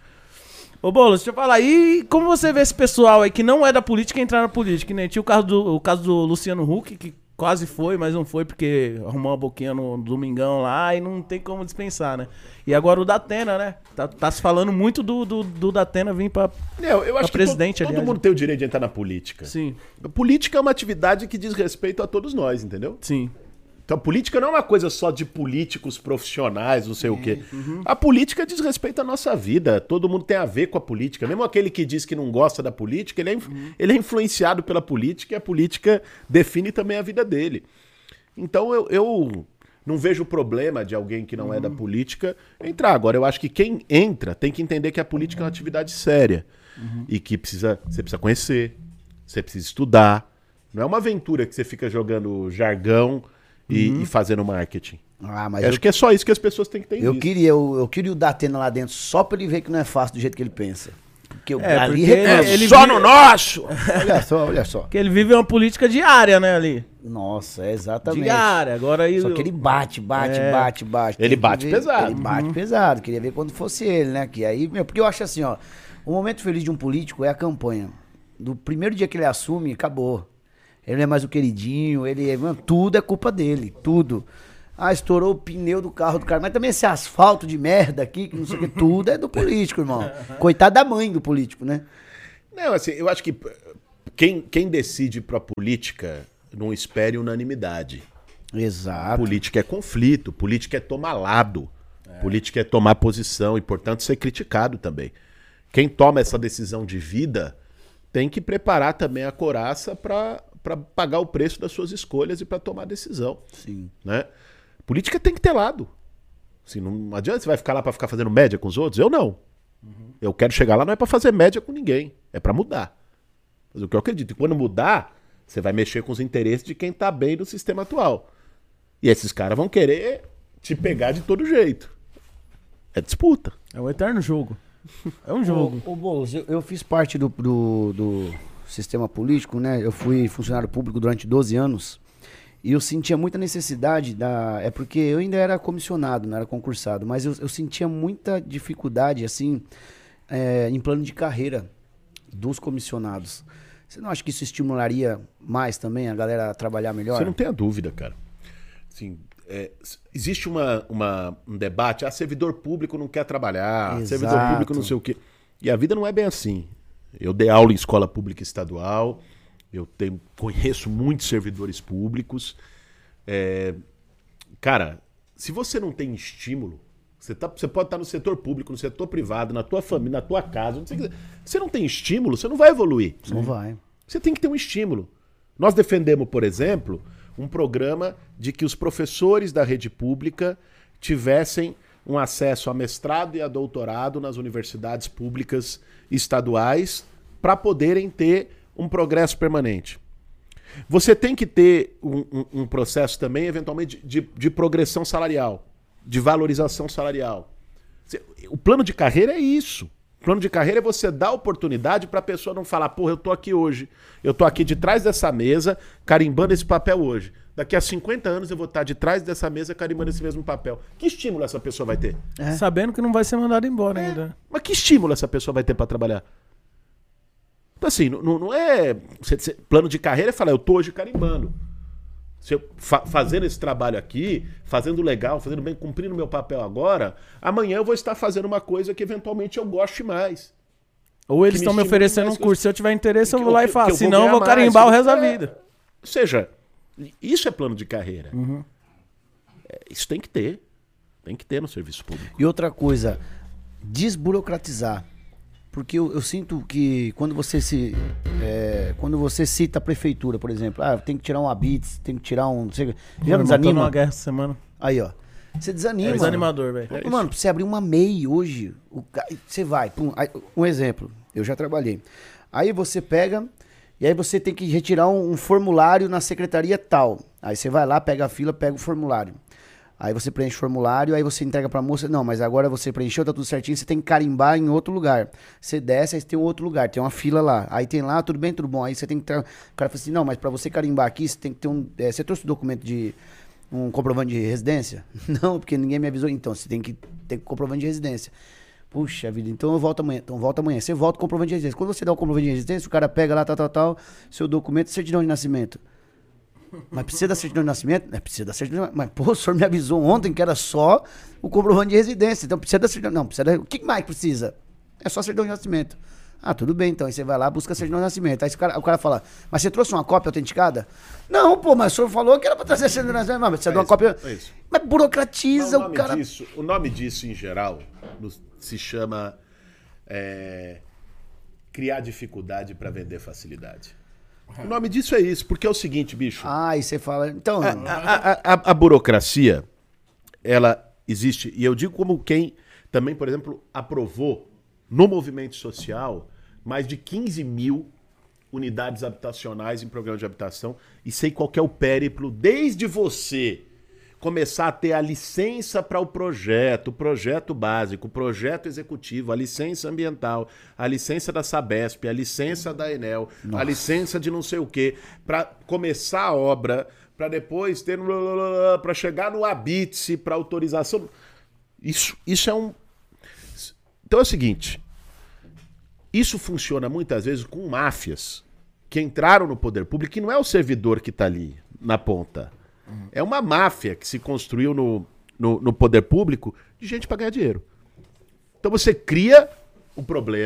Ô, Boulos, deixa eu falar, e como você vê esse pessoal aí que não é da política entrar na política? Que nem tinha o caso do Luciano Huck, que quase foi, mas não foi porque arrumou uma boquinha no domingão lá e não tem como dispensar, né? E agora o Datena, né? Tá se falando muito do Datena vir pra eu acho que presidente, todo aliás. mundo tem o direito de entrar na política. Sim, A política é uma atividade que diz respeito a todos nós, entendeu? sim. Então a política não é uma coisa só de políticos profissionais, não sei o quê. A política diz respeito à nossa vida. Todo mundo tem a ver com a política. Mesmo aquele que diz que não gosta da política, ele é influenciado pela política e a política define também a vida dele. Então eu não vejo problema de alguém que não é da política entrar. Agora, eu acho que quem entra tem que entender que a política é uma atividade séria. E que você precisa conhecer, você precisa estudar. Não é uma aventura que você fica jogando jargão e fazendo marketing. Mas Eu acho que é só isso que as pessoas têm que ter eu visto. queria o Datena lá dentro só pra ele ver que não é fácil do jeito que ele pensa. Porque porque reclama. ele Só vive- no nosso! Olha só. Porque ele vive uma política diária, né, ali. Nossa, exatamente. Diária. Agora aí. Só que ele bate. Ele Tem que bate ver- pesado. Ele bate pesado. Queria ver quando fosse ele, né? Que aí, porque eu acho assim, ó. O momento feliz de um político é a campanha. Do primeiro dia que ele assume, acabou. Ele não é mais o queridinho, tudo é culpa dele, tudo. Estourou o pneu do carro do cara, mas também esse asfalto de merda aqui, que não sei o que, tudo é do político, irmão. Coitado da mãe do político, né? Não, assim, eu acho que quem decide pra política não espere unanimidade. Exato. Política é conflito, política é tomar lado, política é tomar posição e, portanto, ser criticado também. Quem toma essa decisão de vida tem que preparar também a coraça para pagar o preço das suas escolhas e para tomar decisão. Sim. Né? Política tem que ter lado. Assim, não adianta você vai ficar lá para ficar fazendo média com os outros. Eu não. Eu quero chegar lá não é para fazer média com ninguém, é para mudar. Mas o que eu acredito, quando mudar, você vai mexer com os interesses de quem tá bem no sistema atual. E esses caras vão querer te pegar de todo jeito. É disputa. É o eterno jogo. É um jogo. Ô Boulos, eu fiz parte do sistema político, né? Eu fui funcionário público durante 12 anos e eu sentia muita necessidade É porque eu ainda era comissionado, não era concursado, mas eu sentia muita dificuldade, assim, em plano de carreira dos comissionados. Você não acha que isso estimularia mais também a galera a trabalhar melhor? Você não tem a dúvida, cara. Assim, existe um debate, servidor público não quer trabalhar, Exato. servidor público não sei o quê. E a vida não é bem assim. Eu dei aula em escola pública estadual, conheço muitos servidores públicos. Cara, se você não tem estímulo, você pode estar no setor público, no setor privado, na tua família, na tua casa, onde você quiser. Se você não tem estímulo, você não vai evoluir. Não vai. Você tem que ter um estímulo. Nós defendemos, por exemplo, um programa de que os professores da rede pública tivessem um acesso a mestrado e a doutorado nas universidades públicas estaduais para poderem ter um progresso permanente. Você tem que ter um processo também, eventualmente, de progressão salarial, de valorização salarial. O plano de carreira é isso. O plano de carreira é você dar oportunidade para a pessoa não falar, porra, eu tô aqui hoje, eu tô aqui de trás dessa mesa carimbando esse papel hoje. Daqui a 50 anos eu vou estar de trás dessa mesa carimbando esse mesmo papel. Que estímulo essa pessoa vai ter? Sabendo que não vai ser mandado embora ainda. Mas que estímulo essa pessoa vai ter para trabalhar? Então assim, não é... plano de carreira é falar, eu tô hoje carimbando. Se eu fazendo esse trabalho aqui, fazendo legal, fazendo bem, cumprindo meu papel agora, amanhã eu vou estar fazendo uma coisa que eventualmente eu goste mais. Ou eles estão me oferecendo um curso, se eu tiver interesse eu vou lá e faço, senão eu vou ganhar carimbar o mais. resto da vida. Ou seja, isso é plano de carreira. Isso tem que ter. Tem que ter no serviço público. E outra coisa, desburocratizar. Porque eu sinto que quando você cita a prefeitura, por exemplo, tem que tirar um habits, tem que tirar um... Você já Mano, desanima? uma guerra essa semana. Aí, ó. Você desanima. É desanimador, velho. Mano, pra você abrir uma MEI hoje, você vai, pum, um exemplo, eu já trabalhei. Aí você pega, e aí você tem que retirar um formulário na secretaria tal. Aí você vai lá, pega a fila, pega o formulário. Aí você preenche o formulário, aí você entrega pra moça, não, mas agora você preencheu, tá tudo certinho, você tem que carimbar em outro lugar. Você desce, aí você tem outro lugar, tem uma fila lá. Aí tem lá, tudo bem, tudo bom. Aí você tem que... O cara fala assim, não, mas pra você carimbar aqui, você tem que ter você trouxe o documento de... um comprovante de residência? Não, porque ninguém me avisou. Então, você tem que ter comprovante de residência. Puxa vida, então eu volto amanhã. Então volta amanhã. Você volta com o comprovante de residência. Quando você dá o comprovante de residência, o cara pega lá, tal, seu documento, certidão de nascimento. Mas precisa da certidão de nascimento? Precisa da certidão de nascimento. Mas, pô, o senhor me avisou ontem que era só o comprovante de residência. Então precisa da certidão. Não, precisa O que mais precisa? É só a certidão de nascimento. Ah, tudo bem, então. Aí você vai lá, busca a certidão de nascimento. Aí o cara fala, mas você trouxe uma cópia autenticada? Não, pô, mas o senhor falou que era pra trazer a certidão de nascimento. Mas você deu uma cópia... Mas burocratiza o cara... O nome disso, em geral, se chama criar dificuldade pra vender facilidade. O nome disso é isso, porque é o seguinte, bicho. E você fala... Então... A burocracia, ela existe, e eu digo como quem também, por exemplo, aprovou no movimento social mais de 15 mil unidades habitacionais em programa de habitação, e sei qual que é o périplo, desde você começar a ter a licença para o projeto básico, o projeto executivo, a licença ambiental, a licença da Sabesp, a licença da Enel, a licença de não sei o quê, para começar a obra, para depois ter... para chegar no habite, para autorização. Isso é um... Então é o seguinte, isso funciona muitas vezes com máfias que entraram no poder público, que não é o servidor que está ali na ponta. É uma máfia que se construiu no poder público de gente para ganhar dinheiro. Então você cria um problema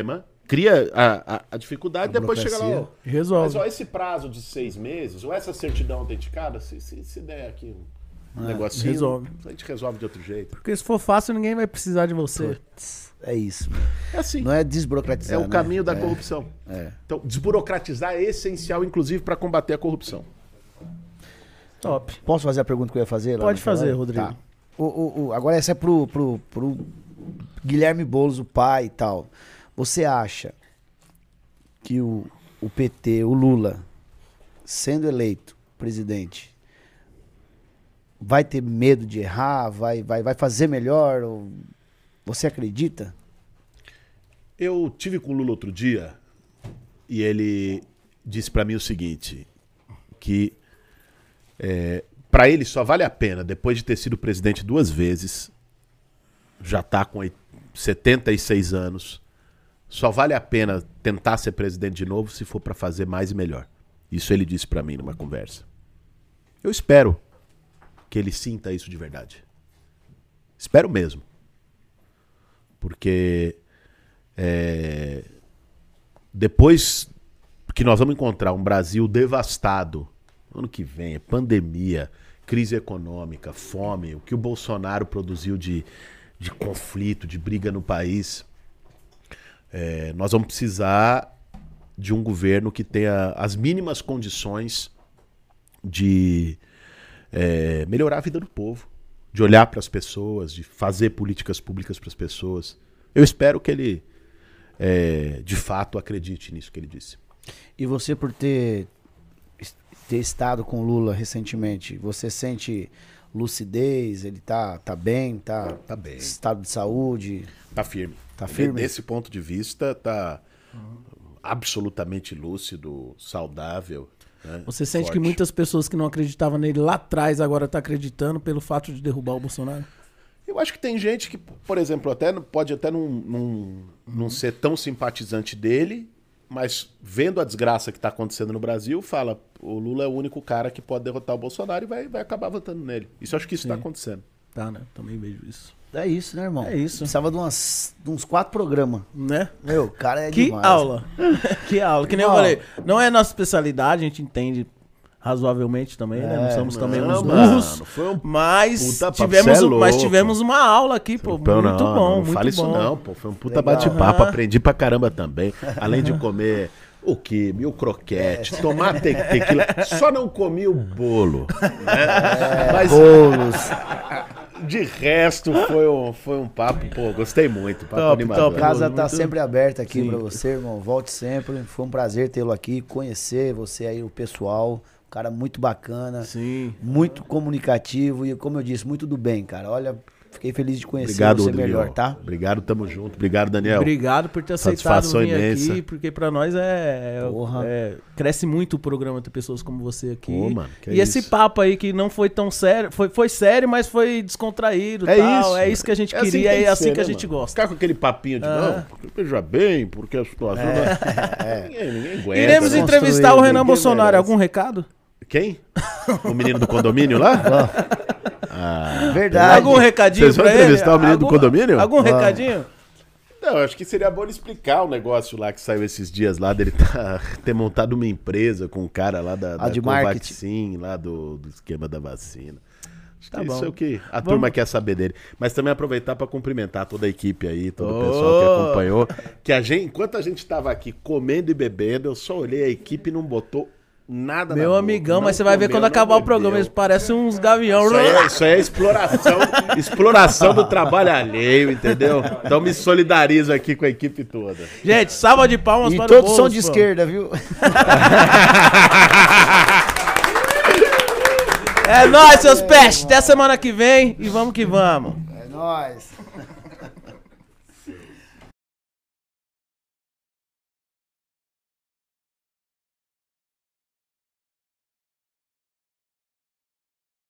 cria a dificuldade, depois chega lá, ó. Resolve. Mas ó, esse prazo de 6 meses, ou essa certidão autenticada, se der aqui um negocinho, resolve. a gente resolve de outro jeito. Porque se for fácil, ninguém vai precisar de você. É isso. É assim. Não é desburocratizar. É o caminho da corrupção. É. Então, desburocratizar é essencial, inclusive, para combater a corrupção. Top. Posso fazer a pergunta que eu ia fazer? Pode fazer, Rodrigo. Tá. Agora essa é pro Guilherme Boulos, o pai e tal. Você acha que o PT, o Lula, sendo eleito presidente, vai ter medo de errar? Vai fazer melhor? Você acredita? Eu tive com o Lula outro dia e ele disse para mim o seguinte, que para ele só vale a pena, depois de ter sido presidente 2 vezes, já tá com 76 anos, só vale a pena tentar ser presidente de novo se for para fazer mais e melhor. Isso ele disse para mim numa conversa. Eu espero que ele sinta isso de verdade. Espero mesmo. Porque depois que nós vamos encontrar um Brasil devastado, ano que vem, pandemia, crise econômica, fome, o que o Bolsonaro produziu de conflito, de briga no país, nós vamos precisar de um governo que tenha as mínimas condições de melhorar a vida do povo, de olhar para as pessoas, de fazer políticas públicas para as pessoas. Eu espero que ele, de fato, acredite nisso que ele disse. E você, por ter estado com o Lula recentemente, você sente lucidez? Ele tá bem? Tá bem. Estado de saúde? Tá firme. Tá firme? Desse ponto de vista, tá absolutamente lúcido, saudável. Né? Você sente forte. que muitas pessoas que não acreditavam nele lá atrás agora tá acreditando pelo fato de derrubar o Bolsonaro? Eu acho que tem gente que, por exemplo, pode até não ser tão simpatizante dele, mas vendo a desgraça que está acontecendo no Brasil, fala, o Lula é o único cara que pode derrotar o Bolsonaro e vai acabar votando nele. Isso eu acho que isso está acontecendo. Tá, né? Também vejo isso. É isso, né, irmão? É isso. Precisava de uns 4 programas. Né? Meu, o cara é Que demais. aula. Que aula. Que nem eu falei, não é nossa especialidade, a gente entende razoavelmente também, né? Não somos também uns burros. Mas tivemos uma aula aqui, pô. Muito bom, muito bom. Não fala isso não, pô. Foi um puta bate-papo, aprendi pra caramba também. Além de comer o quibe, o croquete, tomar tequila. Só não comi o bolo. Né? Mas Bolos. de resto foi um papo, pô, gostei muito. Papo animador. A casa tá sempre aberta aqui pra você, irmão. Volte sempre. Foi um prazer tê-lo aqui, conhecer você aí, o pessoal. Um cara muito bacana. Sim. Muito comunicativo e, como eu disse, muito do bem, cara. Olha, fiquei feliz de conhecer Obrigado, você Rodrigo. melhor, tá? Obrigado, tamo junto. Obrigado, Daniel. Obrigado por ter aceitado Satisfação vir imensa. aqui, porque pra nós cresce muito o programa ter pessoas como você aqui. Pô, mano, que e esse isso. papo aí que não foi tão sério, foi sério, mas foi descontraído, É tal. isso. É isso que a gente É assim queria, que tem é que assim ser, que a né, gente mano? gosta. Ficar com aquele papinho de não, porque veja bem, porque a situação... Ninguém aguenta. Iremos né? entrevistar o Renan Ninguém Bolsonaro. merece. Algum recado? Quem? O menino do condomínio lá? Verdade. Algum recadinho Vocês vão pra ele? entrevistar o menino do condomínio? Algum recadinho? Não, acho que seria bom ele explicar o negócio lá que saiu esses dias lá, dele ter montado uma empresa com um cara lá da de Covaxin, lá do esquema da vacina. Acho Tá que bom. isso é o que a turma quer saber dele. Mas também aproveitar para cumprimentar toda a equipe aí, todo o pessoal que acompanhou. Que enquanto a gente estava aqui comendo e bebendo, eu só olhei a equipe e não botou nada na Meu boca. amigão, Não mas você vai ver comeu, quando não acabar o bebeu. programa, eles parecem uns gavião. Isso aí é exploração do trabalho alheio, entendeu? Então me solidarizo aqui com a equipe toda. Gente, salva de palmas E para o todos Boulos, são de pô. esquerda, viu? É nóis, seus peixes. Até semana que vem e vamos que vamos. É nóis.